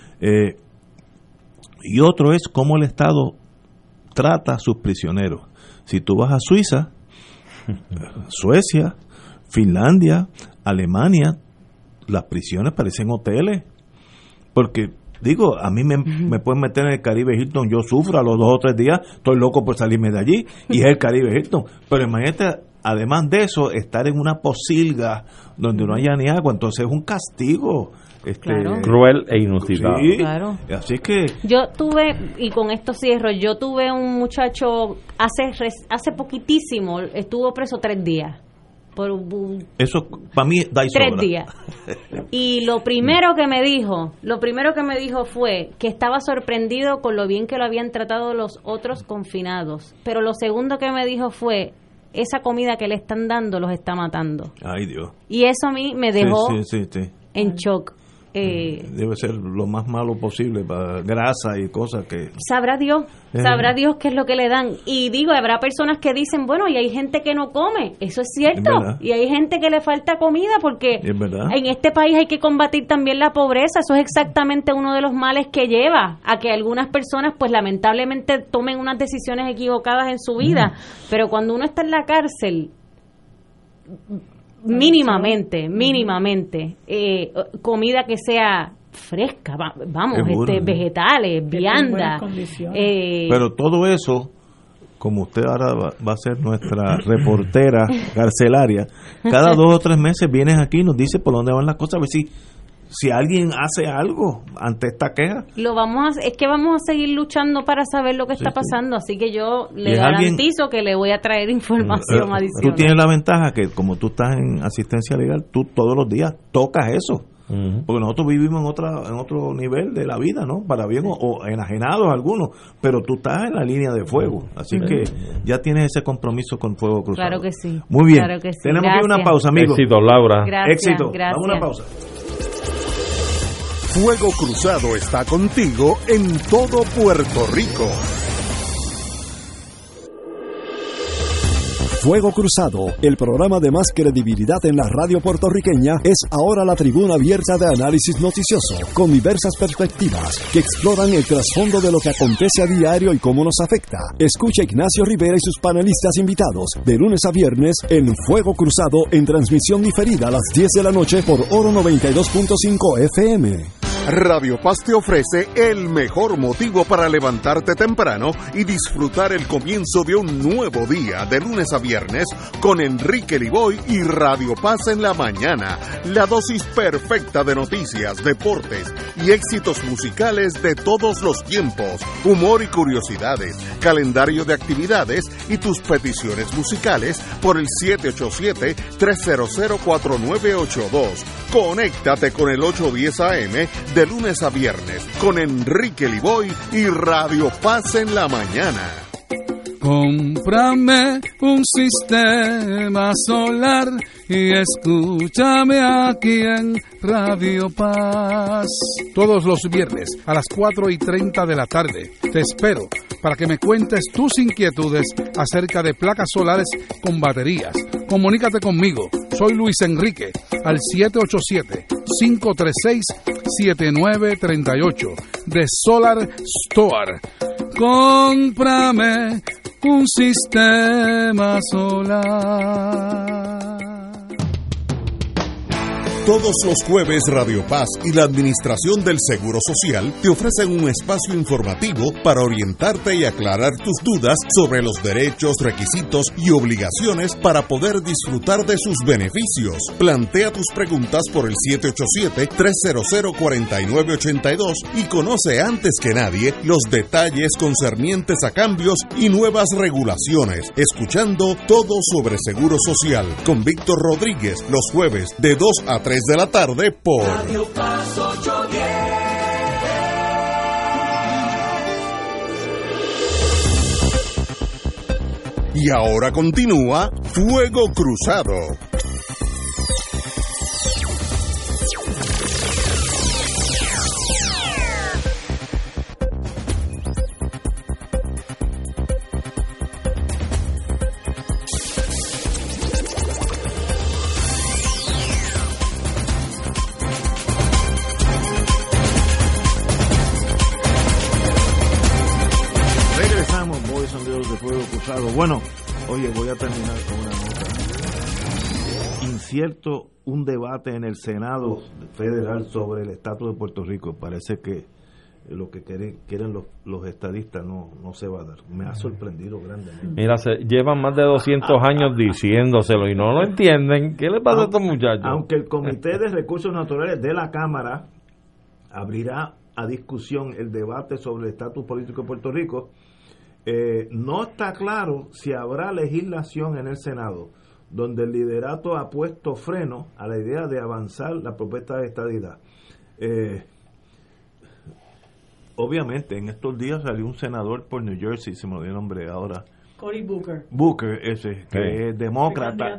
Y otro es cómo el Estado trata a sus prisioneros. Si tú vas a Suiza, Suecia, Finlandia, Alemania, las prisiones parecen hoteles, porque digo, a mí me pueden meter en el Caribe Hilton, yo sufro a los 2 o 3 días, estoy loco por salirme de allí, y es el Caribe Hilton, pero imagínate, además de eso, estar en una posilga donde no haya ni agua, entonces es un castigo. Cruel e inusitado. Sí, claro. Así que yo tuve, y con esto cierro, yo tuve un muchacho hace poquitísimo, estuvo preso 3 días. Eso para mí da 3 días. Y lo primero que me dijo fue que estaba sorprendido con lo bien que lo habían tratado los otros confinados. Pero lo segundo que me dijo fue, esa comida que le están dando los está matando. Ay, Dios. Y eso a mí me dejó sí. en shock. Debe ser lo más malo posible, para grasa y cosas que... Sabrá Dios qué es lo que le dan. Y digo, habrá personas que dicen, bueno, y hay gente que no come, eso es cierto, y hay gente que le falta comida, porque en este país hay que combatir también la pobreza. Eso es exactamente uno de los males que lleva a que algunas personas, pues lamentablemente, tomen unas decisiones equivocadas en su vida. Pero cuando uno está en la cárcel, mínimamente, comida que sea fresca, vegetales, vianda. Pero todo eso, como usted ahora va a ser nuestra reportera carcelaria, cada 2 o 3 meses vienes aquí y nos dice por dónde van las cosas, a ver si alguien hace algo ante esta queja. Es que vamos a seguir luchando para saber lo que está pasando, así que yo le garantizo que le voy a traer información adicional. Tú tienes la ventaja que como tú estás en asistencia legal, tú todos los días tocas eso, porque nosotros vivimos en otro nivel de la vida, ¿no? Para bien o enajenados algunos, pero tú estás en la línea de fuego, así que ya tienes ese compromiso con Fuego Cruzado. Claro que sí. Muy bien, claro que sí. Tenemos que ir a una pausa, amigos. Éxito, Laura. Gracias, Éxito. Gracias. Vamos a una pausa. Fuego Cruzado está contigo en todo Puerto Rico. Fuego Cruzado, el programa de más credibilidad en la radio puertorriqueña, es ahora la tribuna abierta de análisis noticioso, con diversas perspectivas que exploran el trasfondo de lo que acontece a diario y cómo nos afecta. Escucha a Ignacio Rivera y sus panelistas invitados de lunes a viernes en Fuego Cruzado, en transmisión diferida a las 10 de la noche por Oro 92.5 FM. Radio Paz te ofrece el mejor motivo para levantarte temprano y disfrutar el comienzo de un nuevo día de lunes a viernes con Enrique Liboy y Radio Paz en la mañana. La dosis perfecta de noticias, deportes y éxitos musicales de todos los tiempos, humor y curiosidades, calendario de actividades y tus peticiones musicales por el 787-300-4982. Conéctate con el 810 AM de lunes a viernes con Enrique Liboy y Radio Paz en la mañana. Cómprame un sistema solar y escúchame aquí en Radio Paz. Todos los viernes a las 4:30 de la tarde te espero para que me cuentes tus inquietudes acerca de placas solares con baterías. Comunícate conmigo, soy Luis Enrique, al 787-536-7938 de Solar Store. Cómprame un sistema solar. Todos los jueves Radio Paz y la Administración del Seguro Social te ofrecen un espacio informativo para orientarte y aclarar tus dudas sobre los derechos, requisitos y obligaciones para poder disfrutar de sus beneficios. Plantea tus preguntas por el 787-300-4982 y conoce antes que nadie los detalles concernientes a cambios y nuevas regulaciones, escuchando todo sobre Seguro Social con Víctor Rodríguez los jueves de 2 a 3 de la tarde por Radio Paz 810. Y ahora continúa Fuego Cruzado. Bueno, oye, voy a terminar con una nota. Incierto un debate en el Senado federal sobre el estatus de Puerto Rico. Parece que lo que quieren los estadistas no se va a dar. Me ha sorprendido grandemente. Mira, llevan más de 200 años diciéndoselo y no lo entienden. ¿Qué les pasa a estos muchachos? Aunque el Comité de Recursos Naturales de la Cámara abrirá a discusión el debate sobre el estatus político de Puerto Rico, no está claro si habrá legislación en el Senado donde el liderato ha puesto freno a la idea de avanzar la propuesta de estadidad. Obviamente, en estos días salió un senador por New Jersey, se me olvidó el nombre ahora. Cory Booker. Booker, ese, que es demócrata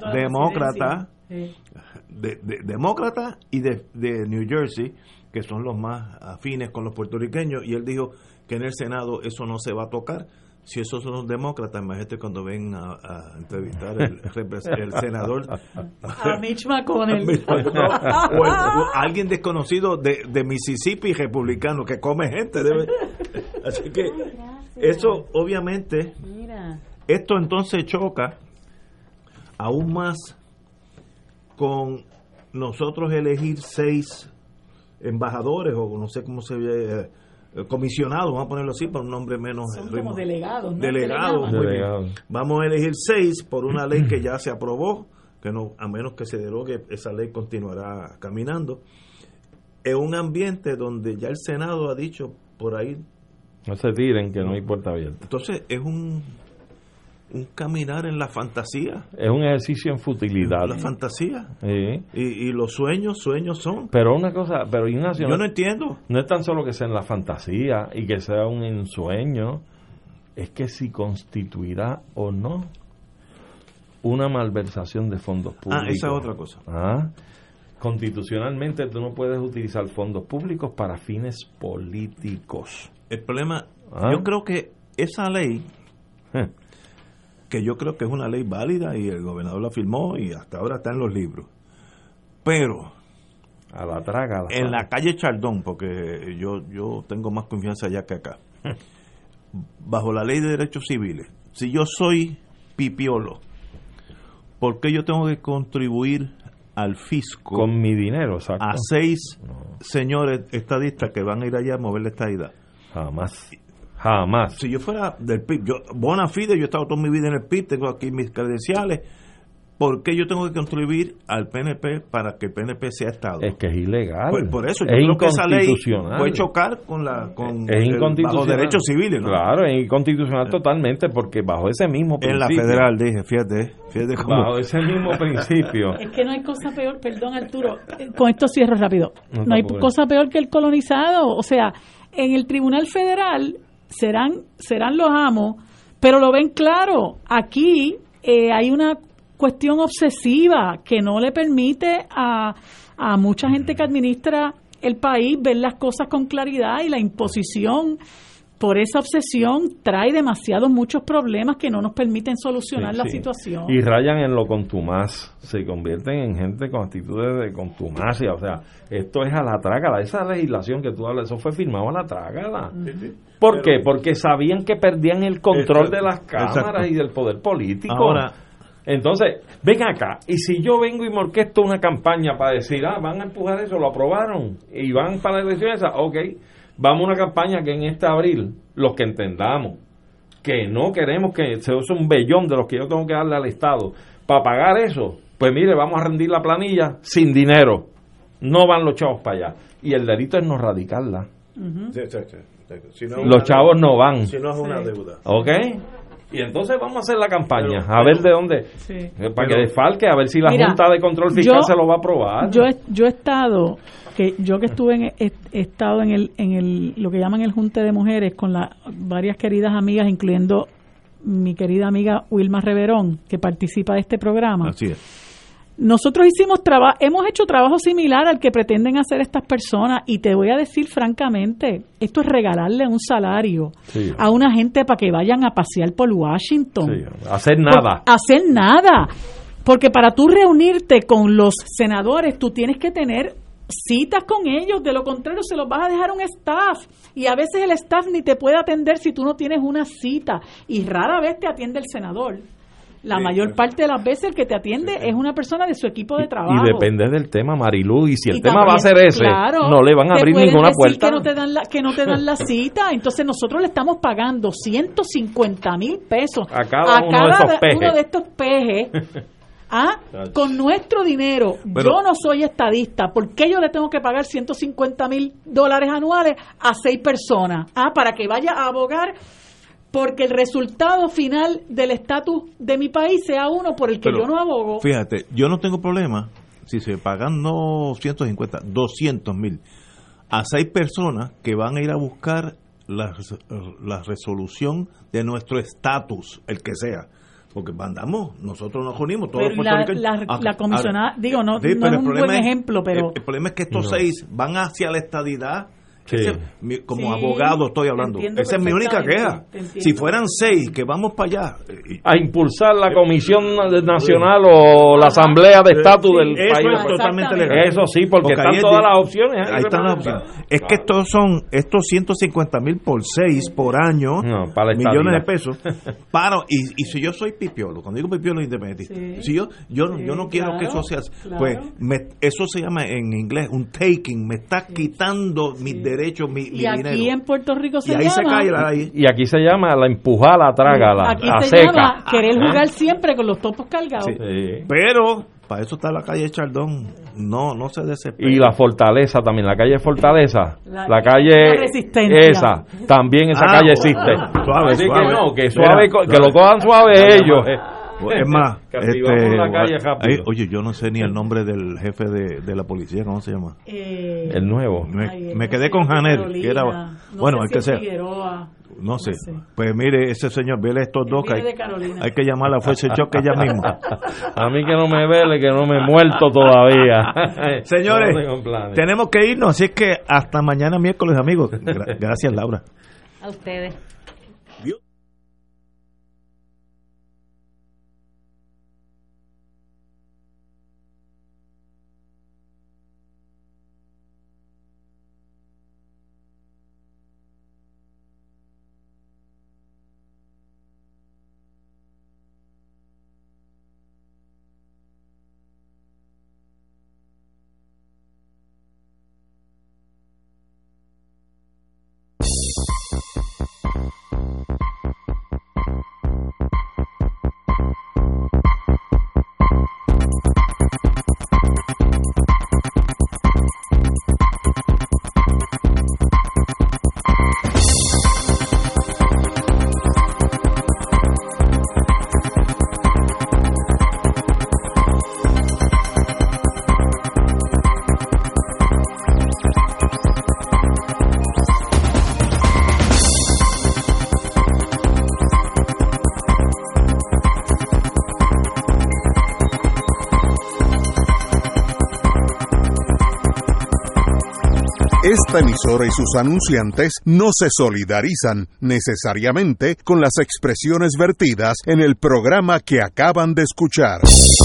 y de New Jersey, que son los más afines con los puertorriqueños, y él dijo que en el Senado eso no se va a tocar. Si esos son los demócratas, imagínate cuando ven a entrevistar el senador a Mitch McConnell o alguien desconocido de Mississippi, republicano, que come gente. Así que eso obviamente, esto entonces choca aún más con nosotros elegir 6 embajadores, o no sé cómo se ve, comisionados, vamos a ponerlo así, por un nombre menos... Son como delegados, ¿no? Delegados, muy bien. Vamos a elegir 6 por una ley que ya se aprobó, que no, a menos que se derogue, esa ley continuará caminando, en un ambiente donde ya el Senado ha dicho por ahí... No se tiren, que no hay puerta abierta. Entonces, es un caminar en la fantasía. Es un ejercicio en futilidad. La fantasía. Sí. Y los sueños son. Pero una cosa, Ignacio, yo no entiendo. No es tan solo que sea en la fantasía y que sea un ensueño, es que si constituirá o no una malversación de fondos públicos. Esa es otra cosa. Constitucionalmente tú no puedes utilizar fondos públicos para fines políticos. El problema, yo creo que esa ley que yo creo que es una ley válida y el gobernador la firmó y hasta ahora está en los libros. Pero a la traga. En la calle Chardón, porque yo tengo más confianza allá que acá, bajo la ley de derechos civiles, si yo soy pipiolo, ¿por qué yo tengo que contribuir al fisco con mi dinero? Exacto. A 6 señores estadistas que van a ir allá a mover la estadidad? Jamás. Si yo fuera del PIB, bona fide, yo he estado toda mi vida en el PIB, tengo aquí mis credenciales. ¿Por qué yo tengo que contribuir al PNP para que el PNP sea Estado? Es que es ilegal. Por eso, yo creo que esa ley puede chocar con bajo derechos civiles, ¿no? Claro, es inconstitucional totalmente, porque bajo ese mismo principio. En la federal, dije, fíjate cómo. Bajo ese mismo principio. Es que no hay cosa peor, perdón Arturo, con esto cierro rápido. No hay cosa peor que el colonizado. O sea, en el Tribunal Federal serán los amos, pero lo ven claro. Aquí hay una cuestión obsesiva que no le permite a mucha gente que administra el país ver las cosas con claridad, y la imposición por esa obsesión trae muchos problemas que no nos permiten solucionar la situación. Y rayan en lo contumaz, se convierten en gente con actitudes de contumacia. O sea, esto es a la trágala. Esa legislación que tú hablas, eso fue firmado a la trágala. ¿Por qué? Porque sabían que perdían el control de las cámaras y del poder político. Ahora, entonces, ven acá, y si yo vengo y me orquesto una campaña para decir, van a empujar eso, lo aprobaron, y van para la elección esa, ok, vamos a una campaña que en este abril, los que entendamos que no queremos que se use un bellón de los que yo tengo que darle al Estado para pagar eso, pues mire, vamos a rendir la planilla sin dinero, no van los chavos para allá, y el delito es no radicarla. Si no los chavos no van. Si no es una deuda. ¿Ok? Y entonces vamos a hacer la campaña, a ver de dónde, para que desfalque, a ver si la Junta de Control Fiscal se lo va a aprobar. Yo he estado, he estado en el lo que llaman el Junte de Mujeres con varias queridas amigas, incluyendo mi querida amiga Wilma Reverón, que participa de este programa. Así es. Nosotros hemos hecho trabajo similar al que pretenden hacer estas personas, y te voy a decir francamente, esto es regalarle un salario a una gente para que vayan a pasear por Washington. Hacer nada. Hacer nada. Porque para tú reunirte con los senadores, tú tienes que tener citas con ellos, de lo contrario se los vas a dejar a un staff, y a veces el staff ni te puede atender si tú no tienes una cita, y rara vez te atiende el senador. La mayor parte de las veces el que te atiende es una persona de su equipo de trabajo. Y depende del tema, Marilú, y si el tema va a ser ese, no le van a abrir ninguna puerta. Que no te dan la cita. Entonces nosotros le estamos pagando 150,000 pesos a cada uno de estos pejes. Con nuestro dinero. Yo no soy estadista. ¿Por qué yo le tengo que pagar $150,000 anuales a 6 personas? Para que vaya a abogar porque el resultado final del estatus de mi país sea uno por el que yo no abogo. Fíjate, yo no tengo problema si se pagan no 150, 200,000 a 6 personas que van a ir a buscar la resolución de nuestro estatus, el que sea. Porque nosotros nos unimos todos los puertorriqueños. La comisionada, no es un buen ejemplo, pero el problema es que estos 6 van hacia la estadidad. Como abogado estoy hablando. Esa es mi única queja. Si fueran 6 que vamos para allá a impulsar la Comisión Nacional o la Asamblea de Estatus del país. Eso es totalmente legal. Eso sí, porque están todas las opciones. Ahí están las opciones. Es que estos 150,000 por 6 por año, millones de pesos. Y si yo soy pipiolo, cuando digo pipiolo independentista, si yo no quiero que eso sea, pues eso se llama en inglés un taking, me está quitando mis derechos, mi dinero. Y aquí en Puerto Rico y aquí se llama la empujada, la trágala, aquí se llama querer jugar siempre con los topos cargados. Pero para eso está la calle Chardón, no se desespera. Y la Fortaleza también, la calle Fortaleza, la calle esa, también esa calle existe. Suave. Que lo cojan suave ellos. Es más, oye, yo no sé ni el nombre del jefe de la policía, ¿cómo se llama? El nuevo. Me quedé con Janel, que era el que sea. No sé. Pues mire, ese señor, vele estos dos, que hay que llamar a la fuerza de choque ella misma. A mí que no me vele, que no me he muerto todavía. Señores, tenemos que irnos, así que hasta mañana miércoles, amigos. Gracias, Laura. A ustedes. Esta emisora y sus anunciantes no se solidarizan necesariamente con las expresiones vertidas en el programa que acaban de escuchar.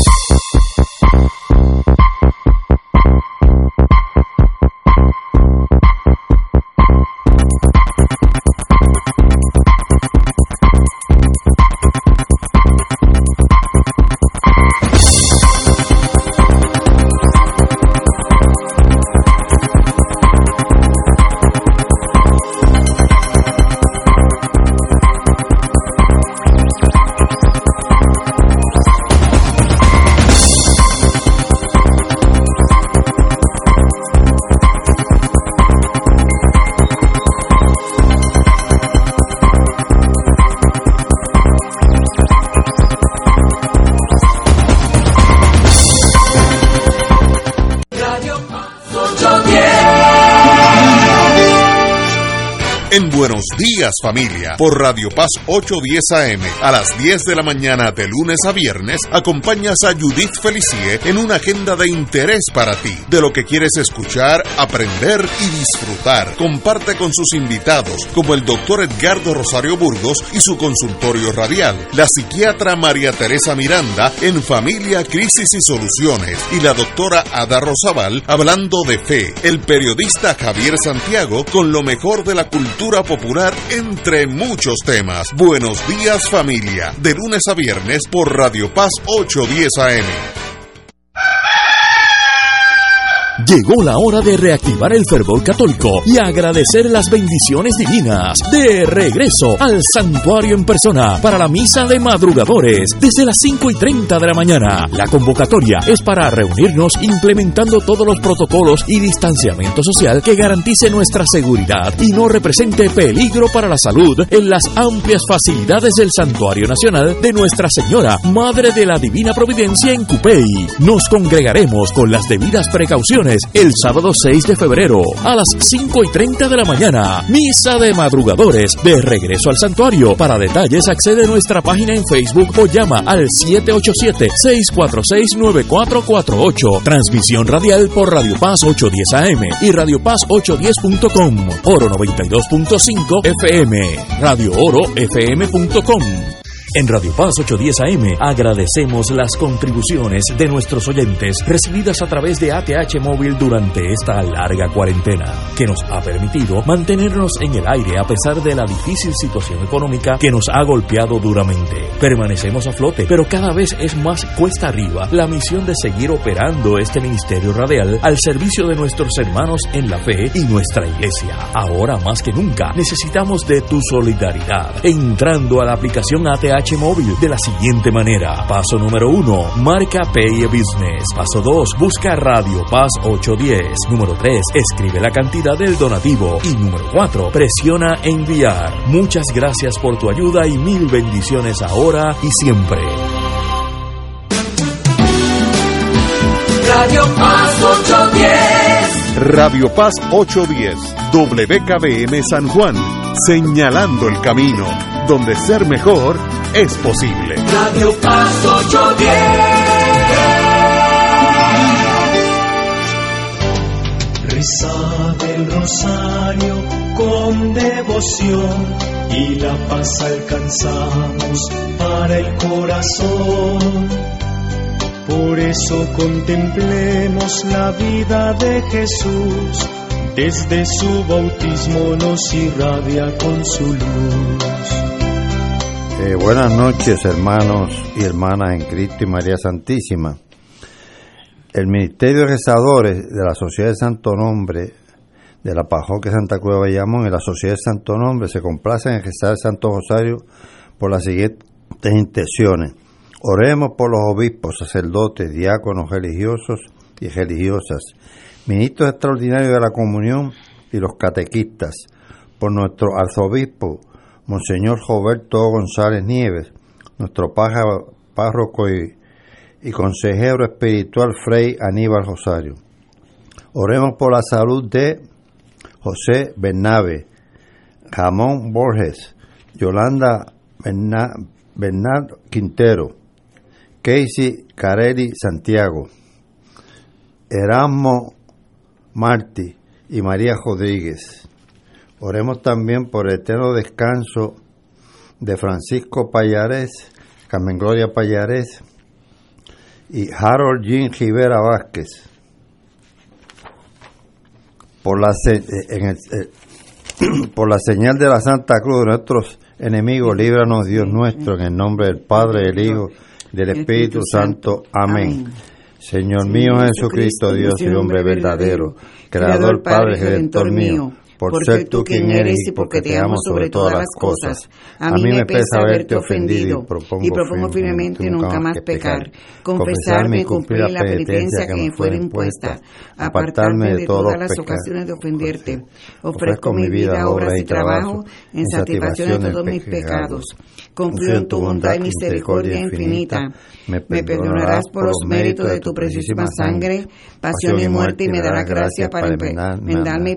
En Buenos Días Familia, por Radio Paz 810 AM, a las 10 de la mañana de lunes a viernes, acompañas a Judith Felicie en una agenda de interés para ti, de lo que quieres escuchar, aprender y disfrutar. Comparte con sus invitados, como el doctor Edgardo Rosario Burgos y su consultorio radial, la psiquiatra María Teresa Miranda en Familia, Crisis y Soluciones, y la doctora Ada Rosabal hablando de fe, el periodista Javier Santiago con lo mejor de la cultura popular, entre muchos temas. Buenos Días Familia, de lunes a viernes por Radio Paz 810 AM. Llegó la hora de reactivar el fervor católico y agradecer las bendiciones divinas. De regreso al santuario en persona para la misa de madrugadores desde las 5:30 de la mañana. La convocatoria es para reunirnos implementando todos los protocolos y distanciamiento social que garantice nuestra seguridad y no represente peligro para la salud en las amplias facilidades del Santuario Nacional de Nuestra Señora, Madre de la Divina Providencia en Cupey. Nos congregaremos con las debidas precauciones el sábado 6 de febrero a las 5:30 de la mañana. Misa de madrugadores de regreso al santuario. Para detalles accede a nuestra página en Facebook o llama al 787-646-9448. Transmisión radial por Radio Paz 810 AM y Radio Paz 810.com. Oro 92.5 FM. Radio Oro FM.com. En Radio Paz 810 AM agradecemos las contribuciones de nuestros oyentes recibidas a través de ATH Móvil durante esta larga cuarentena, que nos ha permitido mantenernos en el aire a pesar de la difícil situación económica que nos ha golpeado duramente. Permanecemos a flote, pero cada vez es más cuesta arriba la misión de seguir operando este ministerio radial al servicio de nuestros hermanos en la fe y nuestra iglesia. Ahora más que nunca necesitamos de tu solidaridad. Entrando a la aplicación ATH Móvil de la siguiente manera: paso número 1, marca Pay a Business. Paso 2, busca Radio Paz 810. Número 3, escribe la cantidad del donativo. Y número 4, presiona enviar. Muchas gracias por tu ayuda y mil bendiciones ahora y siempre. Radio Paz 810. Radio Paz 810, WKBM San Juan, señalando el camino donde ser mejor es posible. Radio Paz 810. Rezad el rosario con devoción y la paz alcanzamos para el corazón. Por eso contemplemos la vida de Jesús. Desde su bautismo nos irradia con su luz. Buenas noches, hermanos y hermanas en Cristo y María Santísima. El Ministerio de Rezadores de la Sociedad de Santo Nombre de la Parroquia Santa Cruz de Bayamón y la Sociedad de Santo Nombre se complacen en rezar el Santo Rosario por las siguientes intenciones. Oremos por los obispos, sacerdotes, diáconos, religiosos y religiosas, ministros extraordinarios de la comunión y los catequistas, por nuestro arzobispo Monseñor Roberto González Nieves, nuestro párroco y consejero espiritual Fray Aníbal Rosario. Oremos por la salud de José Bernabe, Ramón Borges, Yolanda Bernal Quintero, Casey Carelli Santiago, Erasmo Martí y María Rodríguez. Oremos también por el eterno descanso de Francisco Payares, Carmen Gloria Payares y Harold Jean Rivera Vázquez. Por la señal de la Santa Cruz de nuestros enemigos, líbranos Dios nuestro, en el nombre del Padre, del Hijo, del Espíritu Santo. Amén. Señor mío Jesucristo, Dios y hombre verdadero, Creador, Padre, Redentor mío, por ser tú quien eres y porque te amo sobre todas las cosas. A mí me pesa haberte ofendido y propongo firmemente nunca más pecar, confesarme y cumplir la penitencia que me fuera impuesta, apartarme de todas las ocasiones de ofenderte. Ofrezco mi vida, obras y trabajo en satisfacción de todos mis pecados. Confío en tu bondad y misericordia infinita. Me perdonarás por los méritos de tu preciosísima sangre, pasión y muerte, y me darás gracia para enmendarme